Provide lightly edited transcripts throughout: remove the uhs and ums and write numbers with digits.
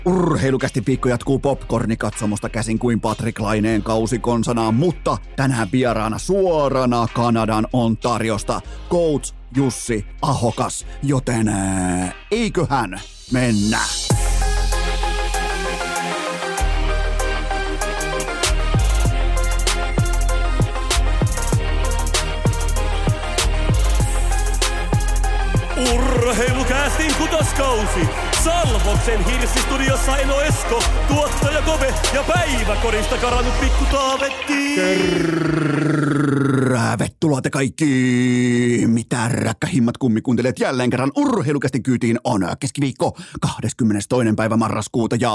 Urheilukästi viikko jatkuu popcornikatsomusta käsin kuin Patrick Laineen kausi konsanaan, mutta tänään vieraana suorana Kanadan Ontariosta coach Jussi Ahokas, joten eiköhän mennä. Urheilukästin kutoskausi. Salvoksen Hirssi-studiossa Eno Esko, tuottaja Kove ja päiväkorista karannut pikku Taavetti. Tervetuloa te kaikki, mitä rakkaimmat kummikuuntelijat jälleen kerran Urheilukästin kyytiin on keskiviikko 22. päivä marraskuuta ja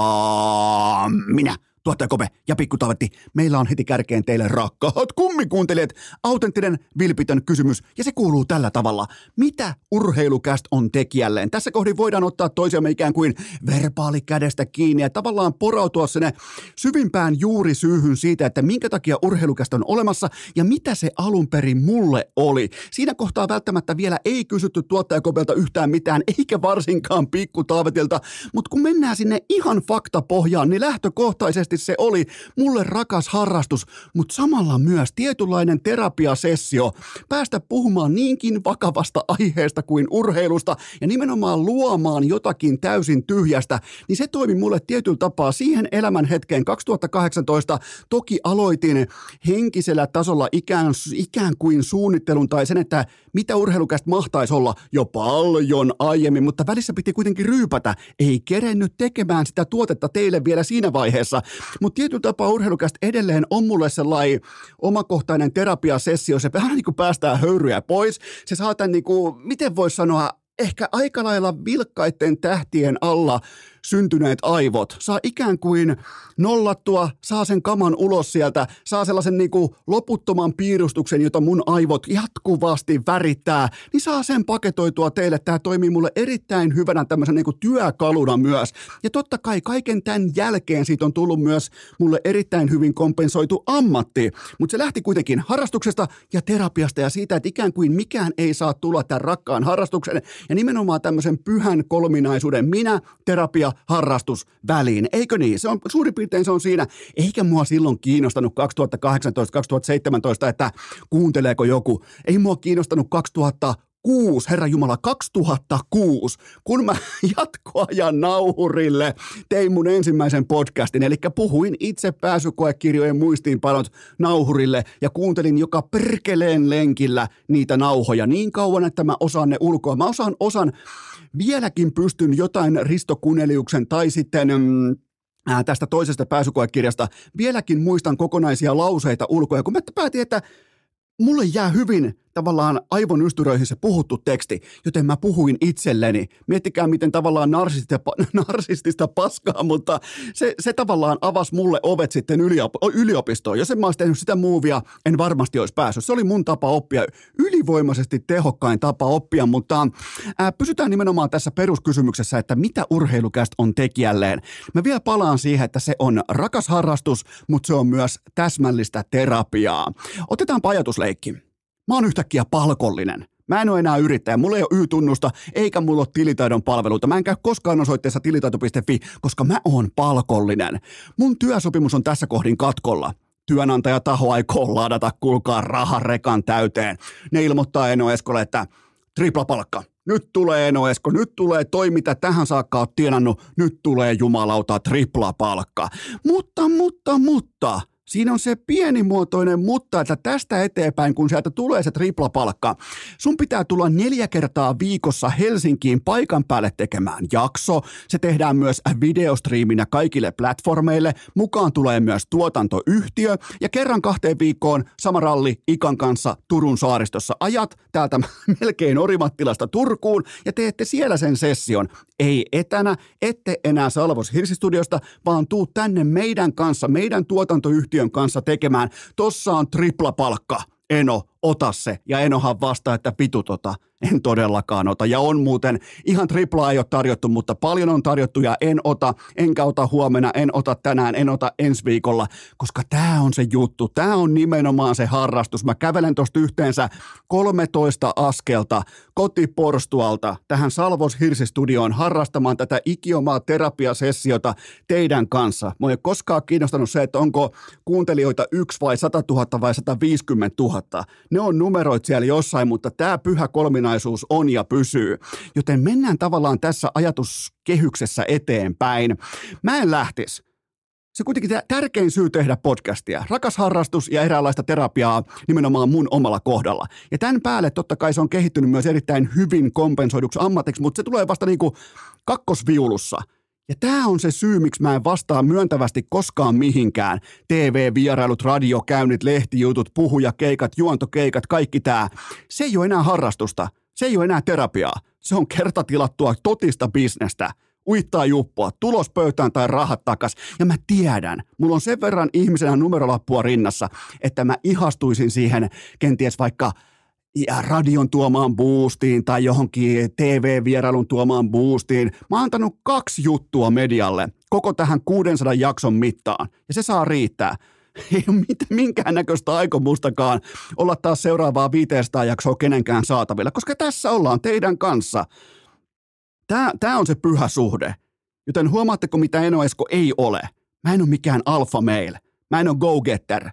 minä, tuottaja Kove ja pikku Taavetti, meillä on heti kärkeen teille rakkaat kummikuuntelijat autenttinen vilpitön kysymys ja se kuuluu tällä tavalla. Mitä Urheilukäst on tekijälleen? Tässä kohdin voidaan ottaa toisiamme ikään kuin verbaali kädestä kiinni ja tavallaan porautua sinne syvimpään juurisyyhyn siitä, että minkä takia Urheilukäst on olemassa ja mitä se alun perin mulle oli. Siinä kohtaa välttämättä vielä ei kysytty tuottaja Kovelta yhtään mitään, eikä varsinkaan pikku Taavetilta, mutta kun mennään sinne ihan faktapohjaan, niin lähtökohtaisesti se oli mulle rakas harrastus, mutta samalla myös tietynlainen terapiasessio päästä puhumaan niinkin vakavasta aiheesta kuin urheilusta ja nimenomaan luomaan jotakin täysin tyhjästä, niin se toimi mulle tietyllä tapaa siihen elämän hetkeen 2018. Toki aloitin henkisellä tasolla ikään kuin suunnittelun tai sen, että mitä Urheilukästä mahtaisi olla jo paljon aiemmin, mutta välissä piti kuitenkin ryypätä. Ei kerennyt tekemään sitä tuotetta teille vielä siinä vaiheessa. Mutta tietyllä tapaa Urheilukästä edelleen on mulle sellainen omakohtainen terapiasessio, se vähän niin kuin päästää höyryjä pois. Se saa tämän niin kuin, miten voisi sanoa, ehkä aika lailla vilkkaiden tähtien alla syntyneet aivot. Saa ikään kuin nollattua, saa sen kaman ulos sieltä, saa sellaisen niin kuin loputtoman piirustuksen, jota mun aivot jatkuvasti värittää, niin saa sen paketoitua teille. Tämä toimii mulle erittäin hyvänä tämmöisen niin kuin työkaluna myös. Ja totta kai kaiken tämän jälkeen siitä on tullut myös mulle erittäin hyvin kompensoitu ammatti. Mutta se lähti kuitenkin harrastuksesta ja terapiasta ja siitä, että ikään kuin mikään ei saa tulla tämän rakkaan harrastuksen ja nimenomaan tämmöisen pyhän kolminaisuuden minä, terapia, harrastus väliin. Eikö niin? Se on, suurin piirtein se on siinä. Eikä mua silloin kiinnostanut 2018-2017, että kuunteleeko joku. Ei mua kiinnostanut 2006, Herra Jumala, 2006, kun mä jatkoajan nauhurille tein mun ensimmäisen podcastin, eli puhuin itse pääsykoekirjojen muistiinpanot nauhurille ja kuuntelin joka perkeleen lenkillä niitä nauhoja niin kauan, että mä osaan ne ulkoa. Mä osaan vieläkin pystyn jotain Risto Kuneliuksen tai sitten tästä toisesta pääsykoekirjasta, vieläkin muistan kokonaisia lauseita ulkoa, kun mä päätin, että mulle jää hyvin tavallaan aivon ystyröihin se puhuttu teksti, joten mä puhuin itselleni. Miettikää, miten tavallaan narsistista paskaa, mutta se tavallaan avasi mulle ovet sitten yliopistoon. Jos en mä olisi tehnyt sitä muuvia, en varmasti olisi päässyt. Se oli mun tapa oppia, ylivoimaisesti tehokkain tapa oppia, mutta pysytään nimenomaan tässä peruskysymyksessä, että mitä Urheilukäst on tekijälleen. Mä vielä palaan siihen, että se on rakas harrastus, mutta se on myös täsmällistä terapiaa. Otetaanpa ajatusleikki. Mä oon yhtäkkiä palkollinen. Mä en ole enää yrittäjä, mulla ei ole Y-tunnusta, eikä mulla ole tilitaidon palveluita. Mä en käy koskaan osoitteessa tilitaito.fi, koska mä oon palkollinen. Mun työsopimus on tässä kohdin katkolla. Työnantajataho aikoo ladata, kuulkaa, raharekan täyteen. Ne ilmoittaa Eno Eskolle, että triplapalkka. Nyt tulee Eno Esko, nyt tulee toi, mitä tähän saakka oot tienannut, nyt tulee jumalauta triplapalkka. Mutta... Siinä on se pienimuotoinen mutta, että tästä eteenpäin, kun sieltä tulee se triplapalkka, sun pitää tulla 4 kertaa viikossa Helsinkiin paikan päälle tekemään jakso. Se tehdään myös videostriiminä kaikille platformeille. Mukaan tulee myös tuotantoyhtiö ja kerran 2 viikkoon sama ralli Ikan kanssa Turun saaristossa. Ajat täältä melkein Orimattilasta Turkuun ja teette siellä sen session. Ei etänä, ette enää Salvos Hirssi-studiosta, vaan tuu tänne meidän kanssa, meidän tuotantoyhtiön kanssa tekemään. Tossa on triplapalkka. Eno, ota se. Ja Enohan vastaa, että pitut ota. En todellakaan ota. Ja on muuten, ihan triplaa ei ole tarjottu, mutta paljon on tarjottu ja en ota, enkä ota huomenna, en ota tänään, en ota ensi viikolla, koska tää on se juttu. Tää on nimenomaan se harrastus. Mä kävelen tosta yhteensä 13 askelta kotiporstualta tähän Salvos Hirsistudioon harrastamaan tätä ikiomaa terapiasessiota teidän kanssa. Mä ei ole koskaan kiinnostanut se, että onko kuuntelijoita 1 vai 100 000 vai 150 000. Ne on numeroit siellä jossain, mutta tää pyhä kolminaisuus on ja pysyy. Joten mennään tavallaan tässä ajatuskehyksessä eteenpäin. Mä en lähtisi. Se kuitenkin tärkein syy tehdä podcastia. Rakas harrastus ja eräänlaista terapiaa nimenomaan mun omalla kohdalla. Ja tämän päälle totta kai se on kehittynyt myös erittäin hyvin kompensoiduksi ammatiksi, mutta se tulee vasta niinku kakkosviulussa. Ja tämä on se syy, miksi mä en vastaa myöntävästi koskaan mihinkään. TV-vierailut, radiokäynnit, lehtijutut, puhujakeikat, juontokeikat, kaikki tämä. Se ei ole enää harrastusta. Se ei ole enää terapiaa. Se on kertatilattua totista bisnestä. Uittaa juppua, tulos pöytään tai rahat takas. Ja mä tiedän, mulla on sen verran ihmisenä numerolappua rinnassa, että mä ihastuisin siihen kenties vaikka radion tuomaan boostiin tai johonkin TV-vierailun tuomaan boostiin. Mä oon antanut 2 juttua medialle koko tähän 600 jakson mittaan. Ja se saa riittää. Ei ole minkäännäköistä aikomustakaan olla taas seuraavaa 500 jaksoa kenenkään saatavilla, koska tässä ollaan teidän kanssa. Tämä on se pyhä suhde. Joten huomaatteko, mitä Eno Esko ei ole? Mä en ole mikään alpha male. Mä en ole go-getter.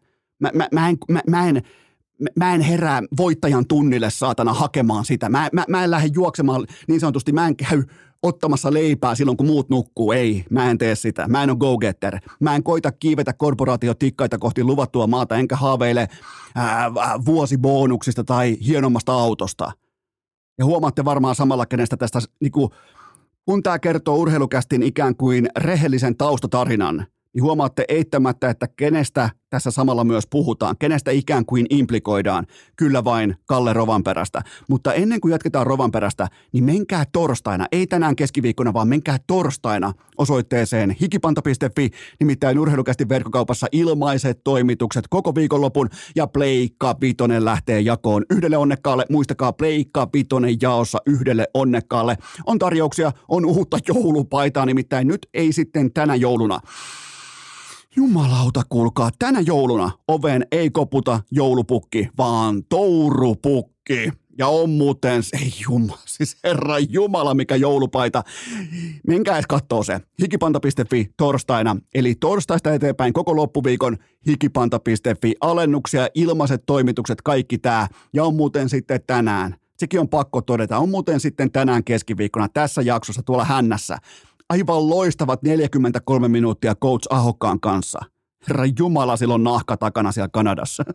Mä en herää voittajan tunnille saatana hakemaan sitä. Mä en lähde juoksemaan niin sanotusti. Mä en käy ottamassa leipää silloin, kun muut nukkuu. Ei, mä en tee sitä. Mä en ole go-getter. Mä en koita kiivetä korporaatiotikkaita kohti luvattua maata, enkä haaveile vuosibonuksista tai hienommasta autosta. Ja huomaatte varmaan samalla, kenestä tästä, kun tämä kertoo Urheilukästin ikään kuin rehellisen taustatarinan, niin huomaatte eittämättä, että kenestä tässä samalla myös puhutaan, kenestä ikään kuin implikoidaan, kyllä vain Kalle Rovanperästä. Mutta ennen kuin jatketaan Rovanperästä, niin menkää torstaina, ei tänään keskiviikkona, vaan menkää torstaina osoitteeseen hikipanta.fi, nimittäin Urheilukästin verkkokaupassa ilmaiset toimitukset koko viikonlopun ja Pleikka Vitonen lähtee jakoon 1 onnekkaalle. Muistakaa Pleikka Vitonen jaossa 1 onnekkaalle. On tarjouksia, on uutta joulupaitaa, nimittäin nyt ei sitten tänä jouluna. Jumalauta, kuulkaa, tänä jouluna oveen ei koputa joulupukki, vaan tourupukki. Ja on muuten, siis herra jumala, mikä joulupaita. Menkää edes kattoo se. Hikipanta.fi torstaina, eli torstaista eteenpäin koko loppuviikon hikipanta.fi. Alennuksia, ilmaiset toimitukset, kaikki tää. Ja on muuten sitten tänään. Sekin on pakko todeta. On muuten sitten tänään keskiviikkona tässä jaksossa tuolla Hännässä. Aivan loistavat 43 minuuttia Coach Ahokkaan kanssa. Herra jumala, silloin nahka takana siellä Kanadassa.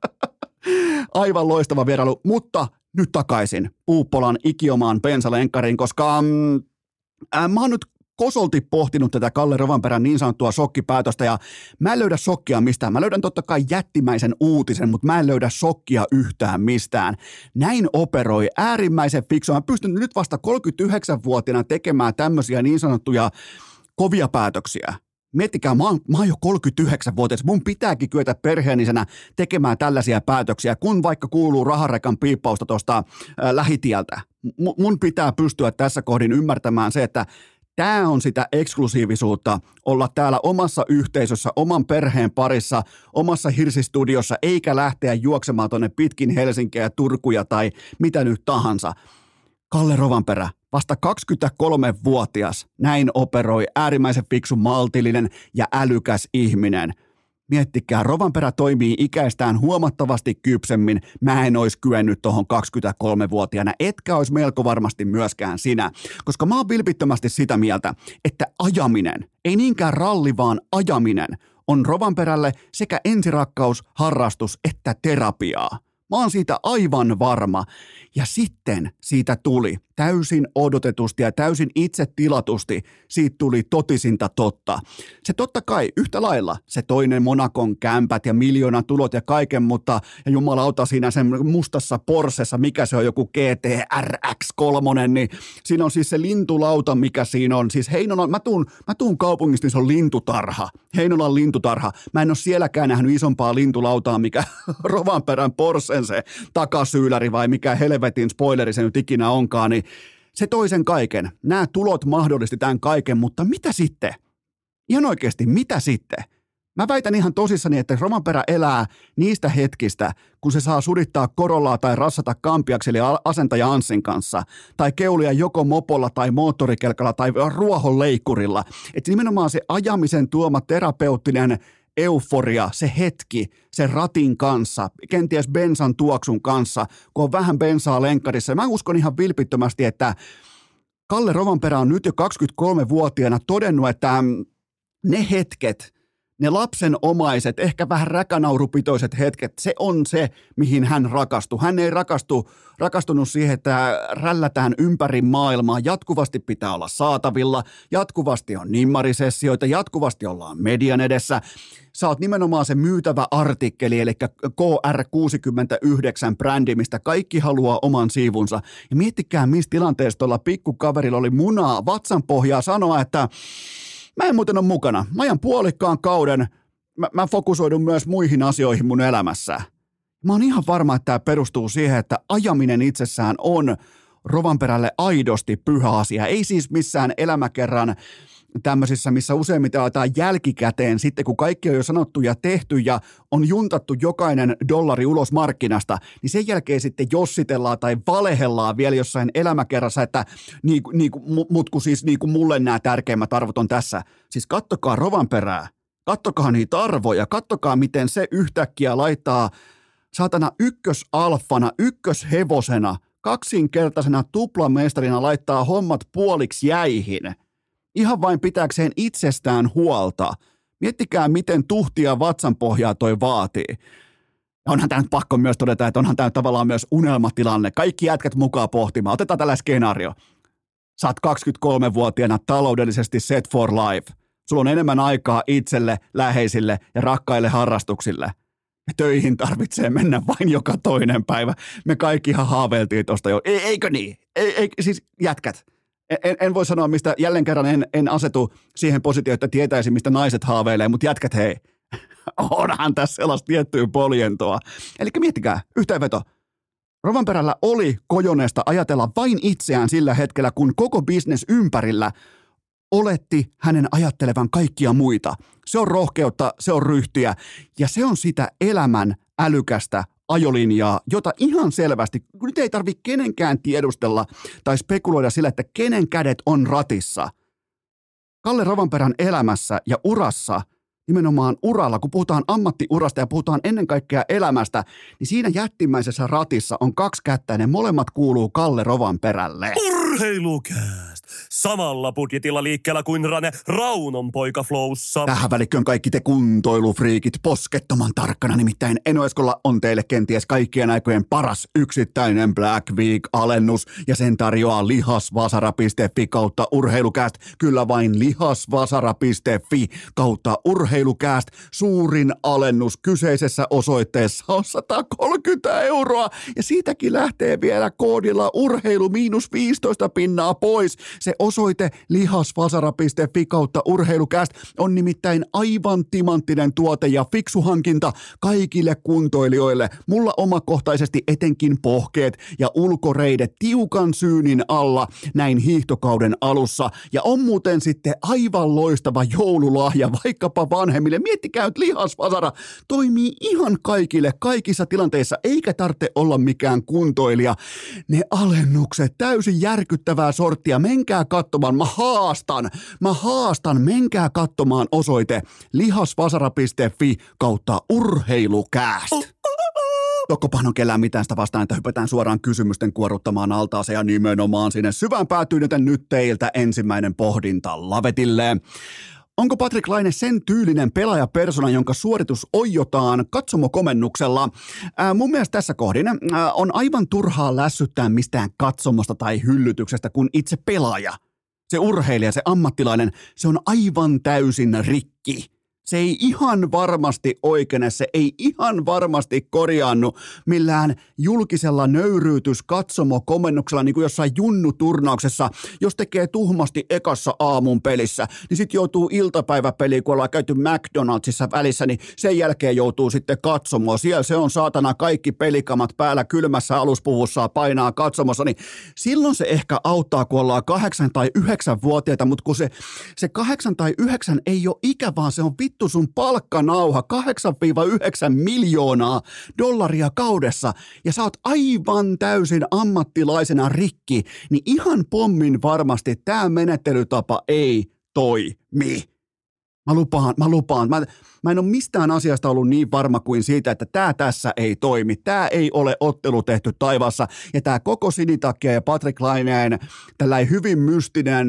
Aivan loistava vierailu, mutta nyt takaisin Puuppolan ikiomaan bensalenkariin, koska mä oon nyt kosolti pohtinut tätä Kalle Rovanperän niin sanottua shokkipäätöstä ja mä en löydä shokkia mistään. Mä löydän totta kai jättimäisen uutisen, mutta mä en löydä shokkia yhtään mistään. Näin operoi äärimmäisen fiksua. Mä pystyn nyt vasta 39-vuotiaana tekemään tämmöisiä niin sanottuja kovia päätöksiä. Miettikää, mä oon jo 39-vuotias, mun pitääkin kyetä perheenisenä tekemään tällaisia päätöksiä, kun vaikka kuuluu raharekan piippausta tuosta lähitieltä. Mun pitää pystyä tässä kohdin ymmärtämään se, että tämä on sitä eksklusiivisuutta olla täällä omassa yhteisössä, oman perheen parissa, omassa hirsistudiossa, eikä lähteä juoksemaan tuonne pitkin Helsinkiä ja Turkuja tai mitä nyt tahansa. Kalle Rovanperä, vasta 23-vuotias, näin operoi äärimmäisen fiksu, maltillinen ja älykäs ihminen. Miettikää, Rovanperä toimii ikäistään huomattavasti kypsemmin. Mä en olisi kyennyt tuohon 23-vuotiaana, etkä olisi melko varmasti myöskään sinä. Koska mä oon vilpittömästi sitä mieltä, että ajaminen, ei niinkään ralli, vaan ajaminen, on Rovanperälle sekä ensirakkaus, harrastus että terapiaa. Mä oon siitä aivan varma. Ja sitten siitä tuli täysin odotetusti ja täysin itse tilatusti, siitä tuli totisinta totta. Se totta kai yhtä lailla, se toinen Monacon kämpät ja miljoonan tulot ja kaiken, mutta ja jumalauta siinä sen mustassa Porschessa, mikä se on joku GT RX3, niin siinä on siis se lintulauta, mikä siinä on. Siis Heinolan, mä tuun kaupungista, niin se on lintutarha, Heinolan lintutarha. Mä en ole sielläkään nähnyt isompaa lintulautaa, mikä Rovanperän Porschen sitten se takasyylläri vai mikä helvetin spoileri se nyt ikinä onkaan, niin se toi sen kaiken. Nämä tulot mahdollisti tämän kaiken, mutta mitä sitten? Ihan oikeasti, mitä sitten? Mä väitän ihan tosissani, että Rovanperä elää niistä hetkistä, kun se saa sudittaa korollaa tai rassata kampiaksi eli asentaja Anssin kanssa, tai keulia joko mopolla tai moottorikelkalla tai ruohonleikkurilla. Että nimenomaan se ajamisen tuoma terapeuttinen euforia, se hetki, sen ratin kanssa, kenties bensan tuoksun kanssa, kun on vähän bensaa lenkkarissa. Mä uskon ihan vilpittömästi, että Kalle Rovanperä on nyt jo 23-vuotiaana todennut, että ne hetket, ne lapsenomaiset, ehkä vähän räkänaurupitoiset hetket, se on se, mihin hän rakastui. Hän ei rakastunut siihen, että rällätään ympäri maailmaa. Jatkuvasti pitää olla saatavilla, jatkuvasti on nimmarisessioita, jatkuvasti ollaan median edessä. Sä oot nimenomaan se myytävä artikkeli, eli KR69-brändi, mistä kaikki haluaa oman siivunsa. Ja miettikää, missä tilanteessa tuolla pikkukaverilla oli munaa vatsanpohjaa sanoa, että mä en muuten ole mukana. Mä ajan puolikkaan kauden. Mä fokusoidun myös muihin asioihin mun elämässä. Mä oon ihan varma, että tämä perustuu siihen, että ajaminen itsessään on Rovanperälle aidosti pyhä asia. Ei siis missään elämäkerran tämmöisissä, missä useimmiten aletaan jälkikäteen sitten, kun kaikki on jo sanottu ja tehty ja on juntattu jokainen dollari ulos markkinasta, niin sen jälkeen sitten jossitellaan tai valehellaan vielä jossain elämäkerrassa, että mulle nämä tärkeimmät arvot on tässä. Siis kattokaa Rovanperää, kattokaa niitä arvoja, kattokaa miten se yhtäkkiä laittaa saatana ykkösalfana, ykköshevosena, kaksinkertaisena tuplamestarina laittaa hommat puoliksi jäihin. Ihan vain pitääkseen itsestään huolta. Miettikää, miten tuhtia vatsanpohjaa toi vaatii. Onhan tämä nyt pakko myös todeta, että onhan tämä tavallaan myös unelmatilanne. Kaikki jätkät mukaan pohtimaan. Otetaan tällainen skenaario. Sä oot 23-vuotiaana taloudellisesti set for life. Sulla on enemmän aikaa itselle, läheisille ja rakkaille harrastuksille. Ja töihin tarvitsee mennä vain joka toinen päivä. Me kaikki ihan haaveiltiin tosta jo. Eikö niin? Siis jätkät. En voi sanoa, mistä jälleen kerran en asetu siihen positioon, että tietäisin, mistä naiset haaveilee, mutta jätkät hei, onhan tässä sellaista tiettyä poljentoa. Eli miettikää, yhteenveto. Rovanperällä oli kojoneesta ajatella vain itseään sillä hetkellä, kun koko bisnes ympärillä oletti hänen ajattelevan kaikkia muita. Se on rohkeutta, se on ryhtiä ja se on sitä elämän älykästä ajolinjaa, jota ihan selvästi, nyt ei tarvitse kenenkään tiedustella tai spekuloida sillä, että kenen kädet on ratissa. Kalle Rovanperän elämässä ja urassa, nimenomaan uralla, kun puhutaan ammattiurasta ja puhutaan ennen kaikkea elämästä, niin siinä jättimäisessä ratissa on kaksi kättä ja ne molemmat kuuluu Kalle Rovanperälle. Urheilukääst! Samalla budjetilla liikkeellä kuin Rane Raunon poika Flowssa. Tähän välikköön kaikki te kuntoilufriikit poskettoman tarkkana, nimittäin Eno Eskola on teille kenties kaikkien aikojen paras yksittäinen Black Week-alennus ja sen tarjoaa lihasvasara.fi kautta urheilukääst. Kyllä vain lihasvasara.fi kautta urheilukääst. Suurin alennus kyseisessä osoitteessa on 130 € ja siitäkin lähtee vielä koodilla urheilu -15% pois. Se osoite lihasvasara.fi kautta urheilukääst on nimittäin aivan timanttinen tuote ja fiksu hankinta kaikille kuntoilijoille. Mulla omakohtaisesti etenkin pohkeet ja ulkoreidet tiukan syynin alla näin hiihtokauden alussa. Ja on muuten sitten aivan loistava joululahja vaikkapa vanhemmille. Miettikää, että lihasvasara toimii ihan kaikille kaikissa tilanteissa, eikä tarvitse olla mikään kuntoilija. Ne alennukset, täysin järkyttävää sorttia. Menkää katsomaan, mä haastan, menkää katsomaan osoite lihasvasara.fi kautta urheilukääst. Tokkopahan on kellään mitään sitä vastaan, että hypätään suoraan kysymysten kuoruttamaan altaaseen ja nimenomaan sinne syvään päätyyn, joten nyt teiltä ensimmäinen pohdinta lavetille. Onko Patrik Laine sen tyylinen pelaajapersona, jonka suoritus oijotaan katsomokomennuksella? Mun mielestä tässä kohdin on aivan turhaa lässyttää mistään katsomosta tai hyllytyksestä, kun itse pelaaja, se urheilija, se ammattilainen, se on aivan täysin rikki. Se ei ihan varmasti oikene, se ei ihan varmasti korjaannu millään julkisella nöyryytyskatsomokomennuksella, niin kuin jossain junnuturnauksessa, jos tekee tuhmasti ekassa aamun pelissä, niin sitten joutuu iltapäiväpeliin, kun ollaan käyty McDonaldsissa välissä, niin sen jälkeen joutuu sitten katsomoon. Siellä se on saatana kaikki pelikamat päällä kylmässä aluspuvussa painaa katsomossa, niin silloin se ehkä auttaa, kun ollaan 8 tai 9-vuotiaita, mutta kun se 8 tai 9 ei ole ikä, vaan se on vittu sun palkkanauha 8-9 miljoonaa dollaria kaudessa ja sä oot aivan täysin ammattilaisena rikki, niin ihan pommin varmasti tämä menettelytapa ei toimi. Mä lupaan. Mä en ole mistään asiasta ollut niin varma kuin siitä, että tämä tässä ei toimi. Tämä ei ole ottelu tehty taivaassa. Ja tämä koko Sinitakkia ja Patrik Laineen tällainen hyvin mystinen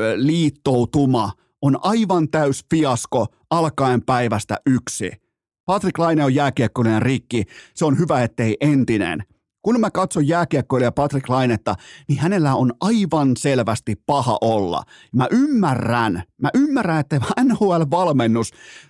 liittoutuma on aivan täys fiasko alkaen päivästä 1. Patrik Laine on jääkiekkoilijan rikki. Se on hyvä, ettei entinen. Kun mä katson jääkiekkoilija Patrik Lainetta, niin hänellä on aivan selvästi paha olla. Mä ymmärrän, että NHL-valmennus,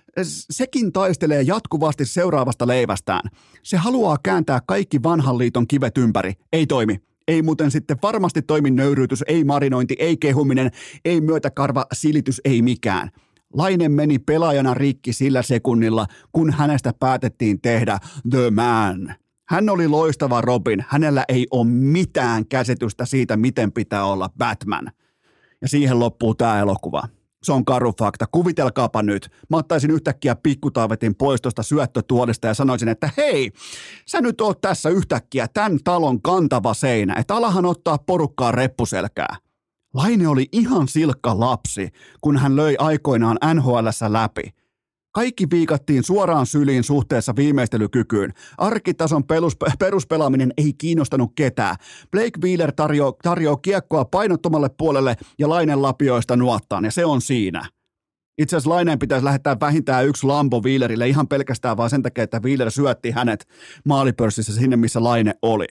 sekin taistelee jatkuvasti seuraavasta leivästään. Se haluaa kääntää kaikki vanhan liiton kivet ympäri. Ei toimi. Ei muuten sitten varmasti toimi nöyryytys, ei marinointi, ei kehuminen, ei myötäkarva, silitys, ei mikään. Laine meni pelaajana rikki sillä sekunnilla, kun hänestä päätettiin tehdä the man. Hän oli loistava Robin, hänellä ei ole mitään käsitystä siitä, miten pitää olla Batman. Ja siihen loppuu tämä elokuva. Se on karu fakta. Kuvitelkaapa nyt. Mä ottaisin yhtäkkiä Pikkutaavetin pois tuosta syöttötuolista ja sanoisin, että hei, sä nyt oot tässä yhtäkkiä tämän talon kantava seinä, että alahan ottaa porukkaa reppuselkää. Laine oli ihan silkka lapsi, kun hän löi aikoinaan NHL:ssä läpi. Kaikki viikattiin suoraan syliin suhteessa viimeistelykykyyn. Arkitason peruspelaaminen ei kiinnostanut ketään. Blake Wheeler tarjoaa kiekkoa painottomalle puolelle ja Laine lapioista nuottaan, ja se on siinä. Itse asiassa Laineen pitäisi lähettää vähintään yksi Lambo Wheelerille ihan pelkästään vaan sen takia, että Wheeler syötti hänet maalipörssissä sinne, missä Laine oli.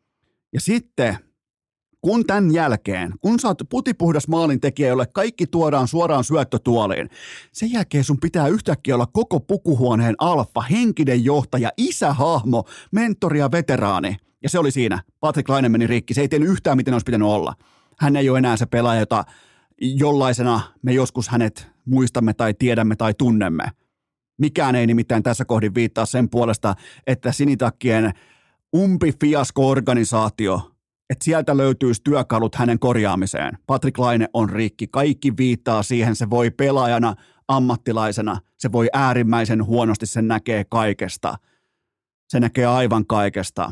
Ja sitten kun tämän jälkeen, kun sä oot putipuhdas maalintekijä, jolle kaikki tuodaan suoraan syöttötuoliin, sen jälkeen sun pitää yhtäkkiä olla koko pukuhuoneen alfa, henkinen johtaja, isähahmo, mentori ja veteraani. Ja se oli siinä. Patrik Laine meni rikki. Se ei tiennyt yhtään, miten olisi pitänyt olla. Hän ei ole enää se pelaaja, jota jollaisena me joskus hänet muistamme tai tiedämme tai tunnemme. Mikään ei nimittäin tässä kohdin viittaa sen puolesta, että Sinitakkien umpifiasko-organisaatio, että sieltä löytyisi työkalut hänen korjaamiseen. Patrik Laine on rikki. Kaikki viittaa siihen. Se voi pelaajana, ammattilaisena. Se voi äärimmäisen huonosti. Se näkee kaikesta. Se näkee aivan kaikesta.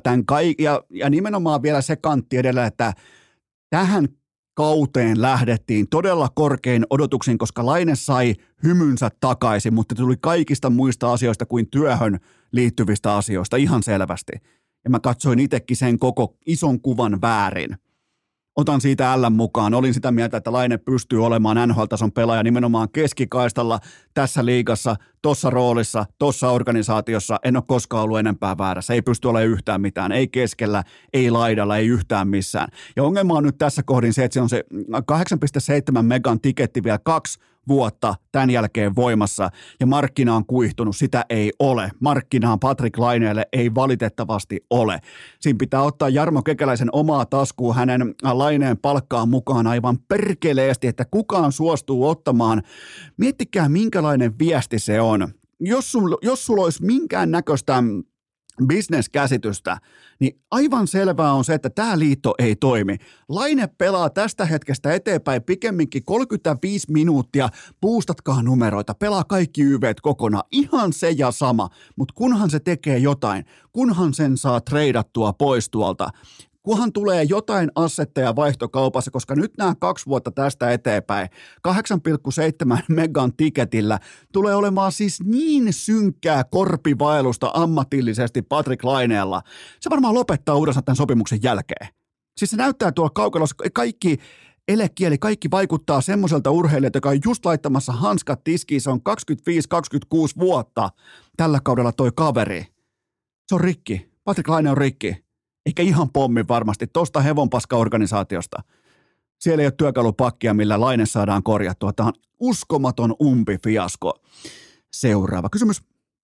Ja nimenomaan vielä se kantti edellä, että tähän kauteen lähdettiin todella korkein odotuksin, koska Laine sai hymynsä takaisin, mutta tuli kaikista muista asioista kuin työhön liittyvistä asioista ihan selvästi. Ja mä katsoin itsekin sen koko ison kuvan väärin. Otan siitä L:n mukaan. Olin sitä mieltä, että Laine pystyy olemaan NHL-tason pelaaja nimenomaan keskikaistalla tässä liigassa, tossa roolissa, tossa organisaatiossa. En ole koskaan ollut enempää väärässä. Ei pysty olemaan yhtään mitään. Ei keskellä, ei laidalla, ei yhtään missään. Ja ongelma on nyt tässä kohdin se, että se on se 8,7 megan tiketti vielä 2 vuotta tämän jälkeen voimassa ja markkina on kuihtunut, sitä ei ole. Markkinaan Patrik Laineelle ei valitettavasti ole. Siinä pitää ottaa Jarmo Kekäläisen omaa taskuun hänen Laineen palkkaan mukaan aivan perkeleesti, että kukaan suostuu ottamaan. Miettikää minkälainen viesti se on. Jos sulla olisi minkään näköistä bisneskäsitystä, niin aivan selvää on se, että tämä liitto ei toimi. Laine pelaa tästä hetkestä eteenpäin pikemminkin 35 minuuttia, boostatkaa numeroita, pelaa kaikki YVt kokonaan, ihan se ja sama, mutta kunhan se tekee jotain, kunhan sen saa treidattua pois tuolta, kunhan tulee jotain assetteja vaihtokaupassa, koska nyt nämä 2 vuotta tästä eteenpäin 8,7 megan tiketillä tulee olemaan siis niin synkkää korpivaellusta ammatillisesti Patrik Laineella. Se varmaan lopettaa uudessa tämän sopimuksen jälkeen. Siis se näyttää tuolla kaukalossa kaikki elekieli, kaikki vaikuttaa semmoiselta urheilijalta, joka on just laittamassa hanskat tiskiin. Se on 25-26 vuotta tällä kaudella toi kaveri. Se on rikki. Patrik Laine on rikki. Eikä ihan pommi varmasti, tuosta hevonpaska-organisaatiosta. Siellä ei ole työkalupakkia, millä Laine saadaan korjattua. Tämä on uskomaton umpifiasko. seuraava kysymys.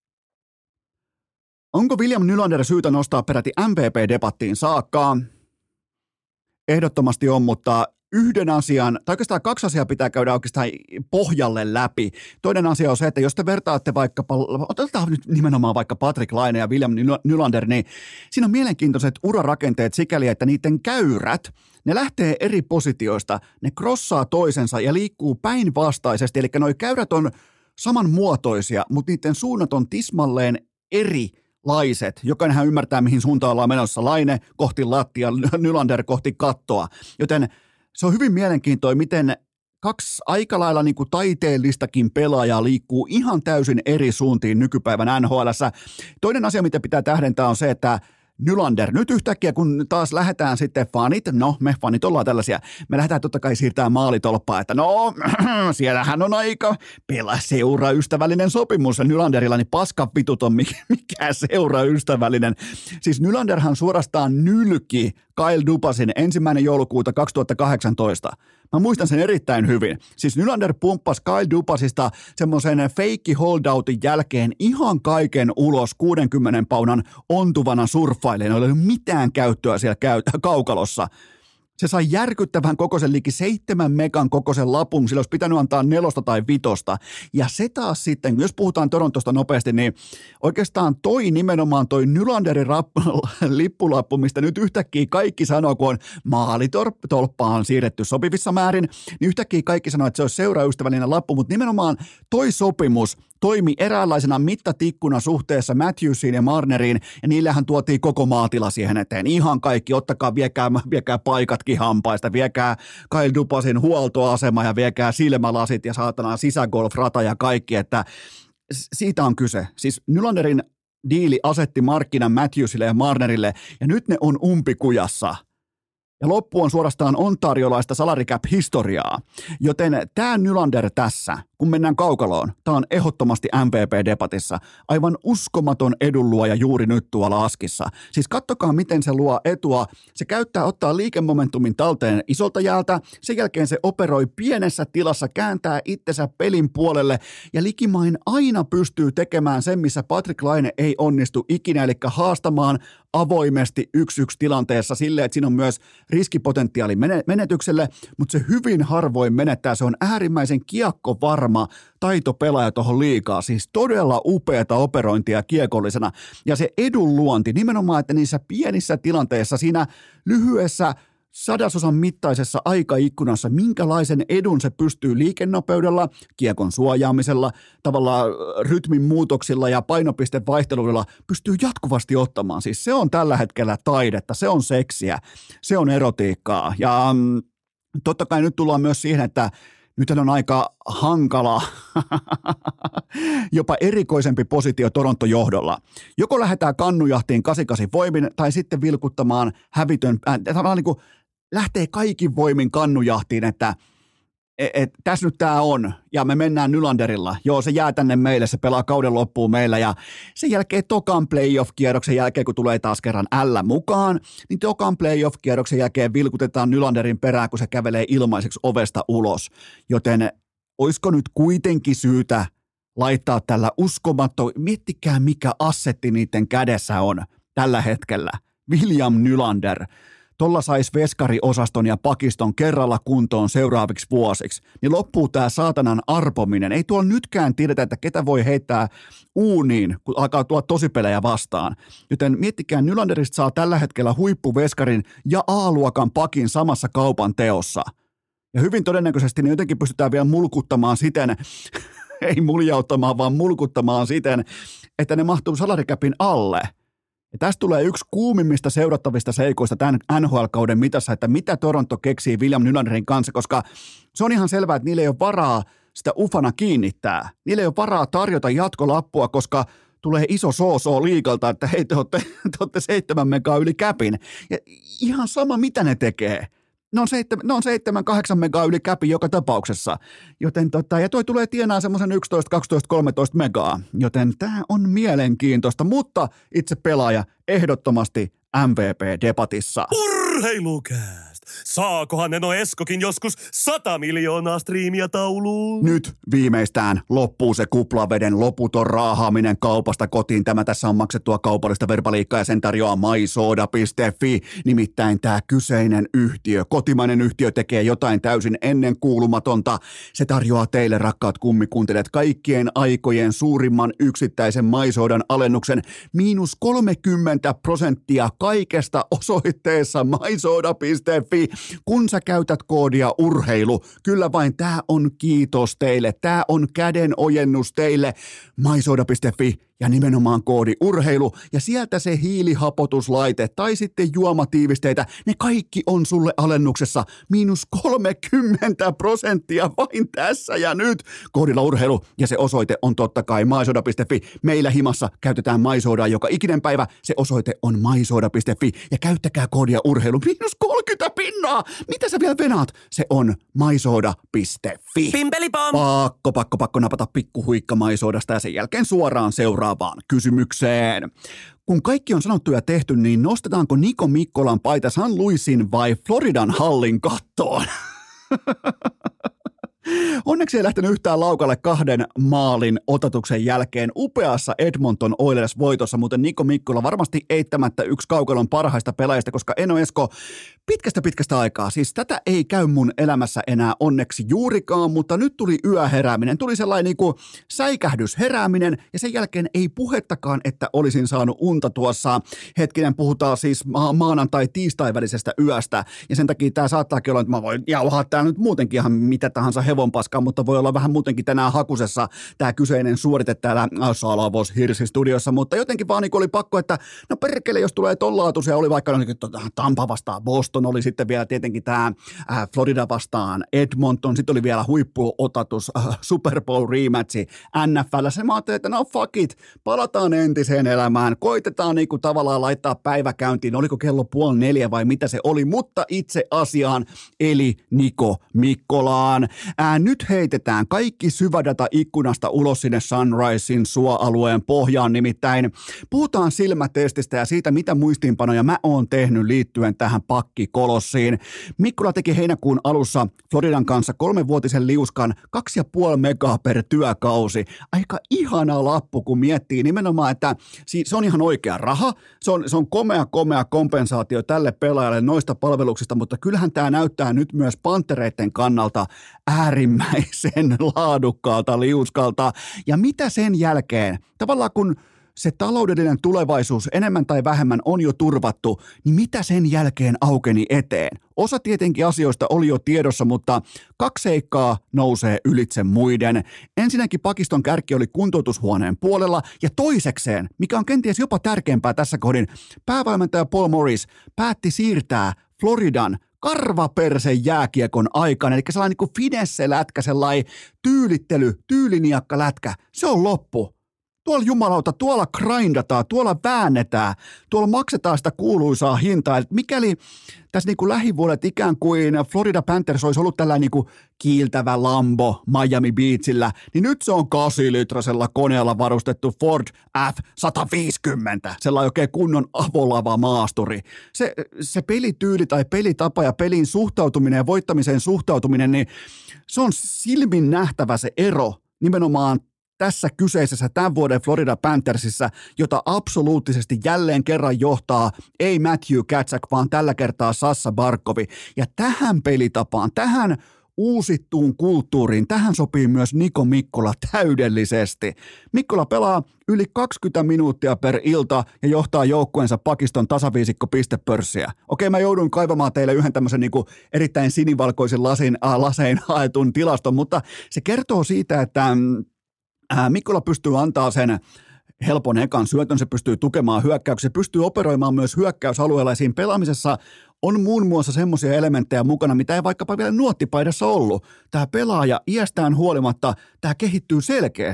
Onko William Nylander syytä nostaa peräti MVP-debattiin saakka? Ehdottomasti on, mutta yhden asian, tai oikeastaan kaksi asiaa pitää käydä oikeastaan pohjalle läpi. Toinen asia on se, että jos te vertaatte vaikkapa, otetaan nyt nimenomaan vaikka Patrik Laine ja William Nylander, niin siinä on mielenkiintoiset urarakenteet sikäli, että niiden käyrät, ne lähtee eri positioista, ne crossaa toisensa ja liikkuu päinvastaisesti, eli noi käyrät on samanmuotoisia, mutta niiden suunnat on tismalleen erilaiset. Jokainenhan ymmärtää, mihin suuntaan ollaan menossa. Laine kohti lattia, Nylander kohti kattoa, joten se on hyvin mielenkiintoinen, miten kaksi aika lailla niin kuin taiteellistakin pelaajaa liikkuu ihan täysin eri suuntiin nykypäivän NHL:ssä. Toinen asia, mitä pitää tähdentää, on se, että Nylander, nyt yhtäkkiä kun taas lähdetään sitten me fanit ollaan tällaisia, me lähdetään totta kai siirtää maalitolppaa, että siellähän on aika seuraystävällinen sopimus Nylanderilla, niin paska vitut on mikään seuraystävällinen. Siis Nylanderhan suorastaan nylki Kyle Dubasin 1. joulukuuta 2018. Mä muistan sen erittäin hyvin. Siis Nylander pumppasi Kyle Dubasista semmoisen feikki holdoutin jälkeen ihan kaiken ulos 60 paunan ontuvana surffailijana. Ei ollut mitään käyttöä siellä kaukalossa. Se sai järkyttävän kokoisen, liki 7 megan kokoisen lapun, sillä olisi pitänyt antaa 4 tai 5. Ja se taas sitten, jos puhutaan Torontosta nopeasti, niin oikeastaan nimenomaan toi Nylanderin lippulappu, mistä nyt yhtäkkiä kaikki sanoo, kun on maalitolppaan siirretty sopivissa määrin, niin yhtäkkiä kaikki sanoo, että se olisi seuraystävällinen lappu, mutta nimenomaan toi sopimus toimi eräänlaisena mittatikkuna suhteessa Matthewsiin ja Marneriin, ja niillähän tuotiin koko maatila siihen eteen. Ihan kaikki, ottakaa, viekää paikatkin hampaista, viekää Kyle Dubasin huoltoasema ja viekää silmälasit ja saatana sisägolfrata ja kaikki, että siitä on kyse. Siis Nylanderin diili asetti markkinan Matthewsille ja Marnerille, ja nyt ne on umpikujassa. Ja loppu on suorastaan ontariolaista salary cap-historiaa. Joten tämä Nylander tässä, kun mennään kaukaloon, tämä on ehdottomasti MVP-debatissa. Aivan uskomaton edunluoja juuri nyt tuolla Askissa. Siis kattokaa, miten se luo etua. Se ottaa liikemomentumin talteen isolta jäältä. Sen jälkeen se operoi pienessä tilassa, kääntää itsensä pelin puolelle. Ja likimain aina pystyy tekemään sen, missä Patrik Laine ei onnistu ikinä, eli haastamaan avoimesti 1-1 tilanteessa silleen, että siinä on myös riskipotentiaali menetykselle, mutta se hyvin harvoin menettää. Se on äärimmäisen kiekkovarma taitopelaaja tuohon liikaa, siis todella upeata operointia kiekollisena. Ja se edunluonti nimenomaan, että niissä pienissä tilanteissa, siinä lyhyessä 100% mittaisessa aikaikkunassa, minkälaisen edun se pystyy liikennopeudella, kiekon suojaamisella, tavallaan rytmin muutoksilla ja painopistevaihteluilla pystyy jatkuvasti ottamaan. Siis se on tällä hetkellä taidetta, se on seksiä, se on erotiikkaa. Ja totta kai nyt tullaan myös siihen, että nyt on aika hankala, jopa erikoisempi positio Toronton johdolla. Joko lähdetään kannujahtiin 88 voimin tai sitten vilkuttamaan tavallaan niin kuin lähtee kaikin voimin kannujahtiin, että tässä nyt tämä on, ja me mennään Nylanderilla. Joo, se jää tänne meille, se pelaa kauden loppuun meillä, ja sen jälkeen tokan playoff-kierroksen jälkeen, kun tulee taas kerran L mukaan, niin tokan playoff-kierroksen jälkeen vilkutetaan Nylanderin perään, kun se kävelee ilmaiseksi ovesta ulos. Joten olisiko nyt kuitenkin syytä laittaa tällä miettikää mikä assetti niiden kädessä on tällä hetkellä. William Nylander. Tolla sais veskariosaston ja pakiston kerralla kuntoon seuraaviksi vuosiksi, niin loppuu tää saatanan arpominen. Ei tuolla nytkään tiedetä, että ketä voi heittää uuniin, kun alkaa tulla tosipelejä vastaan. Joten miettikää, Nylanderista saa tällä hetkellä huippuveskarin ja A-luokan pakin samassa kaupan teossa. Ja hyvin todennäköisesti ne jotenkin pystytään vielä mulkuttamaan siten, ei muljauttamaan, vaan mulkuttamaan siten, että ne mahtuu salary capin alle. Ja tästä tulee yksi kuumimmista seurattavista seikoista tämän NHL-kauden mitassa, että mitä Toronto keksii William Nylanderin kanssa, koska se on ihan selvää, että niillä ei ole varaa sitä ufana kiinnittää. Niillä ei ole varaa tarjota jatkolappua, koska tulee iso soosoo liigalta, että hei, te olette 7 megaa yli käpin. Ja ihan sama, mitä ne tekee. Ne on 7-8 megaa yli käpi joka tapauksessa, joten ja toi tulee tienaa semmoisen 11, 12, 13 megaa, joten tämä on mielenkiintoista, mutta itse pelaaja ehdottomasti MVP-debatissa. Urheilukääst! Saakohan Eno Eskokin joskus 100 miljoonaa striimiä tauluun? Nyt viimeistään loppuu se kuplaveden loputon raahaaminen kaupasta kotiin. Tämä tässä on maksettua kaupallista verbaliikkaa ja sen tarjoaa mysoda.fi. Nimittäin tämä kyseinen yhtiö, kotimainen yhtiö tekee jotain täysin ennenkuulumatonta. Se tarjoaa teille, rakkaat kummikuuntelijat, kaikkien aikojen suurimman yksittäisen MySodan alennuksen -30% kaikesta osoitteessa mysoda.fi, kun sä käytät koodia urheilu. Kyllä vain, tää on kiitos teille, tää on käden ojennus teille, mysoda.fi ja nimenomaan koodi urheilu ja sieltä se hiilihapotuslaite tai sitten juomatiivisteitä, ne kaikki on sulle alennuksessa -30% vain tässä ja nyt koodilla urheilu ja se osoite on totta kai mysoda.fi. Meillä himassa käytetään MySodaa joka ikinen päivä, se osoite on mysoda.fi ja käyttäkää koodia urheilu -30%. Mitä sä vielä venaat? Se on mysoda.fi. Pimpelipom! Pakko napata pikkuhuikka MySodasta ja sen jälkeen suoraan seuraavaan kysymykseen. Kun kaikki on sanottu ja tehty, niin nostetaanko Niko Mikkolan paita San Luisin vai Floridan hallin kattoon? Onneksi ei lähtenyt yhtään laukalle 2 maalin otatuksen jälkeen upeassa Edmonton Oilers-voitossa, muuten Niko Mikkola varmasti eittämättä yksi kaukalon parhaista pelaajista, koska Eno Esko pitkästä aikaa, siis tätä ei käy mun elämässä enää onneksi juurikaan, mutta nyt tuli yöherääminen, tuli sellainen niinku säikähdysherääminen ja sen jälkeen ei puhettakaan, että olisin saanut unta tuossa, hetkinen puhutaan siis maanantai-tiistai välisestä yöstä ja sen takia tämä saattaakin olla, että mä voin jauhaa tää nyt muutenkin ihan mitä tahansa hevonpaskaa, mutta voi olla vähän muutenkin tänään hakusessa tämä kyseinen suorite täällä Salavos Hirsi-studiossa, mutta jotenkin vaan niin oli pakko, että no perkele, jos tulee tollaatuisia, oli vaikka Tampa vastaan Boston, oli sitten vielä tietenkin tämä Florida vastaan Edmonton, sitten oli vielä huippuotatus Super Bowl rematchi NFL:ssä. Mä ajattelin, että no fuck it, palataan entiseen elämään, koitetaan niinku tavallaan laittaa päivä käyntiin, oliko kello 3:30 vai mitä se oli, mutta itse asiaan, eli Niko Mikkolaan. Nyt heitetään kaikki syvädata ikkunasta ulos sinne Sunrisein suoalueen pohjaan, nimittäin puhutaan silmätestistä ja siitä, mitä muistiinpanoja mä oon tehnyt liittyen tähän pakkikolossiin. Mikkola teki heinäkuun alussa Floridan kanssa 3-vuotisen liuskan 2,5 megaa per työkausi. Aika ihana lappu, kun miettii nimenomaan, että se on ihan oikea raha, se on komea kompensaatio tälle pelaajalle noista palveluksista, mutta kyllähän tämä näyttää nyt myös Pantereiden kannalta äärimmäisen laadukkaalta liuskalta. Ja mitä sen jälkeen, tavallaan kun se taloudellinen tulevaisuus enemmän tai vähemmän on jo turvattu, niin mitä sen jälkeen aukeni eteen? Osa tietenkin asioista oli jo tiedossa, mutta 2 seikkaa nousee ylitse muiden. Ensinnäkin pakiston kärki oli kuntoutushuoneen puolella ja toisekseen, mikä on kenties jopa tärkeämpää tässä kohdin, päävalmentaja Paul Morris päätti siirtää Floridan karvapersen jääkiekon aikana, eli sellainen niin kuin finesse-lätkä, sellainen tyyliniakka-lätkä, se on loppu. Tuolla jumalauta, tuolla grindataan, tuolla väännetään, tuolla maksetaan sitä kuuluisaa hintaa. Eli mikäli tässä niin kuin lähivuodet ikään kuin Florida Panthers olisi ollut tällainen niin kuin kiiltävä Lambo Miami Beachillä, niin nyt se on 8-litrasella koneella varustettu Ford F-150, sellainen oikein kunnon avolava maasturi. Se pelityyli tai pelitapa ja pelin suhtautuminen ja voittamiseen suhtautuminen, niin se on silmin nähtävä se ero nimenomaan tässä kyseisessä tämän vuoden Florida Panthersissa, jota absoluuttisesti jälleen kerran johtaa ei Matthew Tkachuk, vaan tällä kertaa Sasha Barkovi. Ja tähän pelitapaan, tähän uusittuun kulttuuriin, tähän sopii myös Niko Mikkola täydellisesti. Mikkola pelaa yli 20 minuuttia per ilta ja johtaa joukkueensa pakiston tasaviisikko pistepörssiä. Okei, mä joudun kaivamaan teille yhden tämmöisen niin kuin erittäin sinivalkoisen lasein haetun tilaston, mutta se kertoo siitä, että Mikkola pystyy antaa sen helpon ekan syötön, se pystyy tukemaan hyökkäyksiä, se pystyy operoimaan myös hyökkäysalueella ja siinä pelaamisessa on muun muassa semmoisia elementtejä mukana, mitä ei vaikkapa vielä nuottipaidassa ollut. Tämä pelaaja iästään huolimatta, tämä kehittyy selkeästi.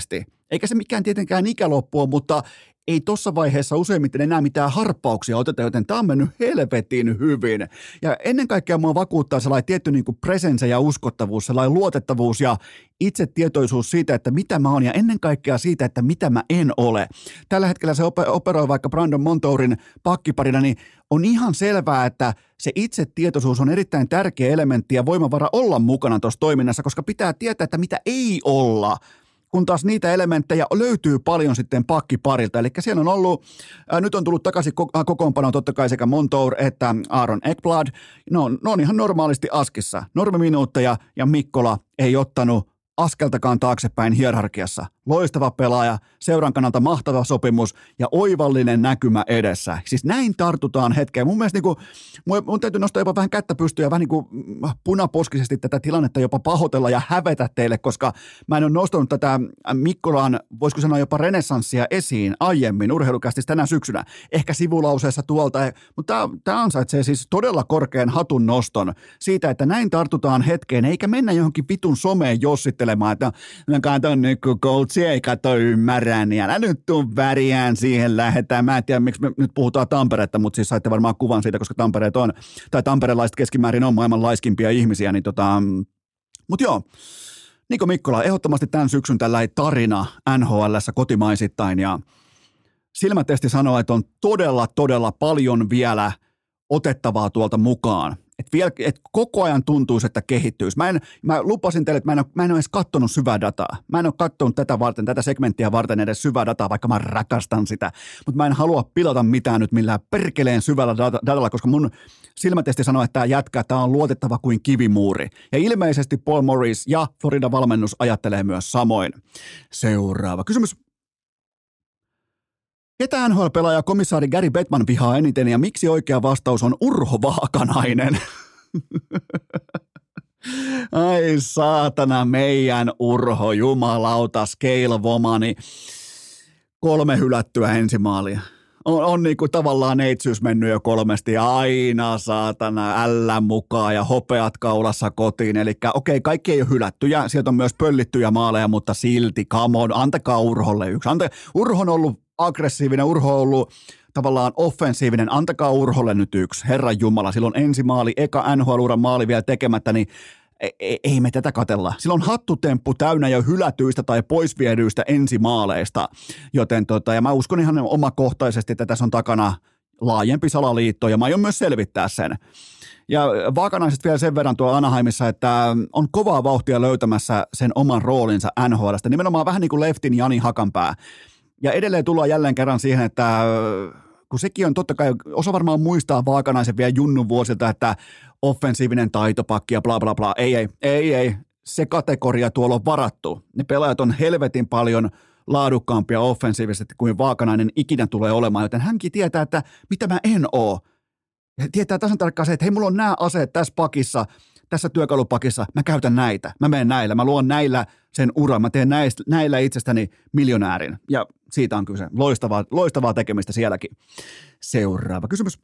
Eikä se mikään tietenkään ikäloppu ole, mutta ei tuossa vaiheessa useimmiten enää mitään harppauksia oteta, joten tämä on mennyt helvetin hyvin. Ja ennen kaikkea mua vakuuttaa sellainen tietty niin kuin presence ja uskottavuus, sellainen luotettavuus ja itsetietoisuus siitä, että mitä mä oon ja ennen kaikkea siitä, että mitä mä en ole. Tällä hetkellä se operoi vaikka Brandon Montourin pakkiparina, niin on ihan selvää, että se itsetietoisuus on erittäin tärkeä elementti ja voimavara olla mukana tuossa toiminnassa, koska pitää tietää, että mitä ei olla. Kun taas niitä elementtejä löytyy paljon sitten pakkiparilta. Eli siellä on ollut, nyt on tullut takaisin kokoonpanoon totta kai sekä Montour että Aaron Ekblad. Ne on ihan normaalisti askissa. Normiminuutteja ja Mikkola ei ottanut askeltakaan taaksepäin hierarkiassa. Loistava pelaaja, seuran kannalta mahtava sopimus ja oivallinen näkymä edessä. Siis näin tartutaan hetkeen. Mun mielestä mun täytyy nostaa jopa vähän kättä pystyä ja vähän niin kuin punaposkisesti tätä tilannetta jopa pahoitella ja hävetä teille, koska mä en ole nostanut tätä Mikkolan, voisiko sanoa jopa renessanssia esiin aiemmin urheilukästissä tänä syksynä. Ehkä sivulauseessa tuolta, mutta tämä ansaitsee siis todella korkean hatun noston siitä, että näin tartutaan hetkeen, eikä mennä johonkin vitun someen jossittelemaan, että mä katson nyt, kun Coltsia ei kato ymmärrän, ja älä nyt tuu väriään siihen lähetään. Mä en tiedä, miksi me nyt puhutaan Tamperetta, mutta siis saitte varmaan kuvan siitä, koska tamperelaiset keskimäärin on maailman laiskimpia ihmisiä, niin mutta joo, Niko Mikkola, ehdottomasti tämän syksyn tällainen tarina NHL:ssä kotimaisittain, ja silmätesti sanoo, että on todella paljon vielä otettavaa tuolta mukaan. Et koko ajan tuntuisi, että kehittyisi. Mä lupasin teille, että mä en ole edes katsonut syvää dataa. Mä en ole katsonut tätä segmenttiä varten edes syvää dataa, vaikka mä rakastan sitä. Mutta mä en halua pilata mitään nyt millään perkeleen syvällä datalla, koska mun silmätesti sanoo, että tämä on luotettava kuin kivimuuri. Ja ilmeisesti Paul Morris ja Florida valmennus ajattelee myös samoin. Seuraava kysymys. Ketä NHL-pelaaja komissaari Gary Bettman vihaa eniten ja miksi oikea vastaus on Urho Vaakanainen? Ai saatana, meidän Urho, jumalauta, Scale-vomani. 3 hylättyä ensimaalia. On niinku tavallaan neitsyys mennyt jo 3 ja aina saatana ällä mukaan ja hopeat kaulassa kotiin. Eli okei, kaikki ei ole hylättyjä, sieltä on myös pöllittyjä maaleja, mutta silti, come on, antakaa Urholle yksi. Urho on ollut aggressiivinen, Urho on ollut tavallaan offensiivinen, antakaa Urholle nyt yksi, Herran Jumala, silloin ensimaali, eka NHL-uran maali vielä tekemättä, niin ei me tätä katella. Silloin hattutemppu täynnä jo hylätyistä tai poisviedyistä ensimaaleista, joten ja mä uskon ihan omakohtaisesti, että tässä on takana laajempi salaliitto, ja mä aion myös selvittää sen. Ja Vaakanaisesta vielä sen verran tuolla Anaheimissa, että on kovaa vauhtia löytämässä sen oman roolinsa NHL:stä, nimenomaan vähän niin kuin Leftin Jani Hakanpää. Ja edelleen tullaan jälleen kerran siihen, että kun sekin on totta kai, osa varmaan muistaa Vaakanaisen vielä junnun vuosilta, että offensiivinen taitopakki ja bla bla bla. Ei. Se kategoria tuolla on varattu. Ne pelaajat on helvetin paljon laadukkaampia offensiivisesti kuin Vaakanainen ikinä tulee olemaan, joten hänkin tietää, että mitä mä en oo. Ja tietää tasan tarkkaan se, että hei, mulla on nämä aseet tässä pakissa, tässä työkalupakissa, mä käytän näitä, mä menen näillä, mä luon näillä sen uran, mä teen näillä itsestäni miljonäärin. Ja siitä on kyse. Loistavaa tekemistä sielläkin. Seuraava kysymys.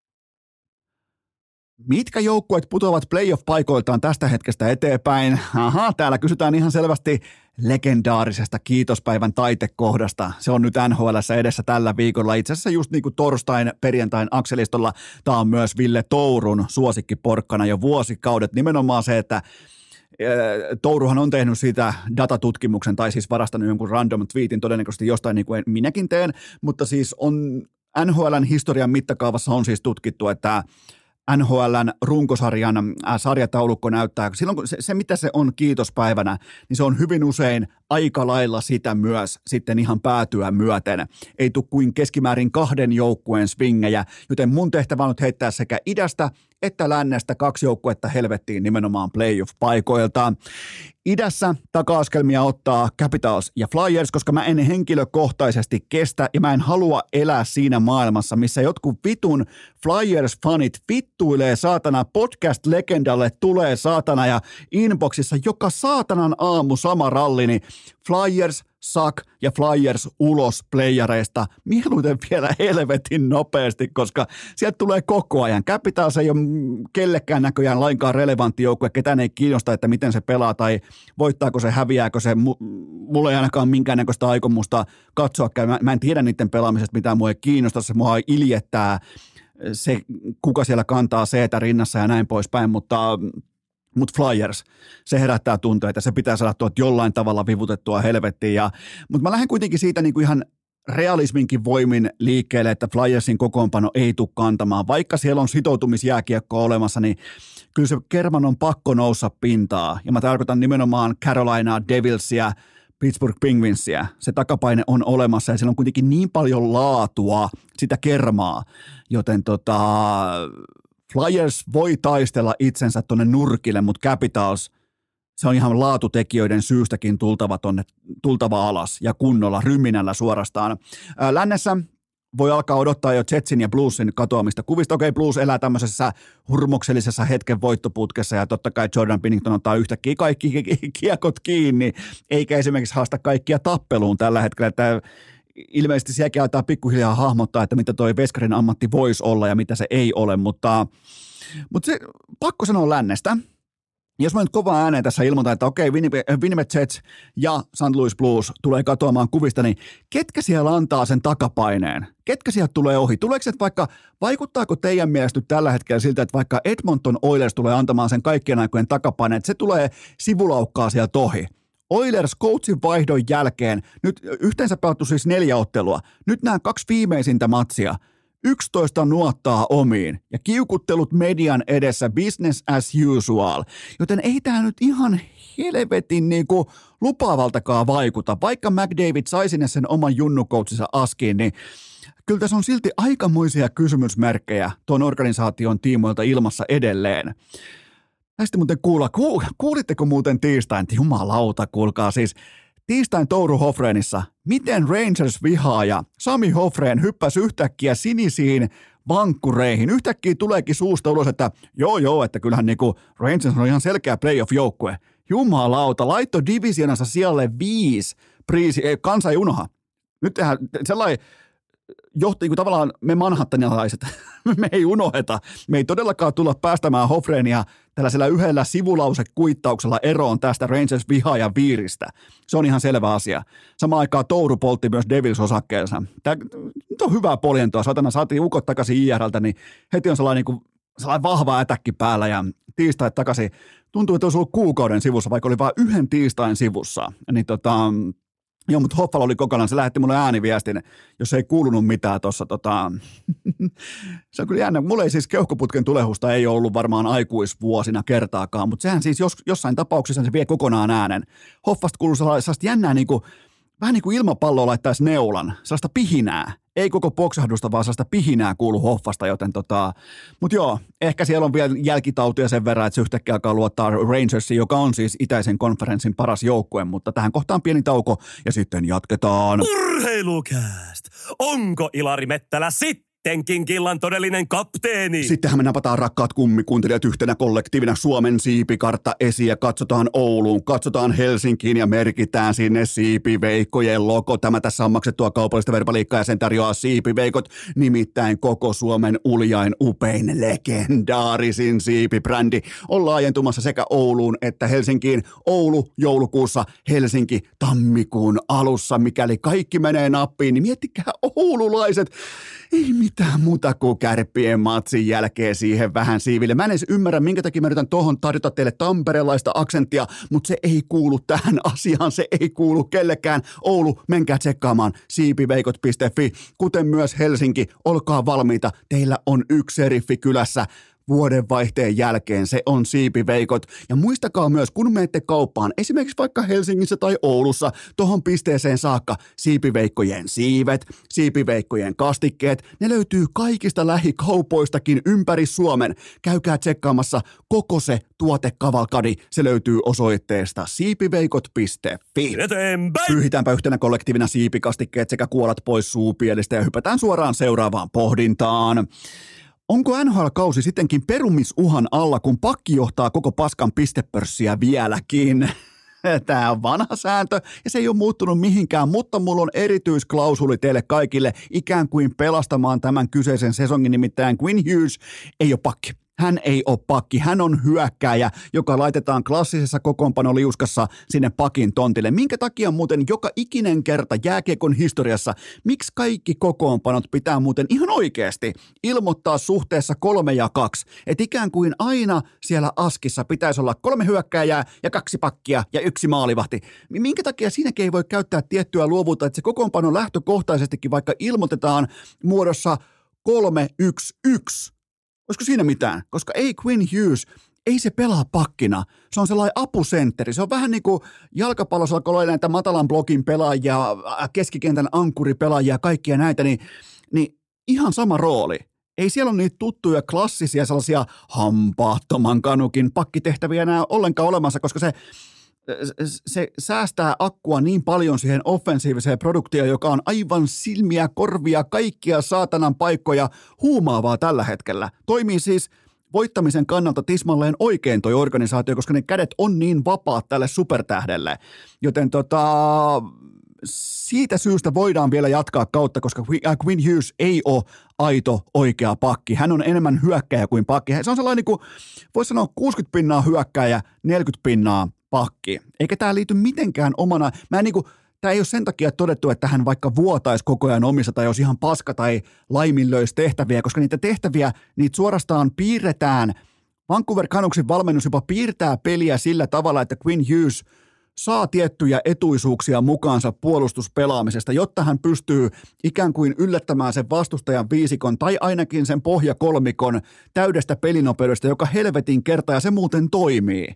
Mitkä joukkueet putoavat playoff-paikoiltaan tästä hetkestä eteenpäin? Täällä kysytään ihan selvästi legendaarisesta kiitospäivän taitekohdasta. Se on nyt NHL:ssä edessä tällä viikolla. Itse asiassa just niin kuin torstain, perjantain akselistolla tämä on myös Ville Tourun suosikkiporkkana jo vuosikaudet. Nimenomaan se, että Touruhan on tehnyt siitä datatutkimuksen tai siis varastanut jonkun random tweetin todennäköisesti jostain niin kuin minäkin teen, mutta siis on NHL:n historian mittakaavassa on siis tutkittu, että NHL:n runkosarjan sarjataulukko näyttää, silloin se mitä se on kiitospäivänä, niin se on hyvin usein aika lailla sitä myös sitten ihan päätyä myöten. Ei tule kuin keskimäärin 2 joukkueen swingejä, joten mun tehtävä on nyt heittää sekä idästä että lännestä 2 joukkuetta helvettiin nimenomaan playoff-paikoiltaan. Idässä taka-askelmia ottaa Capitals ja Flyers, koska mä en henkilökohtaisesti kestä ja mä en halua elää siinä maailmassa, missä jotkut vitun Flyers-fanit vittuilee saatana podcast-legendalle tulee saatana ja inboxissa joka saatanan aamu sama ralli, niin Flyers suck ja Flyers ulos playereista mieluiten vielä helvetin nopeasti, koska sieltä tulee koko ajan. Capitals ei ole kellekään näköjään lainkaan relevantti joukkue, ketään ei kiinnosta, että miten se pelaa tai voittaako se, häviääkö se. Mulla ei ainakaan minkäännäköistä aikomusta katsoa. Mä en tiedä niiden pelaamisesta, mitä mua ei kiinnosta, se mua iljettää se, kuka siellä kantaa seetä rinnassa ja näin poispäin, mutta Flyers, se herättää tunteita, se pitää saada tuot jollain tavalla vivutettua helvettiin. Mutta mä lähden kuitenkin siitä niin kuin ihan realisminkin voimin liikkeelle, että Flyersin kokoonpano ei tule kantamaan. Vaikka siellä on sitoutumisjääkiekko olemassa, niin kyllä se kerman on pakko noussa pintaa. Ja mä tarkoitan nimenomaan Carolinaa, Devilsia, Pittsburgh Penguinsia. Se takapaine on olemassa ja siellä on kuitenkin niin paljon laatua sitä kermaa, joten Flyers voi taistella itsensä tuonne nurkille, mutta Capitals, se on ihan laatutekijöiden syystäkin tultava alas ja kunnolla, ryminällä suorastaan. Lännessä voi alkaa odottaa jo Jetsin ja Bluesin katoamista kuvista. Okei, Blues elää tämmöisessä hurmoksellisessa hetken voittoputkessa ja totta kai Jordan Binnington ottaa yhtäkkiä kaikki kiekot kiinni, eikä esimerkiksi haasta kaikkia tappeluun tällä hetkellä, että ilmeisesti sielläkin aletaan pikkuhiljaa hahmottaa, että mitä toi veskarin ammatti voisi olla ja mitä se ei ole, mutta se pakko sanoa lännestä. Jos mä nyt kovaa ääneen tässä ilmoitan, että okei, Winnipeg Jets ja St. Louis Blues tulee katoamaan kuvista, niin ketkä siellä antaa sen takapaineen? Ketkä sieltä tulee ohi? Vaikuttaako teidän mielestä nyt tällä hetkellä siltä, että vaikka Edmonton Oilers tulee antamaan sen kaikkien aikojen takapaineen, että se tulee sivulaukkaa sieltä ohi? Oilers coachin vaihdon jälkeen, nyt yhteensä pelattu siis 4 ottelua, nyt nämä 2 viimeisintä matsia, 11 nuottaa omiin ja kiukuttelut median edessä business as usual, joten ei tämä nyt ihan helvetin niinku lupaavaltakaan vaikuta. Vaikka McDavid sai sinne sen oman junnukoutsinsa askiin, niin kyllä tässä on silti aikamoisia kysymysmerkkejä tuon organisaation tiimoilta ilmassa edelleen. Tästä muuten kuulitteko muuten tiistain, jumalauta, kuulkaa siis, tiistain Touru Hofreenissa, miten Rangers-vihaaja Sami Hofreen hyppäsi yhtäkkiä sinisiin vankkureihin. Yhtäkkiä tuleekin suusta ulos, että joo, että kyllähän niinku Rangers on ihan selkeä playoff-joukkue. Jumalauta, laitto divisionansa sijalle 5 kansa ei unoha. Nyt tehdään sellainen johti, kun tavallaan me manhattanilaiset, me ei unoheta. Me ei todellakaan tulla päästämään Hofreenia tällaisella yhdellä sivulausekuittauksella eroon tästä Rangers-vihaajan viiristä. Se on ihan selvä asia. Samaan aikaan Touru poltti myös Devils-osakkeensa. Tämä on hyvää poljentoa. Satana saatiin ukot takaisin IR:ltä, niin heti on sellainen vahva ätäkki päällä ja tiistait takaisin. Tuntuu, että olisi ollut kuukauden sivussa, vaikka oli vain 1 tiistain sivussa. Niin joo, mutta Hoffalla oli kokonaan, se lähetti mulle ääniviestin, jos ei kuulunut mitään tuossa, se on kyllä jännä. Mulla ei siis keuhkoputken tulehusta ei ole ollut varmaan aikuisvuosina kertaakaan, mutta sehän siis jossain tapauksessa se vie kokonaan äänen. Hoffasta kuuluu sellaista jännää, vähän niin kuin ilmapalloa laittaisi neulan, sellaista pihinää. Ei koko poksahdusta, vaan sellaista pihinää kuulu Hoffasta, joten mutta joo, ehkä siellä on vielä jälkitautia sen verran, että se yhtäkkiä alkaa luottaa Rangersiin, joka on siis itäisen konferenssin paras joukkue, mutta tähän kohtaan pieni tauko ja sitten jatketaan. Urheilukääst! Onko Ilari Mettälä sittenkin killan todellinen kapteeni? Sittenhän me napataan rakkaat kummikuuntelijat yhtenä kollektiivina Suomen siipikartta esiin ja katsotaan Ouluun, katsotaan Helsinkiin ja merkitään sinne siipiveikkojen logo. Tämä tässä on maksettua kaupallista verbaliikkaa ja sen tarjoaa siipiveikot, nimittäin koko Suomen uljain, upein, legendaarisin siipibrändi on laajentumassa sekä Ouluun että Helsinkiin. Oulu joulukuussa, Helsinki tammikuun alussa. Mikäli kaikki menee nappiin, niin miettikää oululaiset, ei mitään muuta kuin Kärppien matsin jälkeen siihen vähän siiville. Mä en edes ymmärrä, minkä takia mä yritän tuohon tarjota teille tamperelaista aksenttia, mutta se ei kuulu tähän asiaan, se ei kuulu kellekään. Oulu, menkää tsekkaamaan siipiveikot.fi, kuten myös Helsinki, olkaa valmiita, teillä on 1 seriffi kylässä. Vuodenvaihteen jälkeen se on siipiveikot. Ja muistakaa myös, kun menette kauppaan, esimerkiksi vaikka Helsingissä tai Oulussa, tohon pisteeseen saakka, siipiveikkojen siivet, siipiveikkojen kastikkeet, ne löytyy kaikista lähikaupoistakin ympäri Suomen. Käykää tsekkaamassa koko se tuotekavalkadi, se löytyy osoitteesta siipiveikot.fi. Eteenpäin! Pyyhitäänpä yhtenä kollektiivina siipikastikkeet sekä kuolat pois suupielistä ja hypätään suoraan seuraavaan pohdintaan. Onko NHL-kausi sittenkin perumisuhan alla, kun pakki johtaa koko paskan pistepörssiä vieläkin? Tämä on vanha sääntö ja se ei ole muuttunut mihinkään, mutta mulla on erityisklausuli teille kaikille ikään kuin pelastamaan tämän kyseisen sesongin, nimittäin Quinn Hughes ei ole pakki. Hän ei ole pakki, hän on hyökkääjä, joka laitetaan klassisessa kokoonpanoliuskassa sinne pakin tontille. Minkä takia muuten joka ikinen kerta jääkiekon historiassa, miksi kaikki kokoonpanot pitää muuten ihan oikeasti ilmoittaa suhteessa 3 ja 2? Että ikään kuin aina siellä askissa pitäisi olla 3 hyökkääjää ja 2 pakkia ja 1 maalivahti. Minkä takia siinäkin ei voi käyttää tiettyä luovuutta, että se kokoonpano lähtökohtaisestikin vaikka ilmoitetaan muodossa 3-1-1. Olisiko siinä mitään? Koska ei Quinn Hughes, ei se pelaa pakkina. Se on sellainen apusentteri. Se on vähän niin kuin jalkapallossa, kun oli näitä matalan blokin pelaajia, keskikentän ankkuripelaajia, kaikkia näitä, niin ihan sama rooli. Ei siellä ole niitä tuttuja klassisia sellaisia hampaattoman kanukin pakkitehtäviä enää ollenkaan olemassa, koska se säästää akkua niin paljon siihen offensiiviseen produktioon, joka on aivan silmiä, korvia, kaikkia saatanan paikkoja huumaavaa tällä hetkellä. Toimii siis voittamisen kannalta tismalleen oikein toi organisaatio, koska ne kädet on niin vapaat tälle supertähdelle. Joten siitä syystä voidaan vielä jatkaa kautta, koska Quinn Hughes ei ole aito oikea pakki. Hän on enemmän hyökkäjä kuin pakki. Se on sellainen, niin kuin voisi sanoa 60% hyökkäjä, 40% pakki. Eikä tämä liity mitenkään omana. Tämä ei ole sen takia todettu, että hän vaikka vuotaisi koko ajan omissa tai olisi ihan paska tai laiminlöisi tehtäviä, koska niitä tehtäviä, niitä suorastaan piirretään. Vancouver Canucksin valmennus jopa piirtää peliä sillä tavalla, että Quinn Hughes saa tiettyjä etuisuuksia mukaansa puolustuspelaamisesta, jotta hän pystyy ikään kuin yllättämään sen vastustajan viisikon tai ainakin sen pohjakolmikon täydestä pelinopeudesta, joka helvetin kerta, ja se muuten toimii.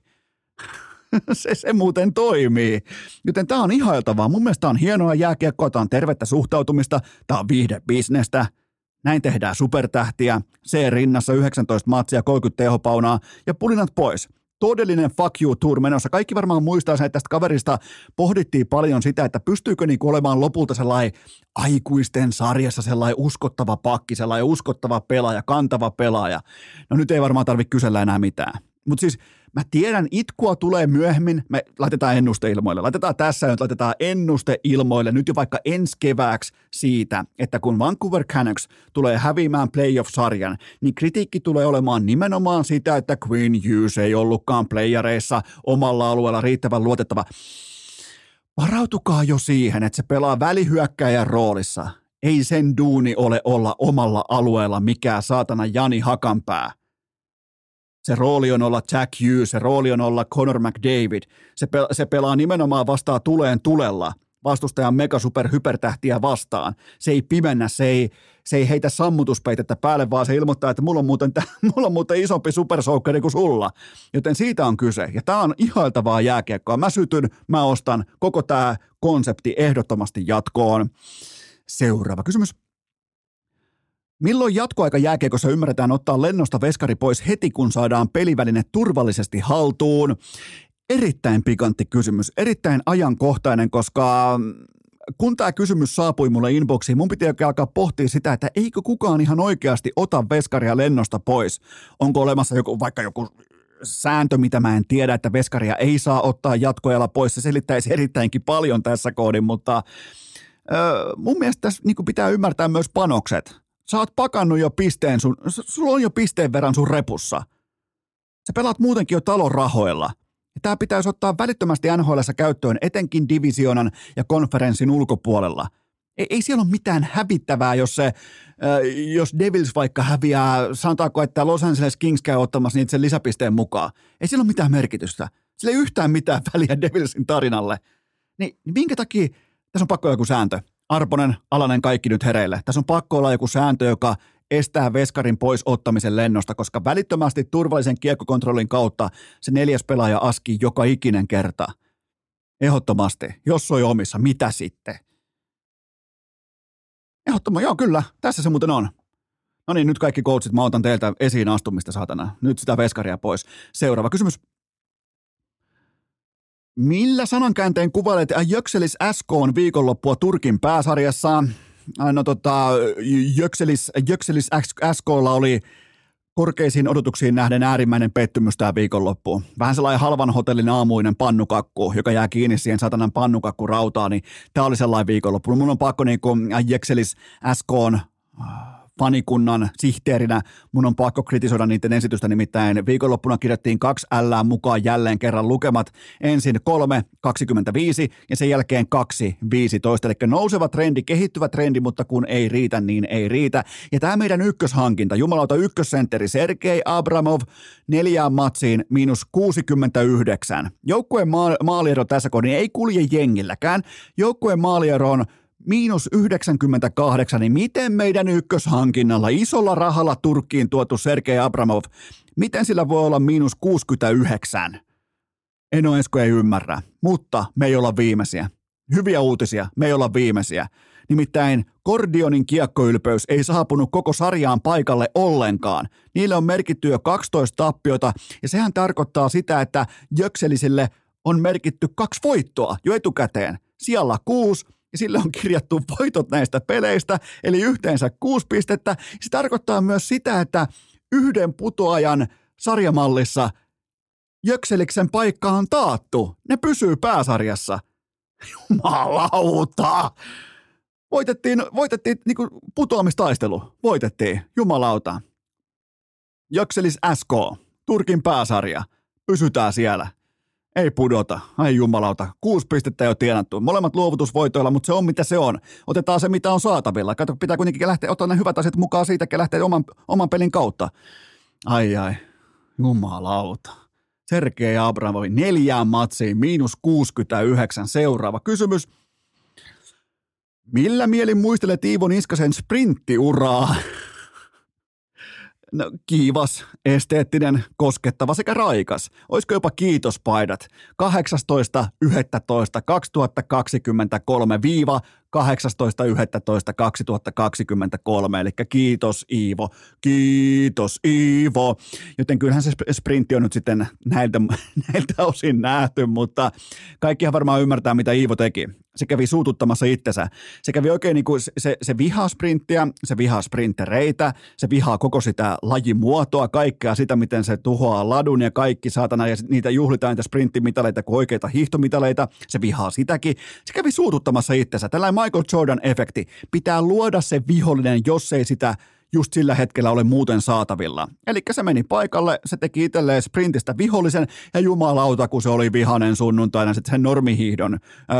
Se muuten toimii. Joten tämä on ihailtavaa. Mun mielestä tämä on hienoa jääkiekkoa, tämä on tervettä suhtautumista, tämä on viihdebisnestä. Näin tehdään supertähtiä, C-rinnassa 19 matsia, 30 tehopaunaa ja pulinat pois. Todellinen fuck you tour menossa. Kaikki varmaan muistaa sen, että tästä kaverista pohdittiin paljon sitä, että pystyykö niinku olemaan lopulta sellainen aikuisten sarjassa sellainen uskottava pakki, sellainen uskottava pelaaja, kantava pelaaja. No nyt ei varmaan tarvitse kysellä enää mitään. Mutta siis mä tiedän, itkua tulee myöhemmin, me laitetaan ennuste ilmoille. Laitetaan ennuste ilmoille nyt jo vaikka ensi kevääksi siitä, että kun Vancouver Canucks tulee häviämään playoff-sarjan, niin kritiikki tulee olemaan nimenomaan sitä, että Quinn Hughes ei ollutkaan playareissa omalla alueella riittävän luotettava. Varautukaa jo siihen, että se pelaa välihyökkäjän roolissa. Ei sen duuni ole olla omalla alueella mikään saatana Jani Hakanpää. Se rooli on olla Jack Hughes, se rooli on olla Connor McDavid. Se pelaa nimenomaan vastaan tuleen tulella vastustajan megasuperhypertähtiä vastaan. Se ei pimennä, se ei heitä sammutuspeitettä päälle, vaan se ilmoittaa, että mulla on muuten isompi supersoukkeri kuin sulla. Joten siitä on kyse. Ja tää on ihailtavaa jääkiekkoa. Mä sytyn, mä ostan koko tää konsepti ehdottomasti jatkoon. Seuraava kysymys. Milloin jatkoaika jääkiekossa ymmärretään ottaa lennosta veskari pois heti, kun saadaan peliväline turvallisesti haltuun? Erittäin pikantti kysymys, erittäin ajankohtainen, koska kun tämä kysymys saapui mulle inboxiin, mun piti alkaa pohtia sitä, että eikö kukaan ihan oikeasti ota veskaria lennosta pois. Onko olemassa vaikka joku sääntö, mitä mä en tiedä, että veskaria ei saa ottaa jatkoajalla pois. Se selittäisi erittäinkin paljon tässä kohdin, mutta mun mielestä tässä niin pitää ymmärtää myös panokset. Sä oot pakannut jo pisteen sulla on jo pisteen verran sun repussa. Sä pelaat muutenkin jo talon rahoilla. Ja tää pitäisi ottaa välittömästi NHL:ssä käyttöön, etenkin divisioonan ja konferenssin ulkopuolella. Ei siellä ole mitään hävittävää, jos Devils vaikka häviää, sanotaanko, että Los Angeles Kings käy ottamassa niitä sen lisäpisteen mukaan. Ei siellä ole mitään merkitystä. Sillä ei yhtään mitään väliä Devilsin tarinalle. Niin minkä takia tässä on pakko joku sääntö? Arponen, Alanen, kaikki nyt hereille. Tässä on pakko olla joku sääntö, joka estää veskarin pois ottamisen lennosta, koska välittömästi turvallisen kiekkokontrollin kautta se 4. pelaaja askii joka ikinen kerta. Ehdottomasti. Jos on omissa, mitä sitten? Ehdottomasti, joo kyllä. Tässä se muuten on. No niin, nyt kaikki coachit, mä otan teiltä esiin astumista, saatana. Nyt sitä veskaria pois. Seuraava kysymys. Millä sanankäänteen kuvailet Jökselis SK:n viikonloppua Turkin pääsarjassa? No Jökselis SK:lla oli korkeisiin odotuksiin nähden äärimmäinen pettymys tämä viikonloppu. Vähän sellainen halvan hotellin aamuinen pannukakku, joka jää kiinni siihen satanan pannukakkurautaan, niin tämä oli sellainen viikonloppu. Mun on pakko niin kuin Jekselis SK:n fanikunnan sihteerinä, mun on pakko kritisoida niiden esitystä, nimittäin viikonloppuna kirjattiin 2 L mukaan jälleen kerran lukemat. Ensin 3,25 ja sen jälkeen 2,15, eli nouseva trendi, kehittyvä trendi, mutta kun ei riitä, niin ei riitä. Ja tämä meidän ykköshankinta, jumalauta ykkössentteri Sergei Abramov 4 matsiin -69. Joukkueen maaliero tässä kohdin ei kulje jengilläkään. Joukkueen maaliero on -98, niin miten meidän ykköshankinnalla, isolla rahalla Turkkiin tuotu Sergei Abramov, miten sillä voi olla -69? Eno Esko ei ymmärrä, mutta me ei olla viimeisiä. Hyviä uutisia, me ei olla viimeisiä. Nimittäin Kordionin kiekkoylpeys ei saapunut koko sarjaan paikalle ollenkaan. Niille on merkitty jo 12 tappiota, ja sehän tarkoittaa sitä, että Jökselisille on merkitty 2 voittoa jo etukäteen. Siellä 6, ja sille on kirjattu voitot näistä peleistä, eli yhteensä 6 pistettä. Se tarkoittaa myös sitä, että yhden putoajan sarjamallissa Jökseliksen paikka on taattu. Ne pysyy pääsarjassa. Jumalauta! Voitettiin niin kuin putoamistaistelu. Voitettiin. Jumalauta. Jökselis SK. Turkin pääsarja. Pysytään siellä. Ei pudota. Ai jumalauta. 6 pistettä jo tienattu. Molemmat luovutusvoitoilla, mutta se on mitä se on. Otetaan se, mitä on saatavilla. Kato, pitää kuitenkin lähteä, ottaa ne hyvät asiat mukaan siitä, ja lähteä oman pelin kautta. Ai. Jumalauta. Sergei Abramov 4 matsiin -69. Seuraava kysymys. Millä mielin muistelet Iivo Niskasen sprinttiuraa? No, kiivas, esteettinen, koskettava sekä raikas. Olisiko jopa kiitospaidat? 18.11.2023 18.11.2023, eli kiitos Iivo, kiitos Iivo. Joten kyllähän se sprintti on nyt sitten näiltä osin nähty, mutta kaikkihan varmaan ymmärtää, mitä Iivo teki. Se kävi suututtamassa itsensä. Se kävi oikein niin kuin se vihaa sprinttiä, se vihaa sprinttereitä, se vihaa koko sitä lajimuotoa, kaikkea sitä, miten se tuhoaa ladun ja kaikki saatana, ja niitä juhlitaan niitä sprinttimitaleita kuin oikeita hiihtomitaleita, se vihaa sitäkin. Se kävi suututtamassa itsensä. Tällainen Michael Jordan-efekti. Pitää luoda se vihollinen, jos ei sitä just sillä hetkellä ole muuten saatavilla. Eli se meni paikalle, se teki itselleen sprintistä vihollisen, ja jumalauta, kun se oli vihainen sunnuntaina sitten sen normihiihdon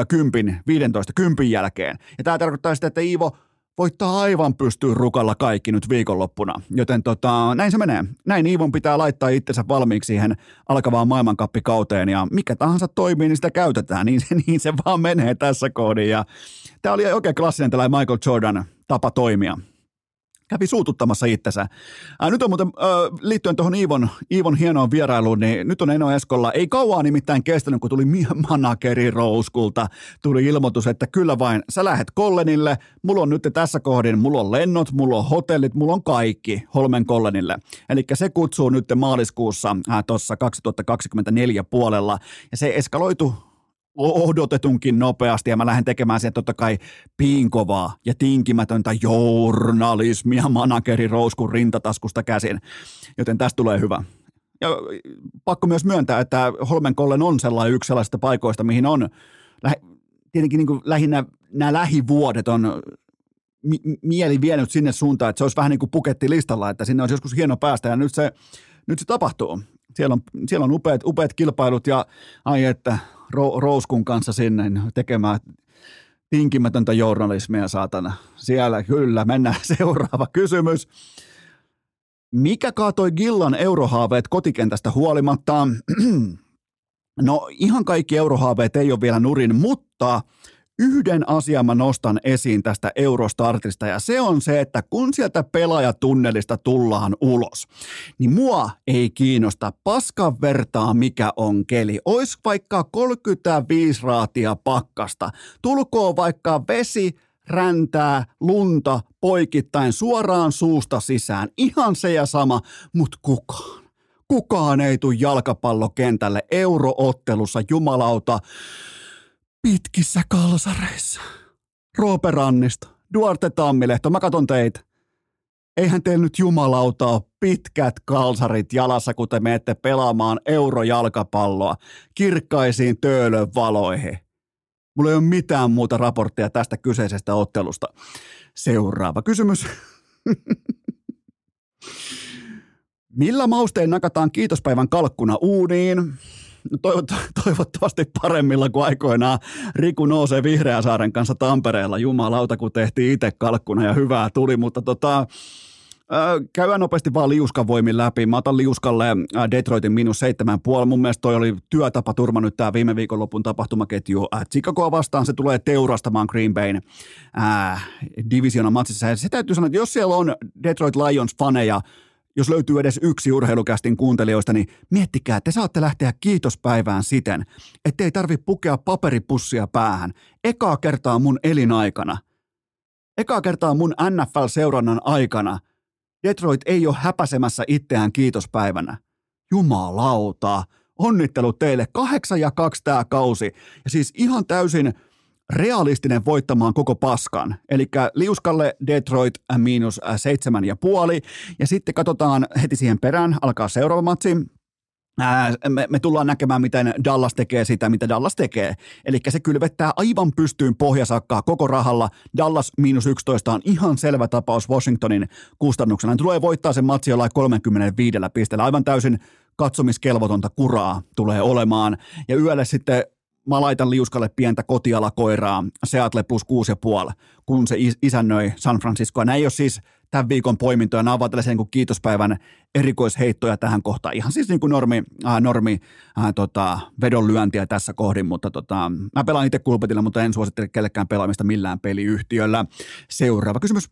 10 jälkeen. Ja tämä tarkoittaa sitä, että Iivo voittaa aivan pystyyn rukalla kaikki nyt viikonloppuna. Joten näin se menee. Näin Iivon pitää laittaa itsensä valmiiksi siihen alkavaan maailmankappikauteen, ja mikä tahansa toimii, niin sitä käytetään. Niin se vaan menee tässä kohdin. Ja tämä oli oikein klassinen tällainen Michael Jordan tapa toimia. Kävi suututtamassa itsensä. Nyt on muuten, liittyen tuohon Iivon hienoon vierailuun, niin nyt on Eno Eskolla, ei kauaa nimittäin kestänyt, kun tuli manageri Rouskulta, tuli ilmoitus, että kyllä vain, sä lähet Kollenille, mulla on nyt tässä kohdin, mulla on lennot, mulla on hotellit, mulla on kaikki Holmen Kollenille. Eli se kutsuu nyt maaliskuussa tuossa 2024 puolella, ja se eskaloitu odotetunkin nopeasti, ja mä lähden tekemään sieltä totta kai piinkovaa ja tinkimätöntä journalismia manageri Rouskun rintataskusta käsin, joten tästä tulee hyvä. Ja pakko myös myöntää, että Holmenkollen on sellainen yksi sellaisista paikoista, mihin on tietenkin niin kuin lähinnä nämä lähivuodet on mieli vienyt sinne suuntaan, että se olisi vähän niin kuin pukettilistalla, että sinne olisi joskus hieno päästä, ja nyt se tapahtuu. Siellä on upeat kilpailut, ja ai että Rouskun kanssa sinne tekemään tinkimätöntä journalismia, saatana. Siellä kyllä, mennään seuraava kysymys. Mikä kaatoi Gillan eurohaaveet kotikentästä huolimatta? No ihan kaikki eurohaaveet ei ole vielä nurin, mutta yhden asian mä nostan esiin tästä Eurostartista, ja se on se, että kun sieltä pelaajatunnelista tullaan ulos, niin mua ei kiinnosta paskan vertaa, mikä on keli. Ois vaikka 35 raatia pakkasta. Tulkoo vaikka vesi, räntää, lunta poikittain suoraan suusta sisään. Ihan se ja sama, mut kukaan ei tule jalkapallokentälle euroottelussa, jumalauta, pitkissä kalsareissa. Roope Rannista, Duarte Tammilehto, mä katon teitä. Eihän teillä nyt jumalauta ole pitkät kalsarit jalassa, kun te menette pelaamaan eurojalkapalloa kirkkaisiin töölön valoihin. Mulla ei ole mitään muuta raporttia tästä kyseisestä ottelusta. Seuraava kysymys. Millä mausteen nakataan kiitospäivän kalkkuna uuniin? No toivottavasti paremmilla kuin aikoinaan Riku nousee Vihreäsaaren kanssa Tampereella. Jumalauta, kun tehtiin itse kalkkuna ja hyvää tuli, mutta käydään nopeasti vaan liuskan voimin läpi. Mä otan liuskalle Detroitin -7,5. Mun mielestä toi oli työtapaturma nyt tää viime viikonlopun tapahtumaketju Chicagoa vastaan. Se tulee teurastamaan Green Bayn divisioonan matsissa. Ja se täytyy sanoa, että jos siellä on Detroit Lions-faneja, jos löytyy edes yksi urheilukästin kuuntelijoista, niin miettikää, että te saatte lähteä kiitospäivään siten, ettei tarvitse pukea paperipussia päähän. Ekaa kertaa mun elinaikana. Ekaa kertaa mun NFL-seurannan aikana. Detroit ei ole häpäsemässä itseään kiitospäivänä. Jumalauta. Onnittelut teille. 8-2 tää kausi. Ja siis ihan täysin realistinen voittamaan koko paskan. Eli liuskalle Detroit -7,5. Ja sitten katsotaan heti siihen perään. Alkaa seuraava matsi. Me tullaan näkemään, miten Dallas tekee sitä, mitä Dallas tekee. Eli se kylvettää aivan pystyyn pohjasakkaa koko rahalla. Dallas -11 on ihan selvä tapaus Washingtonin kustannuksena. Ne tulee voittaa sen matsi jollain 35 pisteellä. Aivan täysin katsomiskelvotonta kuraa tulee olemaan. Ja yölle sitten mä laitan liuskalle pientä kotialakoiraa, Seattle +6,5, kun se isännöi San Franciscoa. Nämä ei ole siis tämän viikon poimintoja, nämä ovat tällaisia niin kuin kiitospäivän erikoisheittoja tähän kohtaan. Ihan siis niin kuin normi vedonlyöntiä tässä kohdin, mutta mä pelaan itse kulpetilla, mutta en suosittele kellekään pelaamista millään peliyhtiöllä. Seuraava kysymys.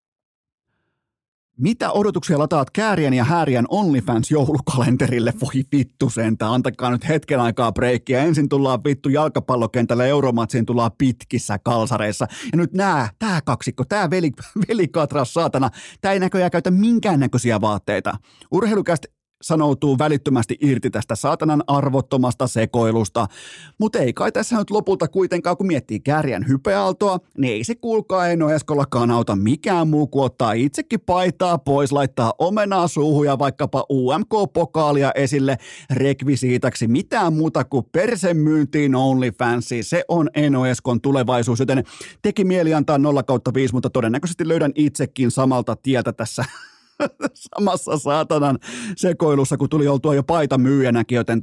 Mitä odotuksia lataat Käärien ja Häärien OnlyFans-joulukalenterille? Voi vittu sentään, antakaa nyt hetken aikaa breikkiä. Ensin tullaan vittu jalkapallokentälle, Euromatsiin tullaan pitkissä kalsareissa. Ja nyt tää kaksikko, tää velikatras saatana, tää ei näköjään käytä minkäännäköisiä vaatteita. Urheilukästä sanoutuu välittömästi irti tästä saatanan arvottomasta sekoilusta, mutta ei kai tässä nyt lopulta kuitenkaan, kun miettii Kääriän hypeaaltoa, niin ei se kuulkaa Eino Eskollakaan auta mikään muu kuin ottaa itsekin paitaa pois, laittaa omenaa suuhun ja vaikkapa UMK-pokaalia esille rekvisiitaksi, mitään muuta kuin persemyyntiin OnlyFansiin, se on Eino Eskon tulevaisuus, joten teki mieli antaa 0/5, mutta todennäköisesti löydän itsekin samalta tieltä tässä samassa saatanan sekoilussa, kun tuli oltua jo paita myyjänäkin, joten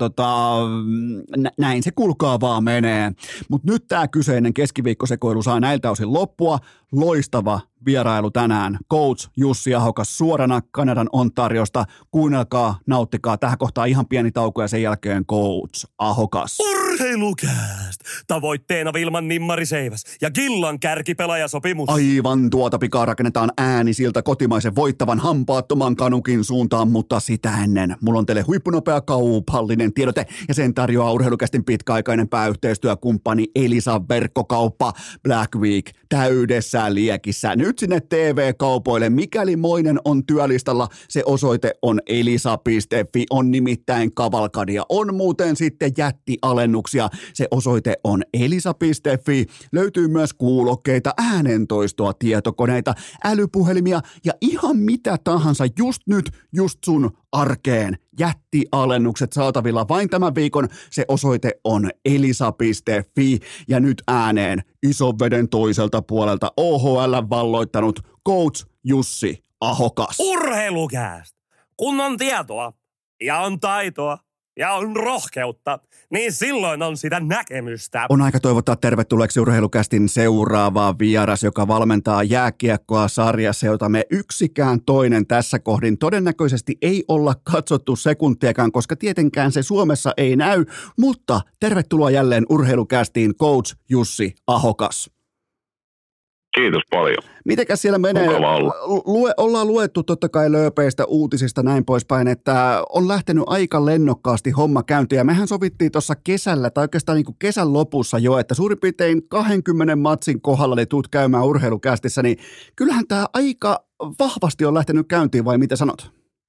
näin se kuulkaa vaan menee. Mutta nyt tämä kyseinen keskiviikkosekoilu saa näiltä osin loppua. Loistava vierailu tänään. Coach Jussi Ahokas suorana Kanadan Ontariosta. Kuunnelkaa, nauttikaa. Tähän kohtaa ihan pieni tauko ja sen jälkeen Coach Ahokas. Urheilukääst! Tavoitteena Vilman Nimmari Seiväs ja Gillan kärkipelaajasopimus. Aivan tuota pikaa rakennetaan ääni siltä kotimaisen voittavan hampaattoman kanukin suuntaan, mutta sitä ennen mulla on teille huippunopea kaupallinen tiedote ja sen tarjoaa Urheilukästin pitkäaikainen pääyhteistyökumppani Elisan verkkokauppa. Black Week täydessä liekissä. Nyt sinne TV-kaupoille, mikäli moinen on työlistalla, se osoite on elisa.fi, on nimittäin kavalkadia, on muuten sitten jättialennuksia, se osoite on elisa.fi, löytyy myös kuulokkeita, äänentoistoa, tietokoneita, älypuhelimia ja ihan mitä tahansa just nyt, just sun arkeen. Jättialennukset saatavilla vain tämän viikon, se osoite on elisa.fi ja nyt ääneen ison veden toiselta puolelta OHL valloittanut coach Jussi Ahokas. Urheilukääst! Kun on tietoa ja on taitoa ja on rohkeutta, niin silloin on sitä näkemystä. On aika toivottaa tervetulleeksi Urheilukästin seuraava vieras, joka valmentaa jääkiekkoa sarjassa, jota me yksikään toinen tässä kohdin todennäköisesti ei olla katsottu sekuntiakaan, koska tietenkään se Suomessa ei näy, mutta tervetuloa jälleen Urheilukästiin coach Jussi Ahokas. Kiitos paljon. Mitenkäs siellä menee? Ollaan luettu totta kai lööpeistä uutisista näin poispäin, että on lähtenyt aika lennokkaasti homma käyntiin. Ja mehän sovittiin tuossa kesällä, tai oikeastaan niin kuin kesän lopussa jo, että suurin piirtein 20 matsin kohdalla niin tuut käymään Urheilukästissä, niin kyllähän tämä aika vahvasti on lähtenyt käyntiin, vai mitä sanot?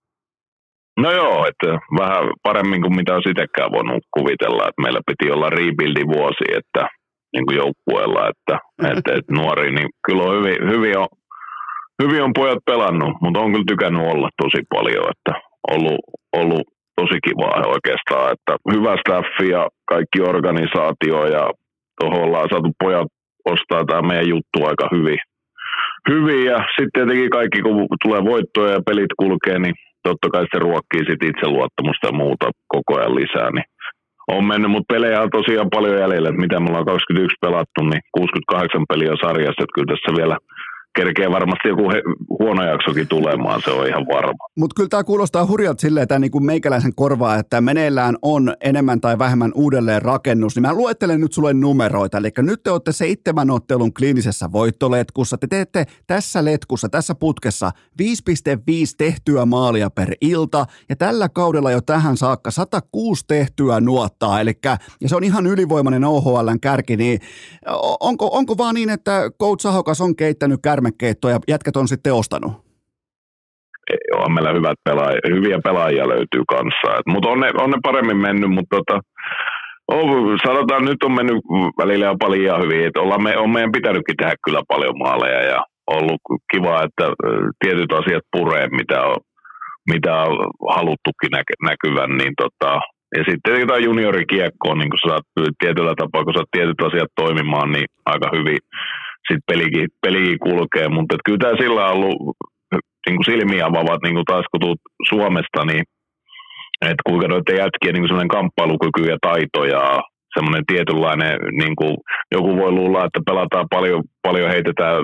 No joo, että vähän paremmin kuin mitä olisi itsekään voinut kuvitella, että meillä piti olla rebuildi vuosi, että niin kuin joukkueella, että nuori, niin kyllä on hyvin on hyvin on pojat pelannut, mutta on kyllä tykännyt olla tosi paljon, että ollut tosi kivaa oikeastaan, että hyvä staffi ja kaikki organisaatio ja tuohon ollaan saatu pojat ostaa tämä meidän juttu aika hyvin. Ja sitten tietenkin kaikki, kun tulee voittoja ja pelit kulkee, niin totta kai se ruokkii sit itseluottamusta ja muuta koko ajan lisää. Niin on mennyt, mutta pelejä on tosiaan paljon jäljellä. Että mitä me ollaan 21 pelattu, niin 68 peliä on sarjassa. Että kyllä tässä vielä kerkee varmasti joku huono jaksokin tulemaan, se on ihan varma. Mutta kyllä tämä kuulostaa hurjalta silleen, että niin kuin meikäläisen korvaa, että meneillään on enemmän tai vähemmän uudelleen rakennus. Niin mä luettelen nyt sulle numeroita. Eli nyt te olette 7 ottelun kliinisessä voittoletkussa. Te teette tässä letkussa, tässä putkessa 5,5 tehtyä maalia per ilta. Ja tällä kaudella jo tähän saakka 106 tehtyä nuottaa. Ja se on ihan ylivoimainen OHL:n kärki. Niin onko vaan niin, että coach Ahokas on keittänyt kärmekeittoa ja jätkät on sitten ostanut? Joo, meillä hyviä pelaajia löytyy kanssa. Mutta on ne paremmin mennyt, mutta sanotaan nyt on mennyt välillä jopa liian hyvin. On meidän pitänytkin tehdä kyllä paljon maaleja ja ollut kiva, että tietyt asiat puree, mitä on haluttukin näkyvän. Niin ja sitten jotain juniorikiekkoa, niin kun sä saat tietyllä tapaa, kun saat tietyt asiat toimimaan, niin aika hyvin sitten pelikin kulkee. Mutta kyllä tämä sillä on ollut niin kuin silmiä avaavat, niin kuin taas kun tuut Suomesta, niin että kuinka noiden jätkien niin semmoinen kamppailukyky ja taito ja semmoinen tietynlainen, niin kuin joku voi luulla, että pelataan paljon heitetään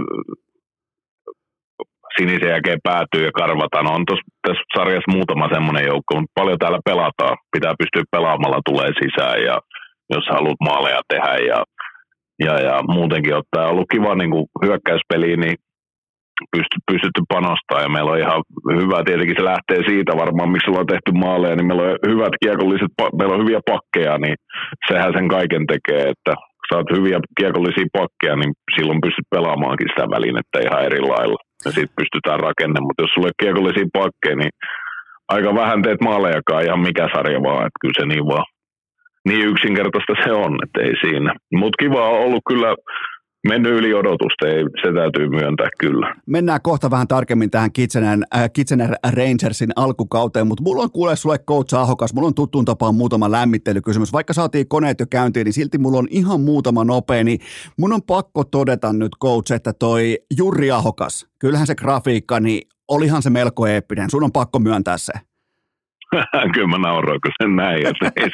sinisen jälkeen päätyy ja karvataan. No on tässä sarjassa muutama semmoinen joukko, mutta paljon täällä pelataan. Pitää pystyä pelaamalla tulee sisään ja jos haluat maaleja tehdä ja muutenkin ottaa. On ollut kiva niin kuin hyökkäyspeliä, niin pystytty panostamaan ja meillä on ihan hyvä, tietenkin se lähtee siitä varmaan, miksi ollaan tehty maaleja, niin meillä on hyvät kiekolliset, meillä on hyviä pakkeja, niin sehän sen kaiken tekee, että kun saat hyviä kiekollisia pakkeja, niin silloin pystyt pelaamaankin sitä välinettä ihan eri lailla ja siitä pystytään rakennemaan, mutta jos sulla ei kiekollisia pakkeja, niin aika vähän teet maalejakaan ihan mikä sarja vaan, että kyllä se niin yksinkertaista se on, että ei siinä, mutta kiva on ollut kyllä. Mennyt yli odotusta, se täytyy myöntää kyllä. Mennään kohta vähän tarkemmin tähän Kitchener Rangersin alkukauteen, mutta mulla on kuule sulle coach Ahokas, mulla on tuttuun tapaan muutama lämmittelykysymys. Vaikka saatiin koneet jo käyntiin, niin silti mulla on ihan muutama nopea, niin mun on pakko todeta nyt coach, että toi Jurri Ahokas, kyllähän se grafiikka, niin olihan se melko eeppinen, sun on pakko myöntää se. Kyllä mä nauroin, kun sen näin.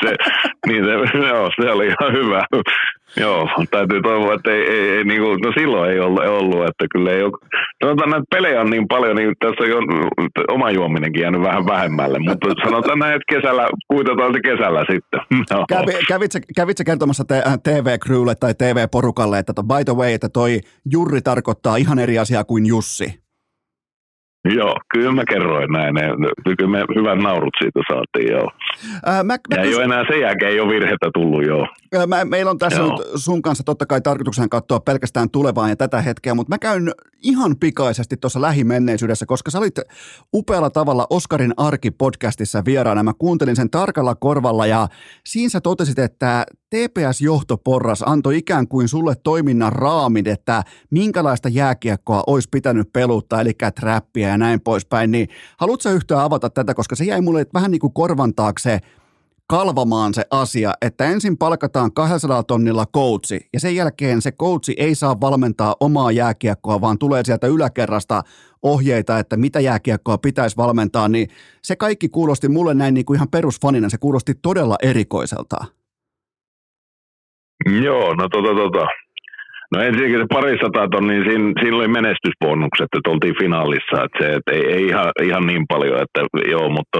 Se oli ihan hyvä. Joo, täytyy toivoa, että ei niin kuin, no silloin ei ollut, että kyllä ei ole. Sanotaan, näitä pelejä on niin paljon, niin tässä on oma juominenkin jäänyt vähän vähemmälle, mutta sanotaan näin, että kesällä, kuitataan se kesällä sitten. No. Kävitsä kertomassa TV-crewlle tai TV-porukalle, että by the way, että toi Jurri tarkoittaa ihan eri asiaa kuin Jussi? Joo, kyllä mä kerroin näin. Kyllä me hyvät naurut siitä saatiin, joo. Ja ei ole enää sen jälkeen, ei ole virhettä tullut, joo. Meillä on tässä nyt sun kanssa totta kai tarkoituksena katsoa pelkästään tulevaan ja tätä hetkeä, mutta mä käyn ihan pikaisesti tuossa lähimenneisyydessä, koska sä olit upealla tavalla Oskarin Arki-podcastissa vieraana. Mä kuuntelin sen tarkalla korvalla ja siinä sä totesit, että TPS-johtoporras antoi ikään kuin sulle toiminnan raamit, että minkälaista jääkiekkoa olisi pitänyt peluttaa, eli trappia ja näin poispäin, niin haluatko yhtään avata tätä, koska se jäi mulle vähän niin kuin korvan taakse kalvamaan se asia, että ensin palkataan 200 000 coachi ja sen jälkeen se coachi ei saa valmentaa omaa jääkiekkoa, vaan tulee sieltä yläkerrasta ohjeita, että mitä jääkiekkoa pitäisi valmentaa, niin se kaikki kuulosti mulle näin niin kuin ihan perusfanina, se kuulosti todella erikoiselta. Joo, no No ensinnäkin se 200 000, niin siinä oli menestysbonukset, että oltiin finaalissa, että se että ei ihan niin paljon, että joo, mutta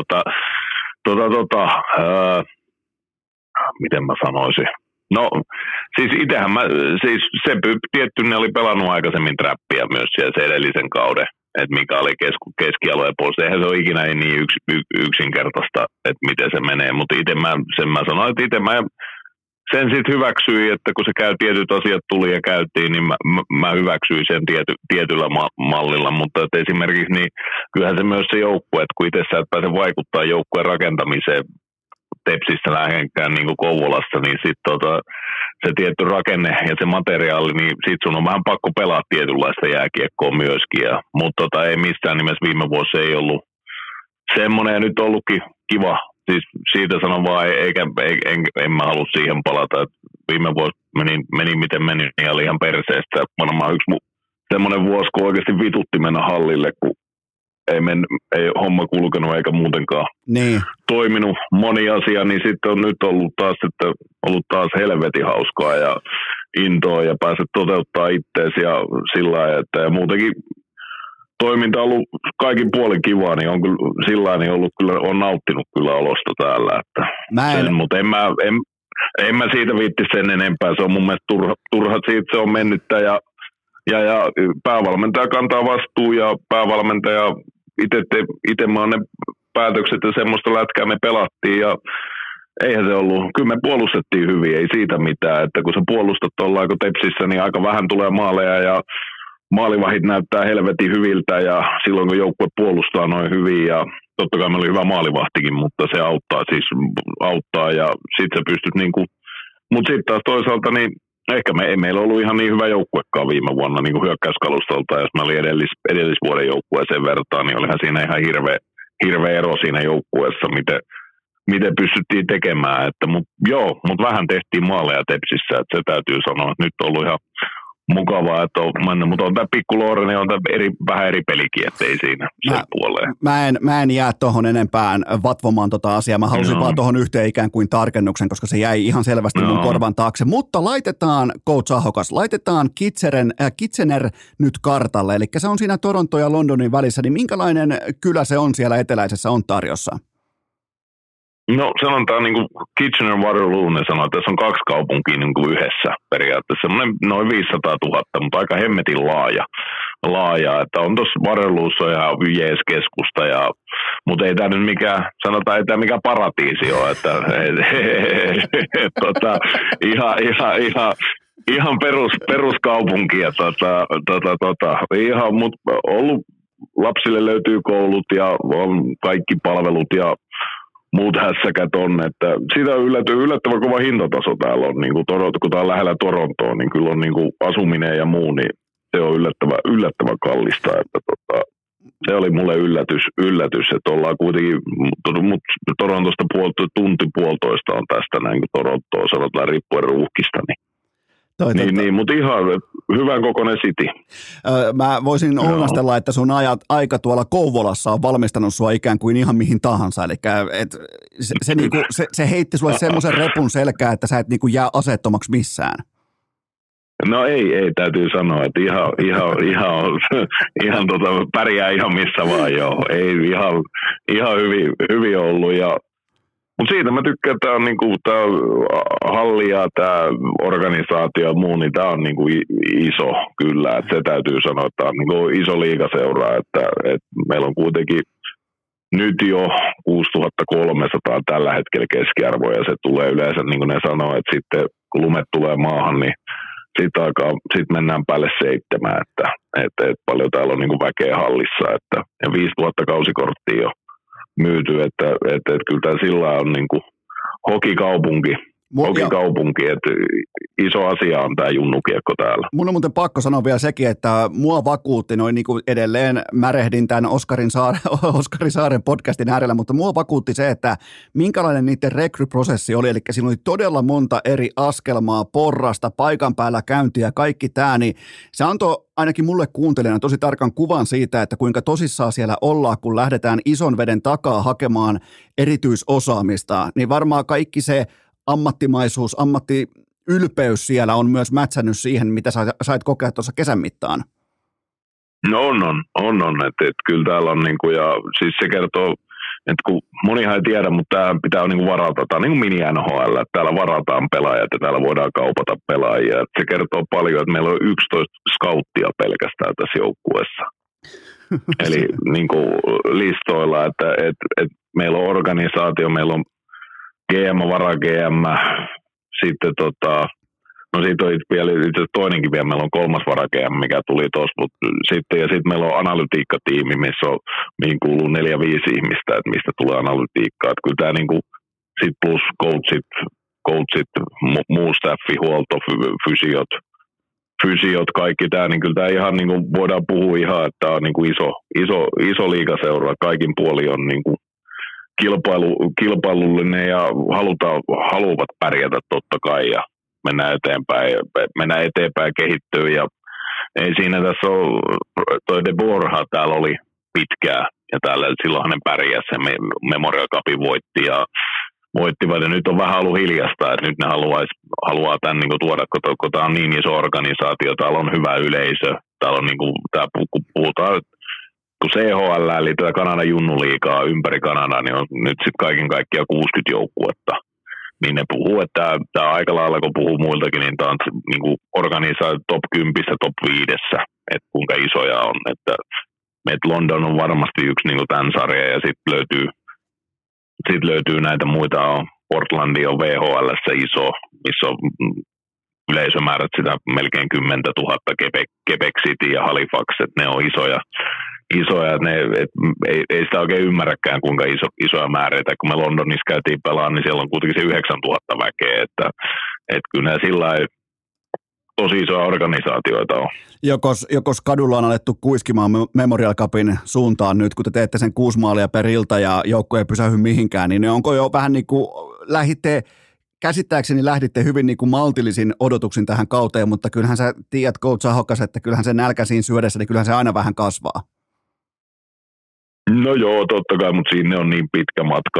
miten mä sanoisin? No siis itsehän se tietty ne oli pelannut aikaisemmin trappia myös siellä se edellisen kauden, että mikä oli keskialueen puolesta. Eihän se ole ikinä niin yksinkertaista, että miten se menee, mutta itse mä sanoin, että itse mä sen sitten hyväksyin, että kun se tietyt asiat tuli ja käytiin, niin mä hyväksyin sen tietyllä mallilla, mutta että esimerkiksi niin kyllähän se myös se joukkue, että kun itse sä et pääse vaikuttaa joukkueen rakentamiseen Tepsissä lähenkään niin kuin Kouvolassa, niin sitten se tietty rakenne ja se materiaali, niin sit sun on vähän pakko pelaa tietynlaista jääkiekkoa myöskin. Mutta ei missään nimessä viime vuosi ei ollut semmoinen, ja nyt on ollutkin kiva. Siis siitä sanon vaan, en mä halua siihen palata. Et viime vuosi meni miten meni, ja oli ihan perseestä. Varmaan yksi semmoinen vuosi, kun oikeasti vitutti mennä hallille, kun ei homma kulkenut eikä muutenkaan toiminut moni asia, niin sitten on nyt ollut taas helvetin hauskaa ja intoa ja pääset toteuttaa itteesi ja sillä lailla, ja muutenkin toiminta on ollut kaikin puolin kivaa, niin on kyllä sillä niin on nauttinut kyllä olosta täällä, mutta en mä siitä viitti sen enempää, se on mun mielestä turha siitä se on mennyttä ja päävalmentaja kantaa vastuu ja päävalmentaja itse mä oon ne päätökset ja semmoista lätkää me pelattiin ja eihän se ollut, kyllä me puolustettiin hyvin, ei siitä mitään, että kun sä puolustat tuolla kun Tepsissä, niin aika vähän tulee maaleja ja maalivahit näyttää helvetin hyviltä ja silloin kun joukkue puolustaa noin hyvin ja totta kai meillä oli hyvä maalivahtikin, mutta se auttaa ja sit sä pystyt niinku, mutta sitten taas toisaalta niin ehkä ei meillä ollut ihan niin hyvä joukkuekaan viime vuonna niin kuin hyökkäyskalustolta, jos mä olin edellisvuoden joukkueeseen vertaan, niin olihan siinä ihan hirveä ero siinä joukkueessa, miten pystyttiin tekemään. Mutta vähän tehtiin maaleja Tepsissä, että se täytyy sanoa, että nyt on ollut ihan mukavaa, mutta on tämä Pikku Looreni, on tämä vähän eri pelikin, ettei siinä sen puoleen. Mä en jää tuohon enempään vatvomaan tota asiaa. Mä halusin vaan tuohon yhteen ikään kuin tarkennuksen, koska se jäi ihan selvästi mun korvan taakse. Mutta laitetaan, Coach Ahokas, Kitchener nyt kartalle. Eli se on siinä Toronto ja Londonin välissä, niin minkälainen kylä se on siellä eteläisessä Ontariossa? No sanotaan niin kuin Kitchener Waterloo, ne sanoo, että tässä on 2 kaupunkia niin kuin yhdessä periaatteessa. Semmoinen noin 500 000, mutta aika hemmetin laaja. Että on tuossa Waterloossa ihan jees keskusta, mutta ei tämä nyt mikään paratiisi ole. Että, ihan peruskaupunki. Ihan, mutta ollut, lapsille löytyy koulut ja on kaikki palvelut ja muut hässäkät on, että siitä on yllättävän kova hintataso täällä on, niin kuin kun tää on lähellä Torontoa, niin kyllä on niin kuin asuminen ja muu, niin se on yllättävän kallista, että se oli mulle yllätys, että ollaan kuitenkin, mutta Torontosta tunti puolitoista on tästä näin kuin Torontoa, sanotaan riippuen ruuhkista, niin, mutta ihan hyvän kokoinen city. Mä voisin onnastella, että sun aika tuolla Kouvolassa on valmistanut sua ikään kuin ihan mihin tahansa. Eli se heitti sulle semmoisen repun selkää, että sä et niinku jää aseettomaksi missään. No ei täytyy sanoa, että ihan pärjää ihan missä vaan joo. Ei ihan hyvin ollut mutta siitä mä tykkään, että tämä on niinku, tää halli ja tämä organisaatio ja muu, niin tämä on niinku iso kyllä. Et se täytyy sanoa, että tämä on niinku iso liigaseura, että meillä on kuitenkin nyt jo 6300 tällä hetkellä keskiarvo ja se tulee yleensä, niin kuin ne sanoo, että sitten kun lumet tulee maahan, niin sitten mennään päälle 7, että paljon täällä on niinku väkeä hallissa, ja 5000 kausikorttia jo myyty, että kyllä tämä sillä on niinku hokikaupunki, että iso asia on tämä junnukiekko täällä. Mun on muuten pakko sanoa vielä sekin, että mua vakuutti, noin niinku edelleen märehdin tämän Oskari Saaren podcastin äärellä, mutta mua vakuutti se, että minkälainen niiden rekryprosessi oli, eli siinä oli todella monta eri askelmaa, porrasta, paikan päällä käyntiä, kaikki tämä, niin se antoi ainakin mulle kuuntelijana tosi tarkan kuvan siitä, että kuinka tosissaan siellä ollaan, kun lähdetään ison veden takaa hakemaan erityisosaamista, niin varmaan kaikki se ammattimaisuus, ammattiylpeys siellä on myös mätsännyt siihen, mitä sait kokea tuossa kesän mittaan. No on, että kyllä täällä on niinku, ja siis se kertoo, että kun monihan ei tiedä, mutta tämä pitää niinku varata, tämä on niin kuin mini-NHL, että täällä varataan pelaajat ja täällä voidaan kaupata pelaajia, että se kertoo paljon, että meillä on 11 scouttia pelkästään tässä joukkueessa. Eli niinku listoilla, että meillä on organisaatio, meillä on GM, vara-GM, sitten no siitä on vielä toinenkin vielä, meillä on 3. vara-GM, mikä tuli tuossa, sitten meillä on analytiikkatiimi, mihin kuuluu 4-5 ihmistä, että mistä tulee analytiikkaa, että kyllä tämä niinku, sit plus coachit, muu staffi, huolto, fysiot, kaikki tämä, niin kyllä tämä ihan niin kuin voidaan puhua ihan, että tämä on niin kuin iso liigaseura, kaikin puoli on niin kuin kilpailullinen ja haluavat pärjätä totta kai ja mennään eteenpäin kehittyä ja ei siinä tässä ole, toi De Borja täällä oli pitkää ja täällä silloin hänen pärjäsi ja Memorial Cupin voittivat ja nyt on vähän ollut hiljasta, että nyt ne haluaa tämän niin kuin tuoda, kun tämä on niin iso organisaatio, täällä on hyvä yleisö, täällä on niin kuin, kun puhutaan, kun CHL eli tätä Kanadan junnuliigaa ympäri Kanadaa, niin on nyt sitten kaiken kaikkiaan 60 joukkuetta. Niin ne puhuu, että tämä aika lailla, kun puhuu muiltakin, niin tämä on niin kuin organisaatio top 10, top 5, että kuinka isoja on. Että London on varmasti yksi niin kuin tämän sarja ja sitten löytyy näitä muita, Portlandi on VHL:ssä iso, missä on yleisömäärät sitä melkein 10 000, Quebec City ja Halifax, että ne on isoja ei sitä oikein ymmärräkään, kuinka isoja määriä, kun me Londonissa käytiin pelaamaan, niin siellä on kuitenkin se 9000 väkeä, että kyllä ne sillä tosi isoja organisaatioita on. Jokos kadulla on alettu kuiskimaan Memorial Cupin suuntaan nyt, kun te teette sen 6 maalia per ilta ja joukko ei pysähy mihinkään, niin onko jo vähän niin kuin käsittääkseni lähditte hyvin niin kuin maltillisin odotuksin tähän kauteen, mutta kyllähän sä tiedät, Coach Ahokas, että kyllähän se nälkä siinä syödessä, niin kyllähän se aina vähän kasvaa. No joo, totta kai, mutta siinä on niin pitkä matka,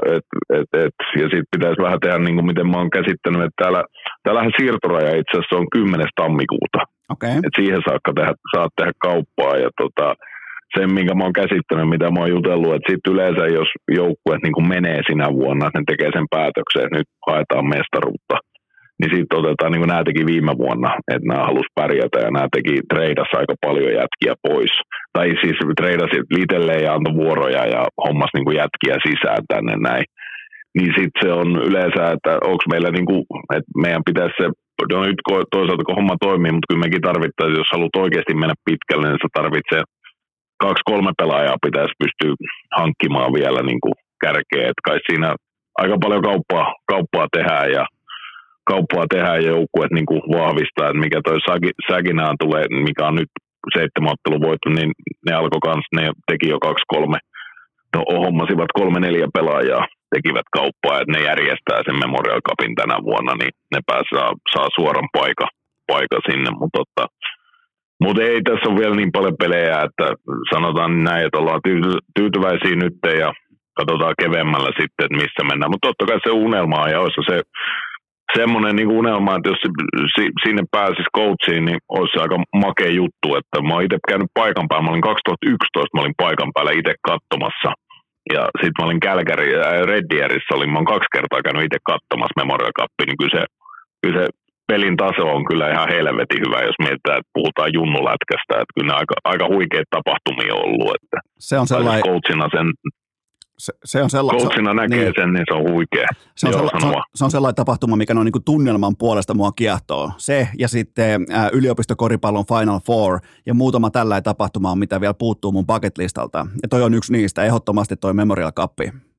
ja sitten pitäisi vähän tehdä niin kuin miten mä oon käsittänyt, että täällähän siirtoraja itse asiassa on 10. tammikuuta. Okay. Et siihen saakka saat tehdä kauppaa, ja sen, minkä mä oon käsittänyt, mitä mä oon jutellut, että sitten yleensä, jos joukkueet niin kuin menee sinä vuonna, että ne tekee sen päätöksen, että nyt haetaan mestaruutta, niin sitten otetaan, niin kuin nämä teki viime vuonna, että nämä halusi pärjätä, ja nämä teki treidassa aika paljon jätkiä pois. Tai siis treidasi itselleen ja antoi vuoroja ja hommas niin kuin jätkiä sisään tänne näin. Niin sitten se on yleensä, että onko meillä, niin kuin, että meidän pitäisi se, no nyt toisaalta kun homma toimii, mutta kyllä mekin tarvittaisiin, jos haluat oikeasti mennä pitkälle, niin se tarvitsee 2-3 pelaajaa pitäisi pystyä hankkimaan vielä niin kuin kärkeä. Että kai siinä aika paljon kauppaa tehdään ja joukkueet niin kuin vahvistaa, että mikä toi Saginaan tulee, mikä on nyt 7 ottelun voitto, niin ne alkoi kanssa, ne teki jo 2-3, hommasivat 3-4 pelaajaa, tekivät kauppaa, että ne järjestää sen Memorial Cupin tänä vuonna, niin ne saa suoran paikan sinne, mutta ei tässä ole vielä niin paljon pelejä, että sanotaan näin, että ollaan tyytyväisiä nyt ja katsotaan keveämmällä sitten, että missä mennään, mutta totta kai se unelma on ja olisi se semmoinen niin unelma, että jos sinne pääsisi coachiin, niin olisi aika makea juttu, että mä oon itse käynyt paikan päällä, mä olin 2011, mä olin paikan päällä itse katsomassa, ja sitten mä olin Red Deerissä, mä oon 2 kertaa käynyt itse katsomassa Memorial Cupia, niin kyllä se pelin taso on kyllä ihan helvetin hyvä, jos mietitään, että puhutaan junnulätkästä, että kyllä ne aika huikeat tapahtumia on ollut, että se on sellainen coachina sen Se on coachina näkee sen, niin se on huikea. Se on sellainen tapahtuma, mikä on niin kuin tunnelman puolesta mua kiehtoo. Se ja sitten yliopistokoripallon Final Four ja muutama tällainen tapahtuma on, mitä vielä puuttuu mun bucket-listalta. Ja toi on yksi niistä, ehdottomasti toi Memorial Cup.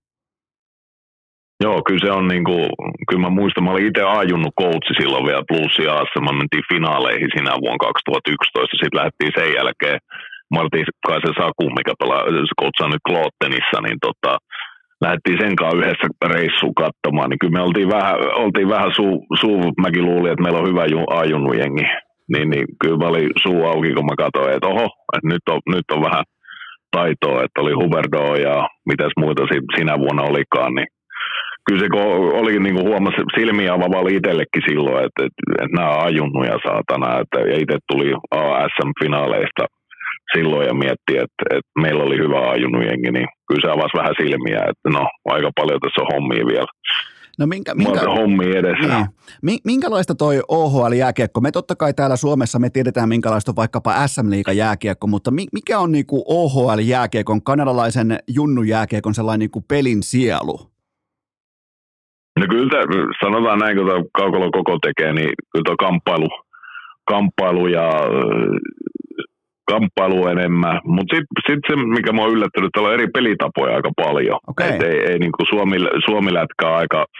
Joo, kyllä se on niinku, kyllä mä muistan, mä olin itse ajunnut coachi silloin vielä Bluesin Aassa, mä mentiin finaaleihin siinä vuonna 2011, sitten lähdettiin sen jälkeen. Martin kai se Saku, mikä coachaa nyt Klottenissa, niin lähdettiin sen kanssa yhdessä reissuun katsomaan, niin kyllä me oltiin vähän mäkin luulin, että meillä on hyvä ajunnu jengi, niin kyllä mä olin suu auki, kun mä katsoin, että oho, että nyt on vähän taitoa, että oli Huberdeau ja mitäs muita sinä vuonna olikaan, niin kyllä se oli niin kuin huomasi silmiä avaava oli itsellekin silloin, että nämä on ajunnuja saatana, ja itse tuli SM-finaaleista silloin ja mietti, että meillä oli hyvä ajunnujengi, niin kyllä se avasi vähän silmiä, että no aika paljon tässä on hommia vielä. No hommia edessä. Niin. Minkälaista toi OHL-jääkiekko? Me totta kai täällä Suomessa me tiedetään minkälaista on vaikkapa SM-liigan jääkiekko, mutta mikä on niinku OHL-jääkiekon, kanadalaisen junnujääkiekon sellainen niinku pelin sielu? No kyllä sanotaan näin, kun tuo Kaukolon koko tekee, niin kyllä tuo kamppailu ja kamppailu enemmän, mutta sitten se, mikä mä oon yllättänyt, täällä on eri pelitapoja aika paljon. Okay. Et ei niin kuin Suomi-lätkää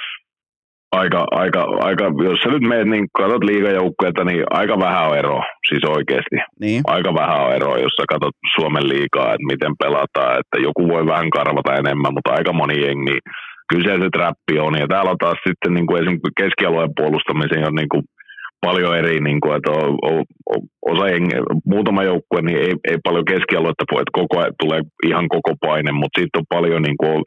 aika, jos sä nyt meet, niin katsot liigajoukkueita, niin aika vähän on eroa, siis oikeasti. Niin. Aika vähän on eroa, jos sä katsot Suomen liigaa, että miten pelataan, että joku voi vähän karvata enemmän, mutta aika moni jengi, kyllä se trappi on. Ja täällä on taas sitten niin kuin esimerkiksi keskialueen puolustamisen on niin kuin paljon eri, niin kuin, että osa muutama joukkue niin ei paljon keskialuetta, että koko ajan tulee ihan koko paine, mutta sitten on paljon niin kuin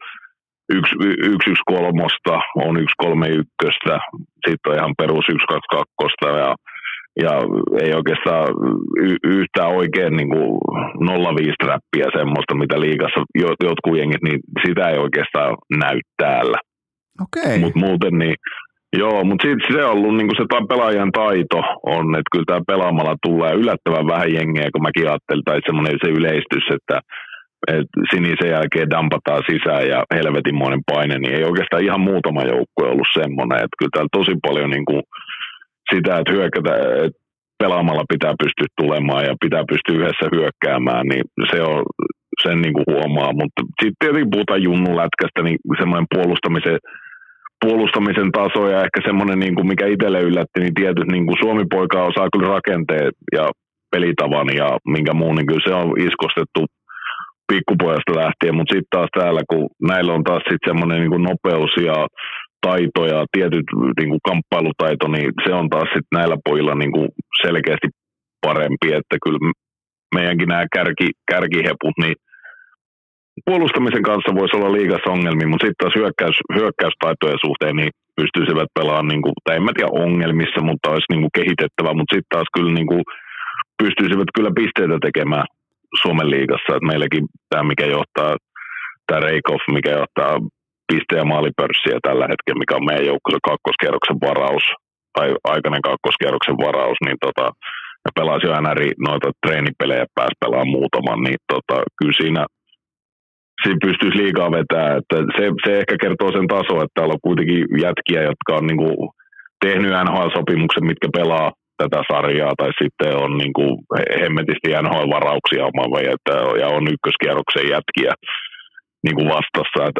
1-1-3, on 1-3-1, sitten on ihan perus 1-2-2 ja ei oikeastaan yhtään oikein niin kuin 0-5-trappia semmoista, mitä liigassa jotkut jengit, niin sitä ei oikeastaan näy täällä. Okay. Mutta muuten niin, joo, mutta se on ollut niin kuin se pelaajan taito on, että kyllä tämä pelaamalla tulee yllättävän vähän jengiä, kun mäkin ajattelin, tai semmoinen se yleistys, että sinisen jälkeen dampataan sisään ja helvetinmoinen paine, niin ei oikeastaan ihan muutama joukkue ollut semmoinen, että kyllä täällä tosi paljon niin kuin sitä, että että pelaamalla pitää pystyä tulemaan ja pitää pystyä yhdessä hyökkäämään, niin se on, sen niin kuin huomaa, mutta sitten tietenkin puhutaan junnulätkästä, niin semmoinen puolustamisen taso ja ehkä semmoinen, niin kuin mikä itselle yllätti, niin tietysti niin kuin Suomi-poika osaa kyllä rakenteet ja pelitavan ja minkä muun, niin kyllä se on iskostettu pikkupojasta lähtien, mutta sitten taas täällä, kun näillä on taas sitten semmoinen niin kuin nopeus ja taito ja tietyt niin kuin kamppailutaito, niin se on taas sitten näillä pojilla niin kuin selkeästi parempi, että kyllä meidänkin nämä kärkiheput, niin puolustamisen kanssa voisi olla liigassa ongelmia, mutta sitten taas hyökkäystaitojen suhteen niin pystyisivät pelaamaan, niin kuin, tai en mä tiedä ongelmissa, mutta olisi niin kuin kehitettävä, mutta sitten taas kyllä niin kuin pystyisivät kyllä pisteitä tekemään Suomen liigassa, että meilläkin tämä, mikä johtaa, tämä Reikhoff, mikä johtaa piste- ja maalipörssiä tällä hetkellä, mikä on meidän joukkueen kakkoskierroksen varaus, tai aikainen kakkoskierroksen varaus, niin ja pelasi jo aina noita treenipelejä, pääsi pelaamaan muutaman, niin kyllä siinä pystyisi liigaa vetää, että se ehkä kertoo sen tasoa, että täällä on kuitenkin jätkiä, jotka on niin kuin tehnyt NHL-sopimuksen, mitkä pelaa tätä sarjaa, tai sitten on niin kuin hemmetisti NHL-varauksia omaava, ja on ykköskierroksen jätkiä niin kuin vastassa. Että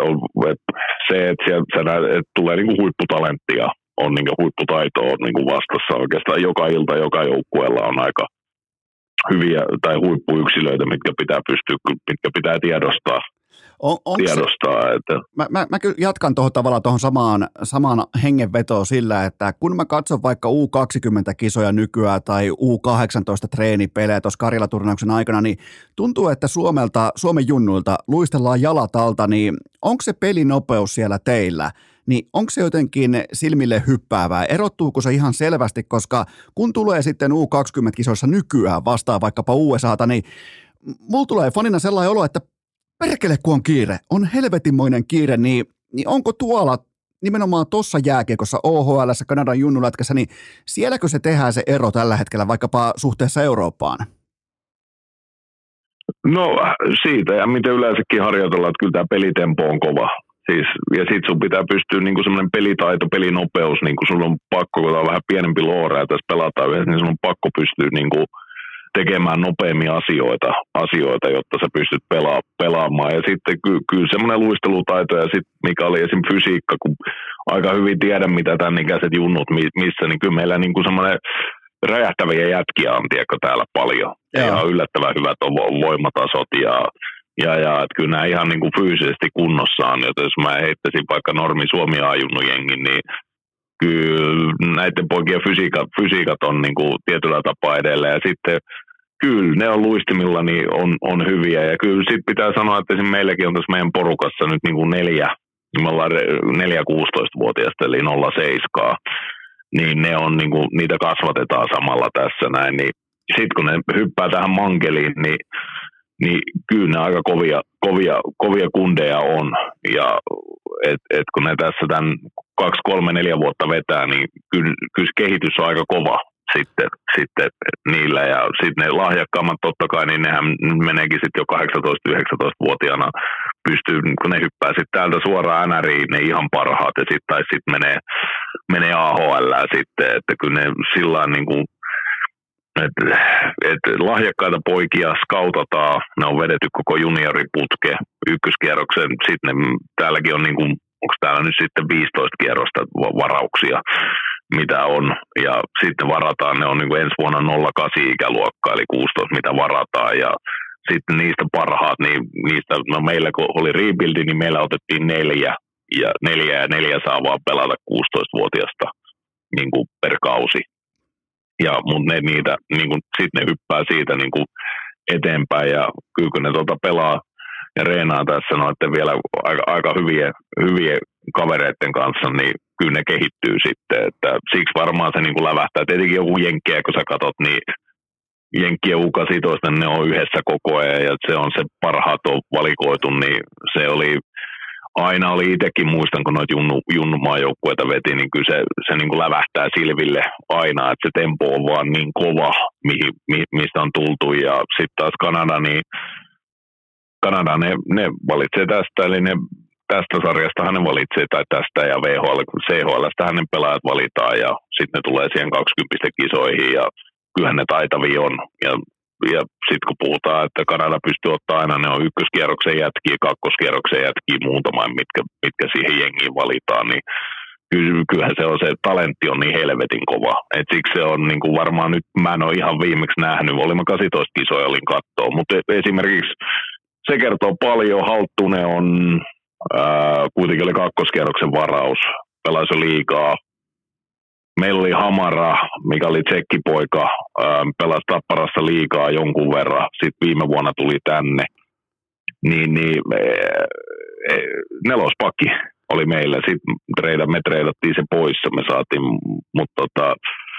että tulee niin kuin huipputalenttia, on niin kuin huipputaito on niin kuin vastassa oikeastaan joka ilta, joka joukkueella on aika hyviä tai huippuyksilöitä, mitkä pitää tiedostaa. Mä kyllä jatkan tuohon samaan hengenvetoon sillä, että kun mä katson vaikka U20-kisoja nykyään tai U18-treenipelejä tuossa Karjala-turnauksen aikana, niin tuntuu, että Suomen junnuilta luistellaan jalat alta, niin onko se pelinopeus siellä teillä? Niin onko se jotenkin silmille hyppäävää? Erottuuko se ihan selvästi, koska kun tulee sitten U20-kisoissa nykyään vastaan vaikkapa USAta, niin mulla tulee fanina sellainen olo, että perkele kun on kiire, on helvetinmoinen kiire, niin onko tuolla nimenomaan tuossa jääkiekossa OHL:ssä, Kanadan junnulätkässä, niin sielläkö se tehdään se ero tällä hetkellä vaikkapa suhteessa Eurooppaan? No siitä ja miten yleensäkin harjoitellaan, että kyllä tämä pelitempo on kova. Siis, ja sit sun pitää pystyä niinku semmoinen pelitaito, pelinopeus, niinku sun on pakko, kun on vähän pienempi loora ja tässä pelataan yhdessä, niin sun on pakko pystyä niinku tekemään nopeammin asioita, jotta sä pystyt pelaamaan. Ja sitten kyllä semmoinen luistelutaito ja sitten mikä oli esim. Fysiikka, kun aika hyvin tiedän, mitä tämän ikäiset junnut missä, niin kyllä meillä niin kuin semmoinen räjähtäviä jätkiä on täällä paljon. Ja yllättävän hyvät on voimatasot ja että kyllä nämä ihan niin kuin fyysisesti kunnossaan. Joten jos mä heittäisin vaikka normi Suomi A-junnujengin, niin kyllä näiden poikien fysiikat on niin kuin tietyllä tapaa edellä. Ja sitten kyllä ne on luistimilla, niin on hyviä. Ja kyllä sitten pitää sanoa, että esimerkiksi meilläkin on tässä meidän porukassa nyt niin kuin 4, me ollaan 4-16-vuotiaista, eli 0-7. Niin ne on niin kuin, niitä kasvatetaan samalla tässä näin. Niin sitten kun ne hyppää tähän mankeliin, niin kyllä ne aika kovia kundeja on. Ja et kun ne tässä tämän 2, 3, 4 vuotta vetää, niin kyllä kehitys on aika kova sitten niillä. Ja sitten ne lahjakkaammat totta kai, niin nehän meneekin sitten jo 18-19-vuotiaana pystyy, kun ne hyppää sitten täältä suoraan NRiin, ne ihan parhaat. Ja sitten menee AHL sitten, että kyllä ne sillä niin kuin Et lahjakkaita poikia skautataan, ne on vedetty koko junioriputke ykköskierroksen, sitten täälläkin on niinku, onko täällä nyt sitten 15 kierrosta varauksia, mitä on, ja sitten varataan, ne on niinku ensi vuonna 08 ikäluokka, eli 16 mitä varataan, ja sitten niistä parhaat, niin niistä, no meillä kun oli rebuildi, niin meillä otettiin 4, ja 4 saa vaan pelata 16-vuotiaasta niin kuin per kausi. Mutta sitten ne hyppää siitä niin kuin eteenpäin, ja kyllä kun ne pelaa ja reenaa tässä noiden vielä aika hyviä kavereiden kanssa, niin kyllä ne kehittyy sitten. Että siksi varmaan se niin kuin lävähtää. Tietenkin joku jenkkiä, kun sä katot, niin jenkkien U18, ne on yhdessä koko ajan, ja se on se parhaat on valikoitu, niin se oli aina oli itsekin, muistan kun noita junnumaajoukkueita veti, niin kyllä se niin kuin lävähtää silville aina, että se tempo on vaan niin kova, mistä on tultu. Ja sitten taas Kanada ne valitsee tästä, eli tästä sarjastahan ne valitsee, tai tästä ja CHL:stähän ne pelaajat valitaan, ja sitten ne tulee siihen 20 kisoihin, ja kyllähän ne taitavia on. Ja sitten kun puhutaan, että Kanada pystyy ottaa aina, ne on ykköskierroksen jätkiä, kakkoskierroksen jätkiä, muutama, mitkä siihen jengiin valitaan, niin kyllähän se talentti on niin helvetin kova. Et siksi se on niin kuin varmaan nyt, mä en ole ihan viimeksi nähnyt, olin 18 kisoja, olin katsoa, mutta esimerkiksi se kertoo paljon, Halttunen on kuitenkin oli kakkoskierroksen varaus, pelasi liigaa. Meillä oli Hamara, mikä oli tsekkipoika, pelasi Tapparassa liigaa jonkun verran, sitten viime vuonna tuli tänne. Nelospakki oli meillä, sitten me treidattiin se pois, me saatiin, mutta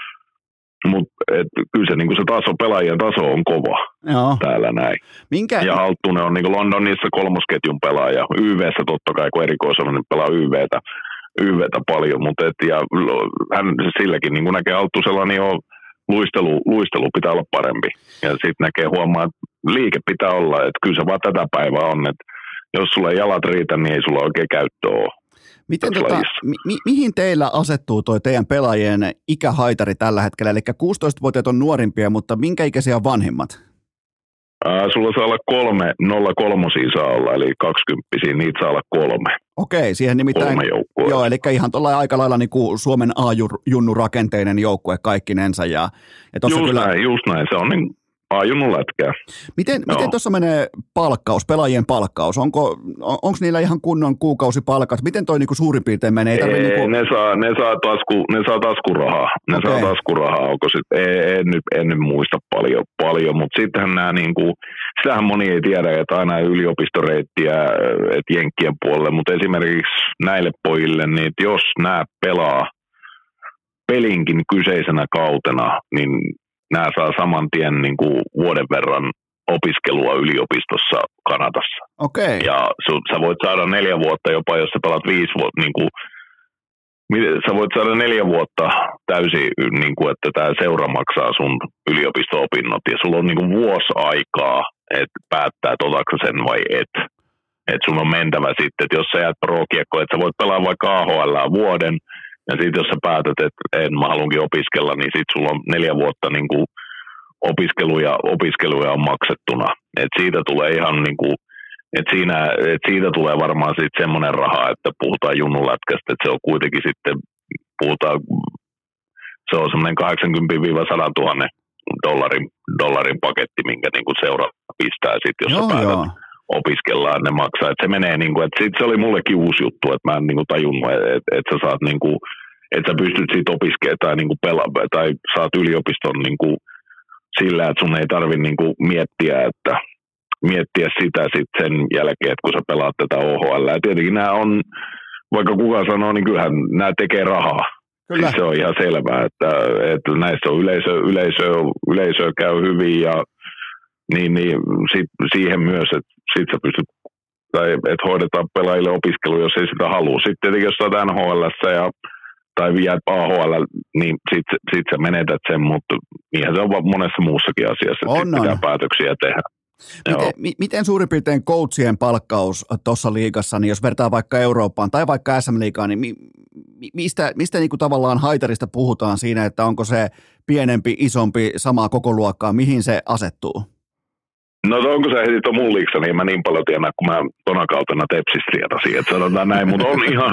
kyllä se, niin se taso, pelaajien taso on kova. Joo. Täällä näin. Ja Halttunen on niin Londonissa kolmosketjun pelaaja, YV:ssä totta kai, kun erikoisella niin pelaa YVtä paljon, mutta hän silläkin niin kuin näkee Alttusella, niin on luistelu pitää olla parempi. Ja sitten huomaa, että liike pitää olla, että kyllä se vaan tätä päivää on, että jos sulla ei jalat riitä, niin ei sulla oikein käyttöä ole. Miten mihin teillä asettuu toi teidän pelaajien ikähaitari tällä hetkellä? Eli 16-vuotiaat on nuorimpia, mutta minkä ikäisiä on vanhimmat? Sulla saa olla 03 saa olla, eli 20, niitä saa olla 3. Okei, siihen nimittäin, joo, eli ihan tuolla aika lailla niin kuin Suomen A-junnu rakenteinen joukkue kaikkinensa. Just näin, se on niin A-junnun lätkää. Miten tuossa menee pelaajien palkkaus? Onko niillä ihan kunnon kuukausipalkat? Miten toi niinku suurin piirtein menee? Ne saa taskurahaa. Saa taskurahaa. Onko en nyt muista paljon, mutta sittenhän nämä niinku, sitähän moni ei tiedä, että aina yliopistoreittiä että jenkkien puolelle, mutta esimerkiksi näille pojille, niin jos nämä pelaa pelinkin kyseisenä kautena, niin nämä saa saman tien niin kuin vuoden verran opiskelua yliopistossa Kanadassa. Okei. Ja sä voit saada 4 vuotta jopa, jos sä pelaat 5 vuotta, niin kuin, sä voit saada 4 vuotta täysin, niin kuin, että tämä seura maksaa sun yliopisto-opinnot, ja sulla on niin kuin vuosi aikaa, että päättää, että otatko sen vai et. Että sun on mentävä sitten, että jos sä jäät pro-kiekkoon, että sä voit pelaa vaikka AHL vuoden, ja sitten jos sä päätät, että mä haluankin opiskella, niin sitten sulla on 4 vuotta niin kuin opiskeluja on maksettuna. Et siitä tulee ihan niin kuin, siitä tulee varmaan sitten semmoinen raha, että puhutaan junnulätkästä, että se on kuitenkin sitten, se on semmoinen 80-100 000 dollarin paketti, minkä niin kuin seura pistää sitten, jos sä päätät opiskellaan, ne maksaa. Et se menee niin kuin, että se oli mullekin uusi juttu, että mä en niin kuin tajunnut, että sä saat niin kuin, että sä pystyt siitä opiskelemaan tai niin kuin tai saat yliopiston niin kuin sillä, että sun ei tarvitse niin kuin miettiä sitä sitten sen jälkeen, että kun sä pelaat tätä OHL. Ja tietenkin nämä on, vaikka kuka sanoo, niin kyllähän nämä tekee rahaa. Siis se on ihan selvää, että näissä on yleisö käy hyvin ja niin siihen myös, että sit sä pystyt, tai että hoidetaan pelaajille opiskelu, jos ei sitä halua. Sitten tietenkin, jos sä oot NHL:ssä tai viedät AHL, niin sit sä menetät sen, mutta niinhän se on monessa muussakin asiassa, että pitää päätöksiä tehdä. Miten suurin piirtein coachien palkkaus tuossa liigassa, niin jos vertaa vaikka Eurooppaan tai vaikka SM-liigaan, niin mistä niin kuin tavallaan haitarista puhutaan siinä, että onko se pienempi, isompi, samaa kokoluokkaa, mihin se asettuu? No onko se heti mun liiksa, niin mä niin paljon tiedän, kun mä tona kautena Tepsistä tiedasin, että sanotaan näin, mutta on ihan,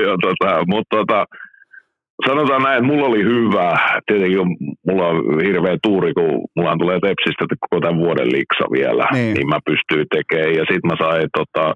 sanotaan näin, että mulla oli hyvä, tietenkin mulla on hirveä tuuri, kun mulla tulee Tepsistä koko tämän vuoden liiksa vielä, niin mä pystyin tekemään, ja sit mä sain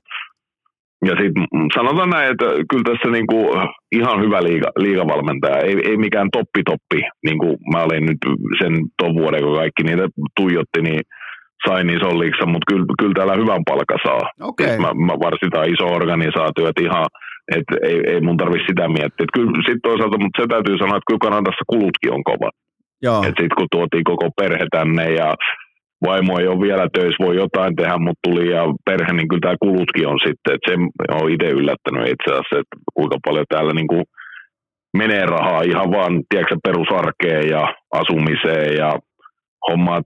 ja sitten sanotaan näin, että kyllä tässä niinku ihan hyvä liigavalmentaja, ei mikään toppi, niin kuin mä olin nyt sen ton vuoden, kun kaikki niitä tuijotti, niin sain ison liiksan, mutta kyllä täällä hyvän palkan saa. Okay. Mä varsin iso organisaatio, että ihan, että ei mun tarvitse sitä miettiä. Että kyllä sitten toisaalta, mutta se täytyy sanoa, että kyllä Kanadassa kulutkin on kovat. Että sitten kun tuotiin koko perhe tänne ja vaimo ei ole vielä töissä, voi jotain tehdä, mutta tuli ja perhe, niin kyllä tämä kulutkin on sitten. Että se on itse yllättänyt itse asiassa, että kuinka paljon täällä niin kuin menee rahaa ihan vaan, tiedätkö, perusarkeen ja asumiseen ja hommat,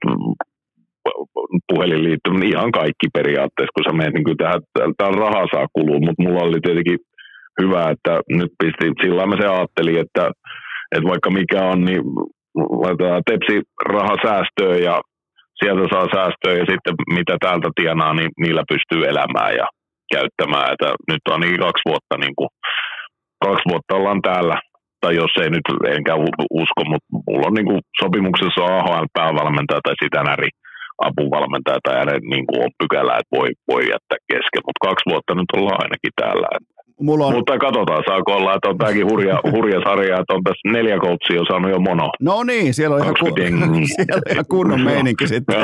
puhelinliittyminen, ihan kaikki periaatteessa, kun sä menet, niin kyllä tähän rahaa saa kulua, mutta mulla oli tietenkin hyvä, että nyt sillä mä se ajattelin, että vaikka mikä on, niin laitetaan Tepsi raha säästöön ja sieltä saa säästöä ja sitten mitä täältä tienaa, niin niillä pystyy elämään ja käyttämään, että nyt on niin 2 vuotta, niin kuin, 2 vuotta ollaan täällä, tai jos ei nyt enkä usko, mutta mulla on niin kuin sopimuksessa AHL-päävalmentaja tai sitä näri apuvalmentaja tai hänen niin kuin on pykälä, että voi jättää kesken, mutta 2 vuotta nyt ollaan ainakin täällä. Mutta katsotaan, saako olla, että on tämäkin hurja sarja, että on tässä 4 coachia on saanut jo mono. No niin, siellä on ihan kunnon meininki sitten.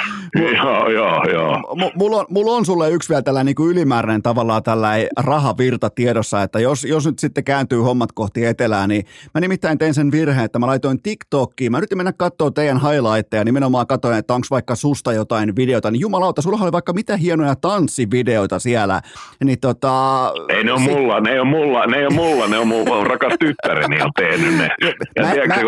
Joo. Mulla on sulle yksi vielä tällainen niin kuin ylimääräinen tavallaan tällainen rahavirta tiedossa, että jos nyt sitten kääntyy hommat kohti etelää, niin mä nimittäin tein sen virheen, että mä laitoin TikTokiin, mä yritin mennä katsoa teidän highlightteja, nimenomaan katsoin, että onko vaikka susta jotain videota, niin jumalauta, sulla oli vaikka mitä hienoja tanssivideoita siellä, niin Ei ne on mulla, ne on mun rakas tyttäreni on tehnyt ne. Ja tiedätkö,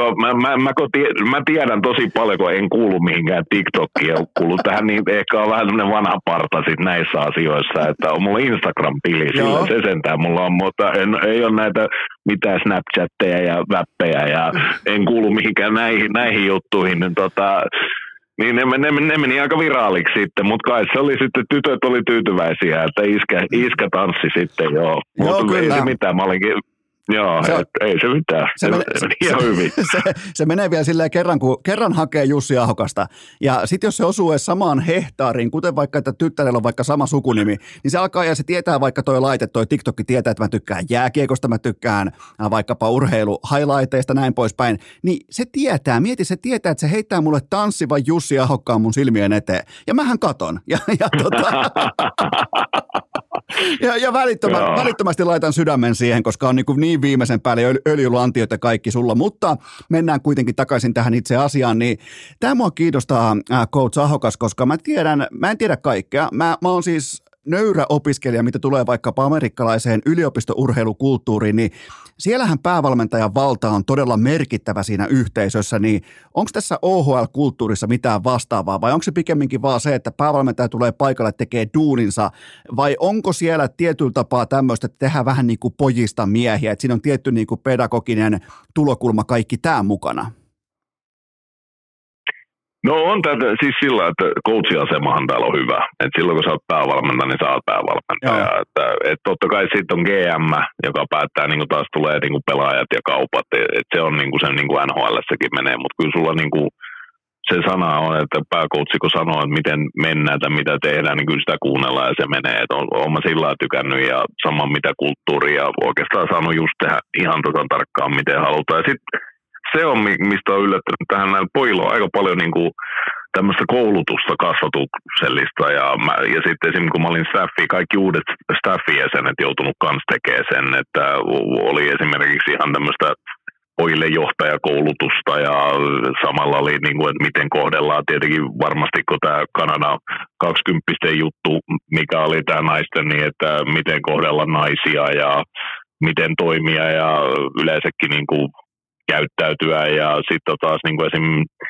mä tiedän tosi paljon, kun en kuulu mihinkään TikTokiin, ja kuulu tähän, niin ehkä on vähän semmoinen vanha parta sit näissä asioissa, että on mulla Instagram-tili, sillä se sentään mulla on, mutta ei ole näitä mitään Snapchatteja ja väppejä, ja en kuulu mihinkään näihin juttuihin, niin ne meni aika viraaliksi sitten, mutta kai se oli sitten, tytöt oli tyytyväisiä, että iskä tanssi sitten, joo. Mutta ei se mitään, mä olinkin, ei se mitään, se meni ihan hyvin. Se menee vielä silleen kerran hakee Jussi Ahokasta, ja sitten jos se osuu edes samaan hehtaariin, kuten vaikka, että tyttärellä on vaikka sama sukunimi, niin se alkaa, ja se tietää vaikka toi TikTokki tietää, että mä tykkään jääkiekosta, mä tykkään vaikkapa urheilu-highlighteista, näin poispäin, niin se tietää, että se heittää mulle tanssivan Jussi Ahokkaan mun silmien eteen, ja mähän katon, ja välittömästi laitan sydämen siihen, koska on niin viimeisen päälle öljylantiot ja kaikki sulla, mutta mennään kuitenkin takaisin tähän itse asiaan, niin tämä mua kiinnostaa Coach Ahokas, koska mä en tiedä kaikkea, mä oon siis nöyrä opiskelija, mitä tulee vaikkapa amerikkalaiseen yliopistourheilukulttuuriin, niin siellähän päävalmentajan valta on todella merkittävä siinä yhteisössä, niin onko tässä OHL-kulttuurissa mitään vastaavaa, vai onko se pikemminkin vaan se, että päävalmentaja tulee paikalle, tekee duuninsa, vai onko siellä tietyllä tapaa tämmöistä, että tehdään vähän niin kuin pojista miehiä, että siinä on tietty niin kuin pedagoginen tulokulma, kaikki tämä mukana? No on tätä, siis sillä, että coachiasemahan täällä on hyvä. Et silloin kun sä oot päävalmentaja, niin sä oot päävalmentaja. Et totta kai sitten on GM, joka päättää, niin kuin taas tulee niin kuin pelaajat ja kaupat. Et se on niin kuin sen niin kuin NHL-säkin menee, mutta kyllä sulla niin kuin se sana on, että pääcoachi kun sanoo, että miten mennään tai mitä tehdään, niin kyllä sitä kuunnellaan ja se menee. Et on mä sillä lailla tykännyt ja sama mitä kulttuuria oikeastaan saanut just tehdä ihan tarkkaan miten halutaan. Ja sitten se on, mistä on yllättänyt tähän näillä pojilla on aika paljon niin kuin tämmöistä koulutusta, kasvatuksellista ja sitten esimerkiksi kun mä olin kaikki uudet staffin jäsenet joutunut kanssa tekemään sen, että oli esimerkiksi ihan tämmöistä pojille johtajakoulutusta ja samalla oli niin kuin, että miten kohdellaan tietenkin varmasti kun tämä Kanada 20 juttu, mikä oli tämä naisten, niin että miten kohdella naisia ja miten toimia ja yleensäkin niin kuin käyttäytyä ja sitten taas niin kuin esim.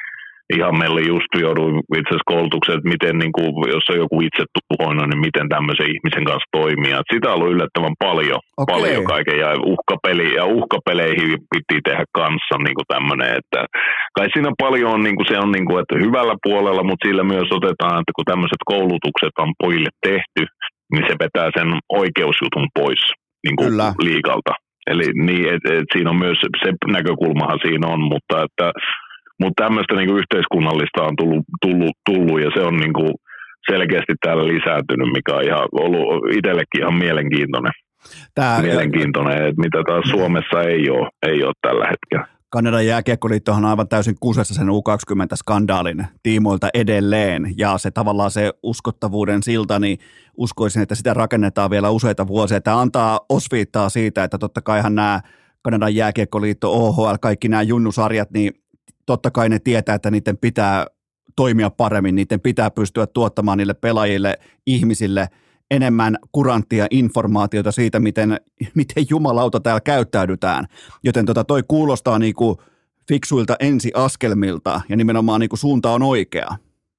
ihan meillä just jouduin itse asiassa koulutukseen, että miten, niin kuin, jos on joku itsetuhoinen, niin miten tämmöisen ihmisen kanssa toimia. Et sitä on ollut yllättävän paljon kaiken, ja uhkapeleihin piti tehdä kanssa niin kuin tämmöinen, että kai siinä paljon on, niin kuin, se on niin kuin, että hyvällä puolella, mutta sillä myös otetaan, että kun tämmöiset koulutukset on pojille tehty, niin se vetää sen oikeusjutun pois niin kuin liigalta. Eli niin, et siinä on myös se näkökulmahan siinä on, mutta tämmöistä niin kuin yhteiskunnallista on tullut ja se on niin kuin selkeästi täällä lisääntynyt, mikä on ihan ollut itsellekin ihan mielenkiintoinen. Mielenkiintoinen, että mitä taas Suomessa ei ole tällä hetkellä. Kanadan jääkiekkoliittohan on aivan täysin kusessa sen U20-skandaalin tiimoilta edelleen, ja se tavallaan se uskottavuuden silta, niin uskoisin, että sitä rakennetaan vielä useita vuosia. Tämä antaa osviittaa siitä, että totta kaihan nämä Kanadan jääkiekkoliitto, OHL, kaikki nämä junnusarjat, niin totta kai ne tietää, että niiden pitää toimia paremmin, niiden pitää pystyä tuottamaan niille pelaajille, ihmisille enemmän kuranttia informaatiota siitä, miten jumalauta täällä käyttäydytään. Joten toi kuulostaa niinku fiksuilta ensiaskelmilta ja nimenomaan niinku suunta on oikea.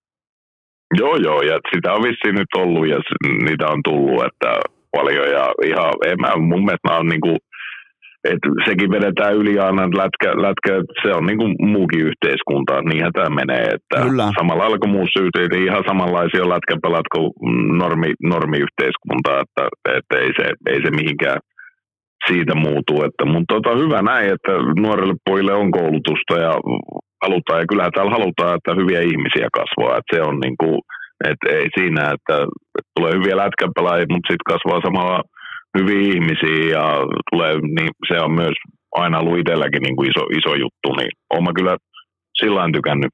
Joo, ja sitä on vissiin nyt ollut ja niitä on tullut, että paljon ja ihan, mun mielestä on niinku, että sekin vedetään yli aina lätkä, se on niin kuin muukin yhteiskunta, niinhän tämä menee, että kyllä. Samalla lailla kuin muussa yhteiskunta, ihan samanlaisia lätkäpelat kuin normiyhteiskunta, että ei se mihinkään siitä muutu, mutta hyvä näin, että nuorille pojille on koulutusta ja halutaan, ja kyllähän täällä halutaan, että hyviä ihmisiä kasvaa, että se on niin kuin, että ei siinä, että tulee hyviä lätkäpelaajia, mutta sitten kasvaa samalla hyviä ihmisiä ja tulee, niin se on myös aina ollut itselläkin niin kuin iso juttu, niin olen mä kyllä sillain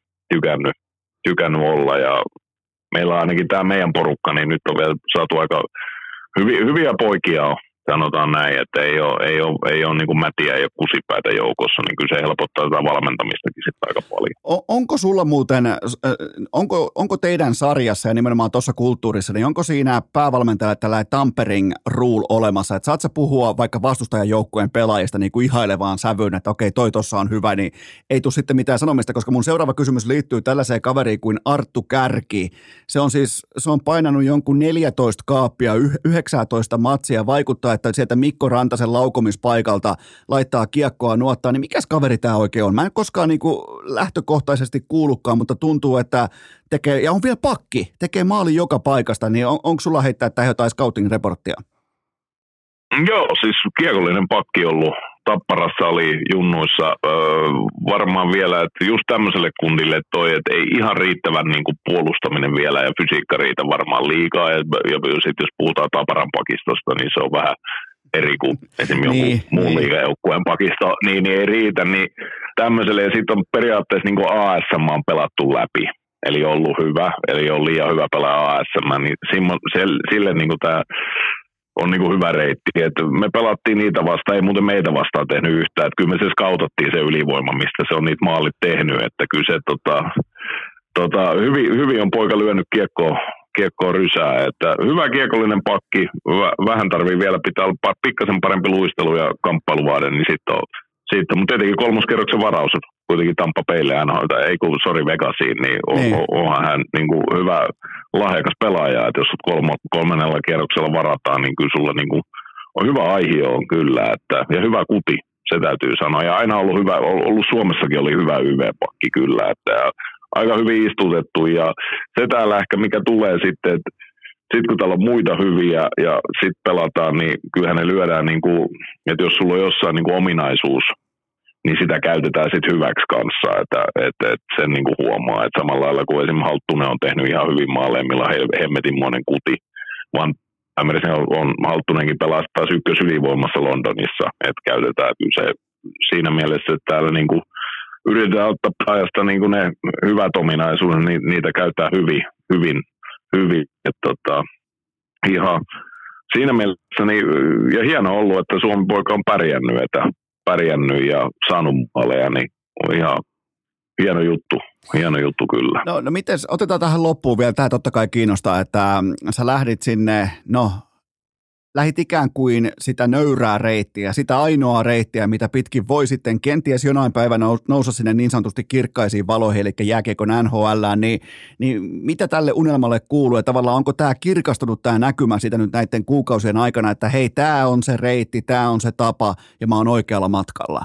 tykännyt olla ja meillä on ainakin tämä meidän porukka, niin nyt on vielä saatu aika hyviä poikia on, sanotaan näin, että ei ole niin kuin mätiä ja kusipäitä joukossa, niin kyllä se helpottaa tätä valmentamistakin sitten aika paljon. Onko sulla muuten, onko teidän sarjassa ja nimenomaan tuossa kulttuurissa, niin onko siinä päävalmentajalle tällainen tampering rule olemassa, että saat sä puhua vaikka vastustajan joukkueen pelaajista niin kuin ihailevaan sävyyn, että okei, toi tossa on hyvä, niin ei tule sitten mitään sanomista, koska mun seuraava kysymys liittyy tällaiseen kaveriin kuin Arttu Kärki. Se on painanut jonkun 14 kaappia, 19 matsia, vaikuttaa, että sieltä Mikko Rantasen laukomispaikalta laittaa kiekkoa nuottaa, niin mikäs kaveri tämä oikein on? Mä en koskaan niin kuin lähtökohtaisesti kuullutkaan, mutta tuntuu, että tekee, ja on vielä pakki, tekee maali joka paikasta, niin onko sulla heittää tähän jotain scouting-reporttia? Joo, siis kiekollinen pakki ollut. Tapparassa oli junnuissa varmaan vielä, että just tämmöiselle kundille että ei ihan riittävän niin kuin puolustaminen vielä ja fysiikka riitä varmaan liikaa. Ja sitten jos puhutaan Taparan pakistosta, niin se on vähän eri kuin esimerkiksi joku muun liigajoukkueen pakisto, niin ei riitä. Niin tämmöiselle ja sitten on periaatteessa niin kuin ASM on pelattu läpi. Eli ollut hyvä, eli on liian hyvä pelaa ASM, niin sille niin kuin tämä on niin kuin hyvä reitti, että me pelattiin niitä vastaan, ei muuten meitä vastaan tehnyt yhtään, että kyllä me se skautattiin se ylivoima, mistä se on niitä maalit tehnyt, että kyllä se hyvin on poika lyönyt kiekkoa rysää, että hyvä kiekollinen pakki, vähän tarvii vielä pitää olla pikkasen parempi luistelu ja kamppailuvaade, niin sitten mutta tietenkin kolmoskerroksen varaus on kuitenkin Tampa Baylle aina, ei kun Vegasiin, niin onhan hän niin kuin hyvä lahjakas pelaaja, että jos kolmannella kierroksella varataan, niin kyllä sulla niin kuin on hyvä aihio on kyllä, ja hyvä kuti, se täytyy sanoa, ja aina ollut Suomessakin oli hyvä YV-pakki kyllä, että aika hyvin istutettu, ja se täällä ehkä mikä tulee sitten, että sitten kun täällä on muita hyviä ja sitten pelataan, niin kyllähän ne lyödään, niin kuin, että jos sulla on jossain niin kuin ominaisuus, niin sitä käytetään sitten hyväksi kanssa, että sen niin kuin huomaa, että samalla lailla kuin esimerkiksi Halttunen on tehnyt ihan hyvin maaleja, millä on hemmetinmoinen kuti, vaan on Halttunenkin pelaa taas ykkösylivoimassa Londonissa, että käytetään kyllä se siinä mielessä, että täällä niin kuin yritetään ottaa ajasta niin kuin ne hyvät ominaisuudet, niin niitä käytetään hyvin, että ihan siinä mielessä, niin, ja hieno ollut, että Suomen poika on pärjännyt ja saanut maaleja, niin on ihan hieno juttu kyllä. No miten, otetaan tähän loppuun vielä, tämä totta kai kiinnostaa, että sä lähdit sinne, lähit ikään kuin sitä nöyrää reittiä, sitä ainoaa reittiä, mitä pitkin voi sitten kenties jonain päivänä nousta sinne niin sanotusti kirkkaisiin valoihin, eli jääkiekon NHL:ään, niin mitä tälle unelmalle kuuluu, ja tavallaan onko tämä kirkastunut tämä näkymä siitä nyt näiden kuukausien aikana, että hei, tämä on se reitti, tämä on se tapa, ja mä oon oikealla matkalla?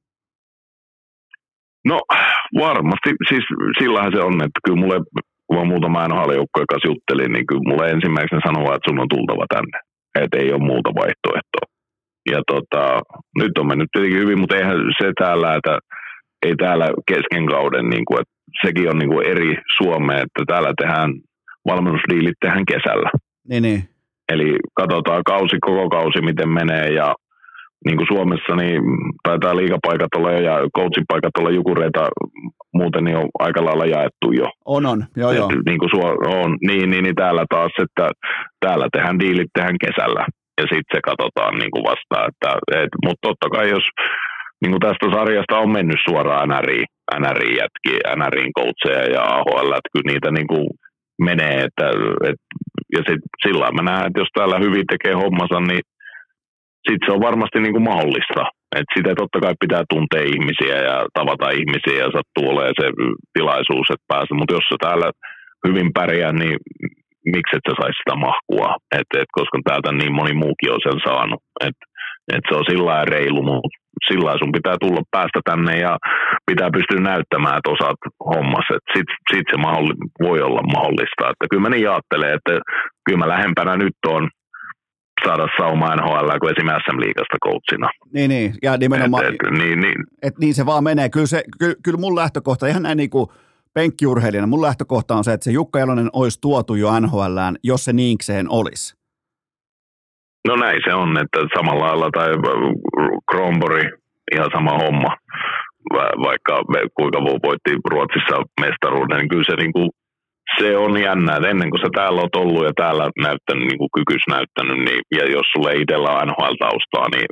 No varmasti, siis sillähän se on, että kyllä mulle, kun mä muutama NHL-joukkojen kanssa juttelin, niin kyllä mulle ensimmäisenä sanoa, että sun on tultava tänne, että ei ole muuta vaihtoehtoa. Ja nyt on mennyt tietenkin hyvin, mutta eihän se täällä, että ei täällä kesken kauden, niin kuin, että sekin on niin kuin eri Suomeen, että täällä tehdään valmennusdiilit tehdään kesällä. Niin. Eli katsotaan koko kausi, miten menee, ja niin kuin Suomessa, niin taitaa liigapaikat olla ja coachipaikat olla Jukureita muuten niin on aika lailla jaettu jo. On, joo. Niin kuin niin täällä taas, että täällä tehdään diilit kesällä ja sitten se katsotaan niin kuin vastaan. Mutta totta kai jos niin kuin tästä sarjasta on mennyt suoraan NRiin jätkiä, NRiin coacheja ja AHL, että kyllä niitä niin kuin menee. Ja sitten sillä mä näen, että jos täällä hyvin tekee hommansa, niin sitten se on varmasti niin kuin mahdollista. Et sitä totta kai pitää tuntea ihmisiä ja tavata ihmisiä ja sattuu olemaan se tilaisuus, että pääsee. Mutta jos sä täällä hyvin pärjää, niin miksi et sä saisi sitä mahkua? Koska täältä niin moni muukin on sen saanut. Et se on sillä lailla reilu, mutta sillä lailla sun pitää päästä tänne ja pitää pystyä näyttämään, että osaat hommassa. Sitten se voi olla mahdollista. Että kyllä mä niin ajattelen, että kyllä mä lähempänä nyt on saada saumaa NHL kuin esimerkiksi SM-liigasta coachina. Niin, ja nimenomaan, niin se vaan menee. Kyllä mun lähtökohta, ihan näin niin kuin penkkiurheilijana, mun lähtökohta on se, että se Jukka Jalonen olisi tuotu jo NHL:ään, jos se niinkseen olisi. No näin se on, että samalla lailla, tai Kronborg, ihan sama homma, vaikka kuinka voitti Ruotsissa mestaruuden, niin kyllä se niinku se on jännä, että ennen kuin sä täällä oot ollut ja täällä näyttänyt, niin kuin kykys näyttänyt, niin, ja jos sulle itsellä on NHL-taustaa, niin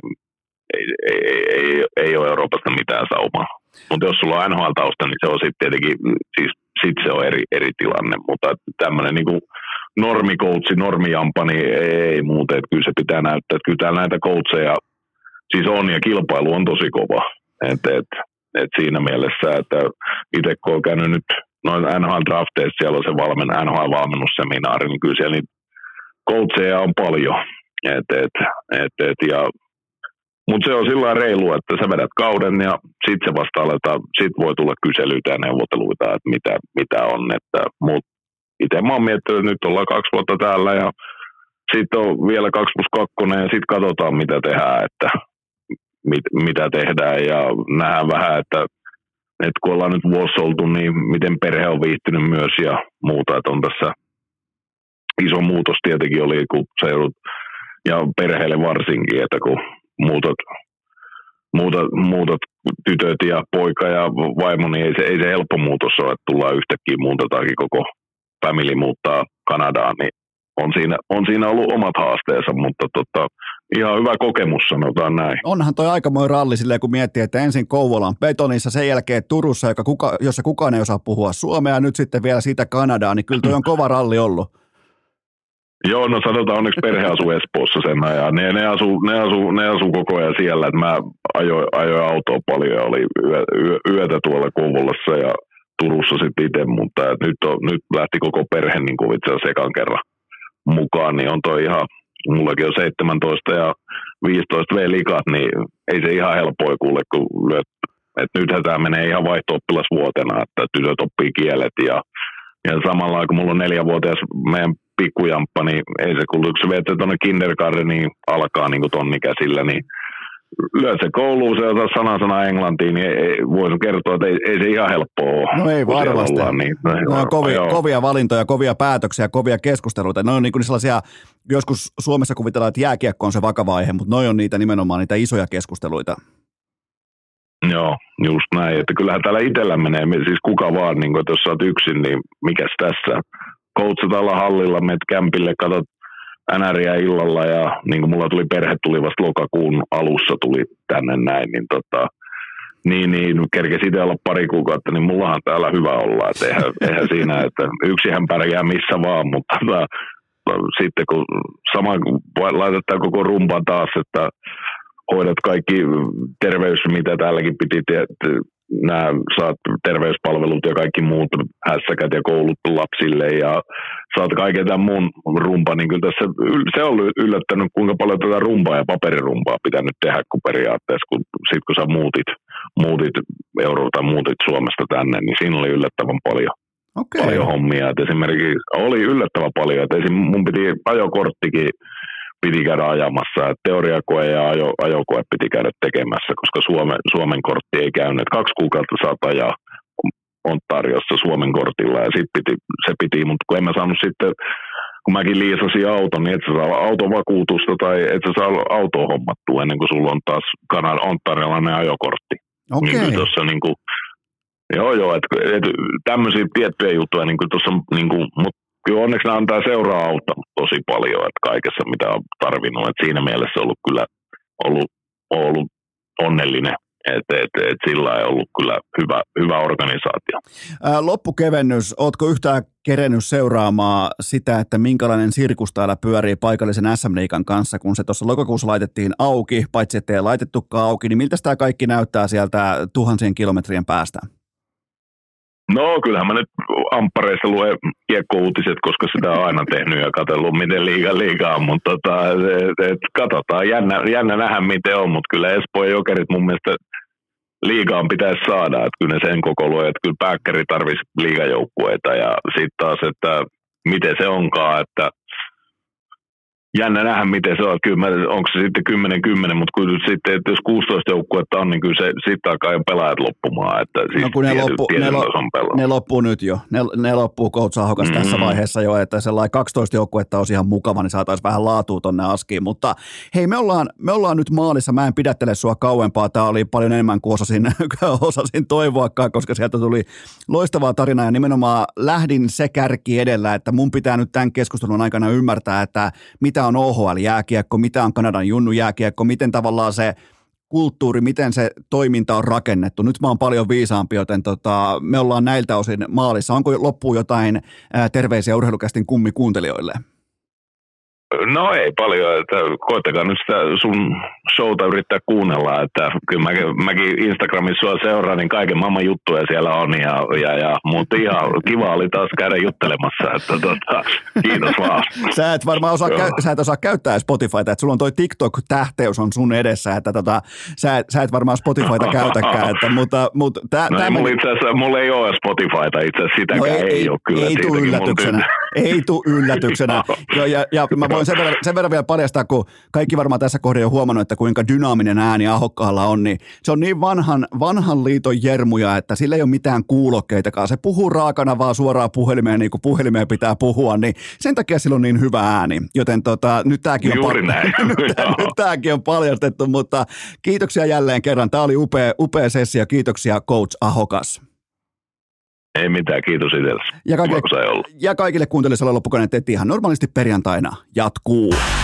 ei ole Euroopasta mitään saumaa. Mutta jos sulla on NHL-tausta, niin se on sitten tietenkin, siis sit se on eri tilanne, mutta tämmöinen niin kuin normikoutsi, normijampa, niin ei muuten, että kyllä se pitää näyttää, että kyllä täällä näitä coacheja siis on, ja kilpailu on tosi kova, et siinä mielessä, että itse kun on käynyt nyt noin NHL-drafteissa, siellä on se NHL-valmennusseminaari, niin kyllä siellä niitä coacheja on paljon. Mutta se on sillä lailla reilu, että sä vedät kauden ja sitten se vasta aletaan, sit voi tulla kyselyitä ja neuvotteluita, että mitä on. Mutta itse mä oon miettinyt, että nyt ollaan 2 vuotta täällä ja sitten on vielä 2+2 ja sitten katsotaan mitä tehdään, että mitä tehdään ja nähdään vähän, että kun ollaan nyt vuosi oltu, niin miten perhe on viihtynyt myös ja muuta, että on tässä iso muutos tietenkin oli, kun sä joudut, ja perheelle varsinkin, että kun muutat tytöt ja poika ja vaimo, niin ei se helppo muutos ole, että tullaan yhtäkkiä muutetaankin koko family muuttaa Kanadaan, niin on siinä ollut omat haasteensa, mutta ihan hyvä kokemus, sanotaan näin. Onhan toi aikamoinen ralli silleen, kun miettii, että ensin Kouvolan betonissa, sen jälkeen Turussa, jossa kukaan ei osaa puhua suomea, ja nyt sitten vielä siitä Kanadaan, niin kyllä toi on kova ralli ollut. Joo, no sanotaan onneksi perhe asuu Espoossa sen ajan. Ne asuu koko ajan siellä, että mä ajoin autoa paljon ja oli yötä tuolla Kouvolassa ja Turussa sitten itse, mutta nyt lähti koko perhe niin kuin itse asiassa ekan kerran mukaan, niin on toi ihan, mullakin on 17 ja 15 V-likat, niin ei se ihan helppoa kuule, kun lyöt, että nythän tämä menee ihan vaihto-oppilasvuotena, että tytöt oppii kielet ja samalla kun mulla on 4-vuotias meidän pikkujamppa, niin ei se, kun se viette tuonne kindergarteniin, niin alkaa niin kuin tonnikäsillä, niin lyöt se kouluun, se osaa sana englantiin, niin voisin kertoa, että ei se ihan helppoa ole. No ei varmasti. Niin, no on kovia valintoja, kovia päätöksiä, kovia keskusteluita. Ne on niin kuin sellaisia, joskus Suomessa kuvitellaan, että jääkiekko on se vakava aihe, mutta noi on niitä nimenomaan niitä isoja keskusteluita. Joo, just näin. Että kyllähän täällä itsellä menee, siis kuka vaan, niin kuin, että jos sä oot yksin, niin mikäs tässä? Coachataan hallilla, menet kämpille, katsot NRiä illalla ja niin kuin mulla perhe vasta lokakuun alussa tuli tänne näin, niin kerkesi itse olla pari kuukautta, niin mullahan täällä hyvä olla, että eihän siinä, että yksihän pärjää missä vaan, mutta sitten kun laitetaan koko rumpa taas, että hoidat kaikki terveys, mitä täälläkin piti, nämä saat terveyspalvelut ja kaikki muut hässäkät ja koulut lapsille ja saat kaiken tämän muun rumpa, niin kyllä tässä se on yllättänyt, kuinka paljon tätä rumpaa ja paperirumpaa pitää nyt tehdä, kun periaatteessa, kun sä muutit Euroopan, muutit Suomesta tänne, niin siinä oli yllättävän paljon. Paljon hommia. Et esimerkiksi oli yllättävän paljon, että mun piti ajokorttikin piti käydä ajamassa. Teoriakoe ja ajokoe piti käydä tekemässä, koska Suomen kortti ei käynyt. 2 kuukautta saat ajaa Ontariossa Suomen kortilla ja se piti, mutta kun en mä saanut sitten, kun mäkin liisasin auton, niin et sä saa autovakuutusta tai et sä saa autoa hommattua ennen kuin sulla on taas ontariolainen ajokortti. Okei. Niin tuossa niinku, joo, että tämmöisiä tiettyjä juttuja niin tuossa, mutta kyllä onneksi nämä antaa seuraa auttaa tosi paljon, että kaikessa mitä on tarvinnut, että siinä mielessä ollut onnellinen, että sillä ei ollut kyllä hyvä organisaatio. Loppukevennys, ootko yhtään kerennyt seuraamaan sitä, että minkälainen sirkus täällä pyörii paikallisen SM-liigan kanssa, kun se tuossa lokakuussa laitettiin auki, paitsi ettei laitettukaan auki, niin miltä tämä kaikki näyttää sieltä tuhansien kilometrien päästä? No kyllähän mä nyt amppareissa luen kiekkouutiset, koska sitä on aina tehnyt ja katsellut miten liigaa, mutta katsotaan, jännä nähdä miten on, mutta kyllä Espoon Jokerit mun mielestä liigaan pitäisi saada, että kyllä ne sen koko luo, että kyllä Pääkkäri tarvitsisi liigajoukkueita ja sitten taas, että miten se onkaan, että jännä nähdä, miten se on. Kyllä onko se sitten 10-10, mutta kyllä sitten, että jos 16 joukkuetta on, niin kyllä se sitten alkaa jo pelaajat loppumaan. Että siis no kun ne loppuu nyt jo. Ne loppuu Coach Ahokas tässä vaiheessa jo, että sellainen 12 joukkuetta olisi ihan mukava, niin saataisiin vähän laatua tonne askiin. Mutta hei, me ollaan nyt maalissa. Mä en pidättele sua kauempaa. Tämä oli paljon enemmän kuin osasin toivoakaan, koska sieltä tuli loistavaa tarinaa ja nimenomaan lähdin se kärki edellä, että mun pitää nyt tämän keskustelun aikana ymmärtää, että mitä on OHL-jääkiekko, mitä on Kanadan junnu-jääkiekko, miten tavallaan se kulttuuri, miten se toiminta on rakennettu. Nyt mä oon paljon viisaampi, joten me ollaan näiltä osin maalissa. Onko loppuun jotain terveisiä Urheilukästin kummikuuntelijoille? No ei paljon, että koittakaa nyt sitä sun showta yrittää kuunnella, että kyllä mäkin Instagramissa sua seuraan, niin kaiken maailman juttuja siellä on, mutta ihan kiva oli taas käydä juttelemassa, että kiitos vaan. Sä et varmaan osaa käyttää Spotifyta, että sulla on toi TikTok-tähteys on sun edessä, että sä et varmaan Spotifyta käytäkään, että, mutta mulla ei ole Spotifyta itse asiassa, sitäkään ei ole kyllä. Ei tule yllätyksenä. Ja mä voin sen verran vielä paljastaa, kun kaikki varmaan tässä kohdassa on huomannut, että kuinka dynaaminen ääni Ahokkaalla on, niin se on niin vanhan liiton jermuja, että sillä ei ole mitään kuulokkeitakaan. Se puhuu raakana vaan suoraan puhelimeen, niin kuin puhelimeen pitää puhua, niin sen takia sillä on niin hyvä ääni. Joten nyt tämäkin on paljastettu, mutta kiitoksia jälleen kerran. Tämä oli upea sessio. Kiitoksia Coach Ahokas. Ei mitään, kiitos itsellesi. Ja kaikille kuuntelijoille loppukainen, että ihan normaalisti perjantaina jatkuu.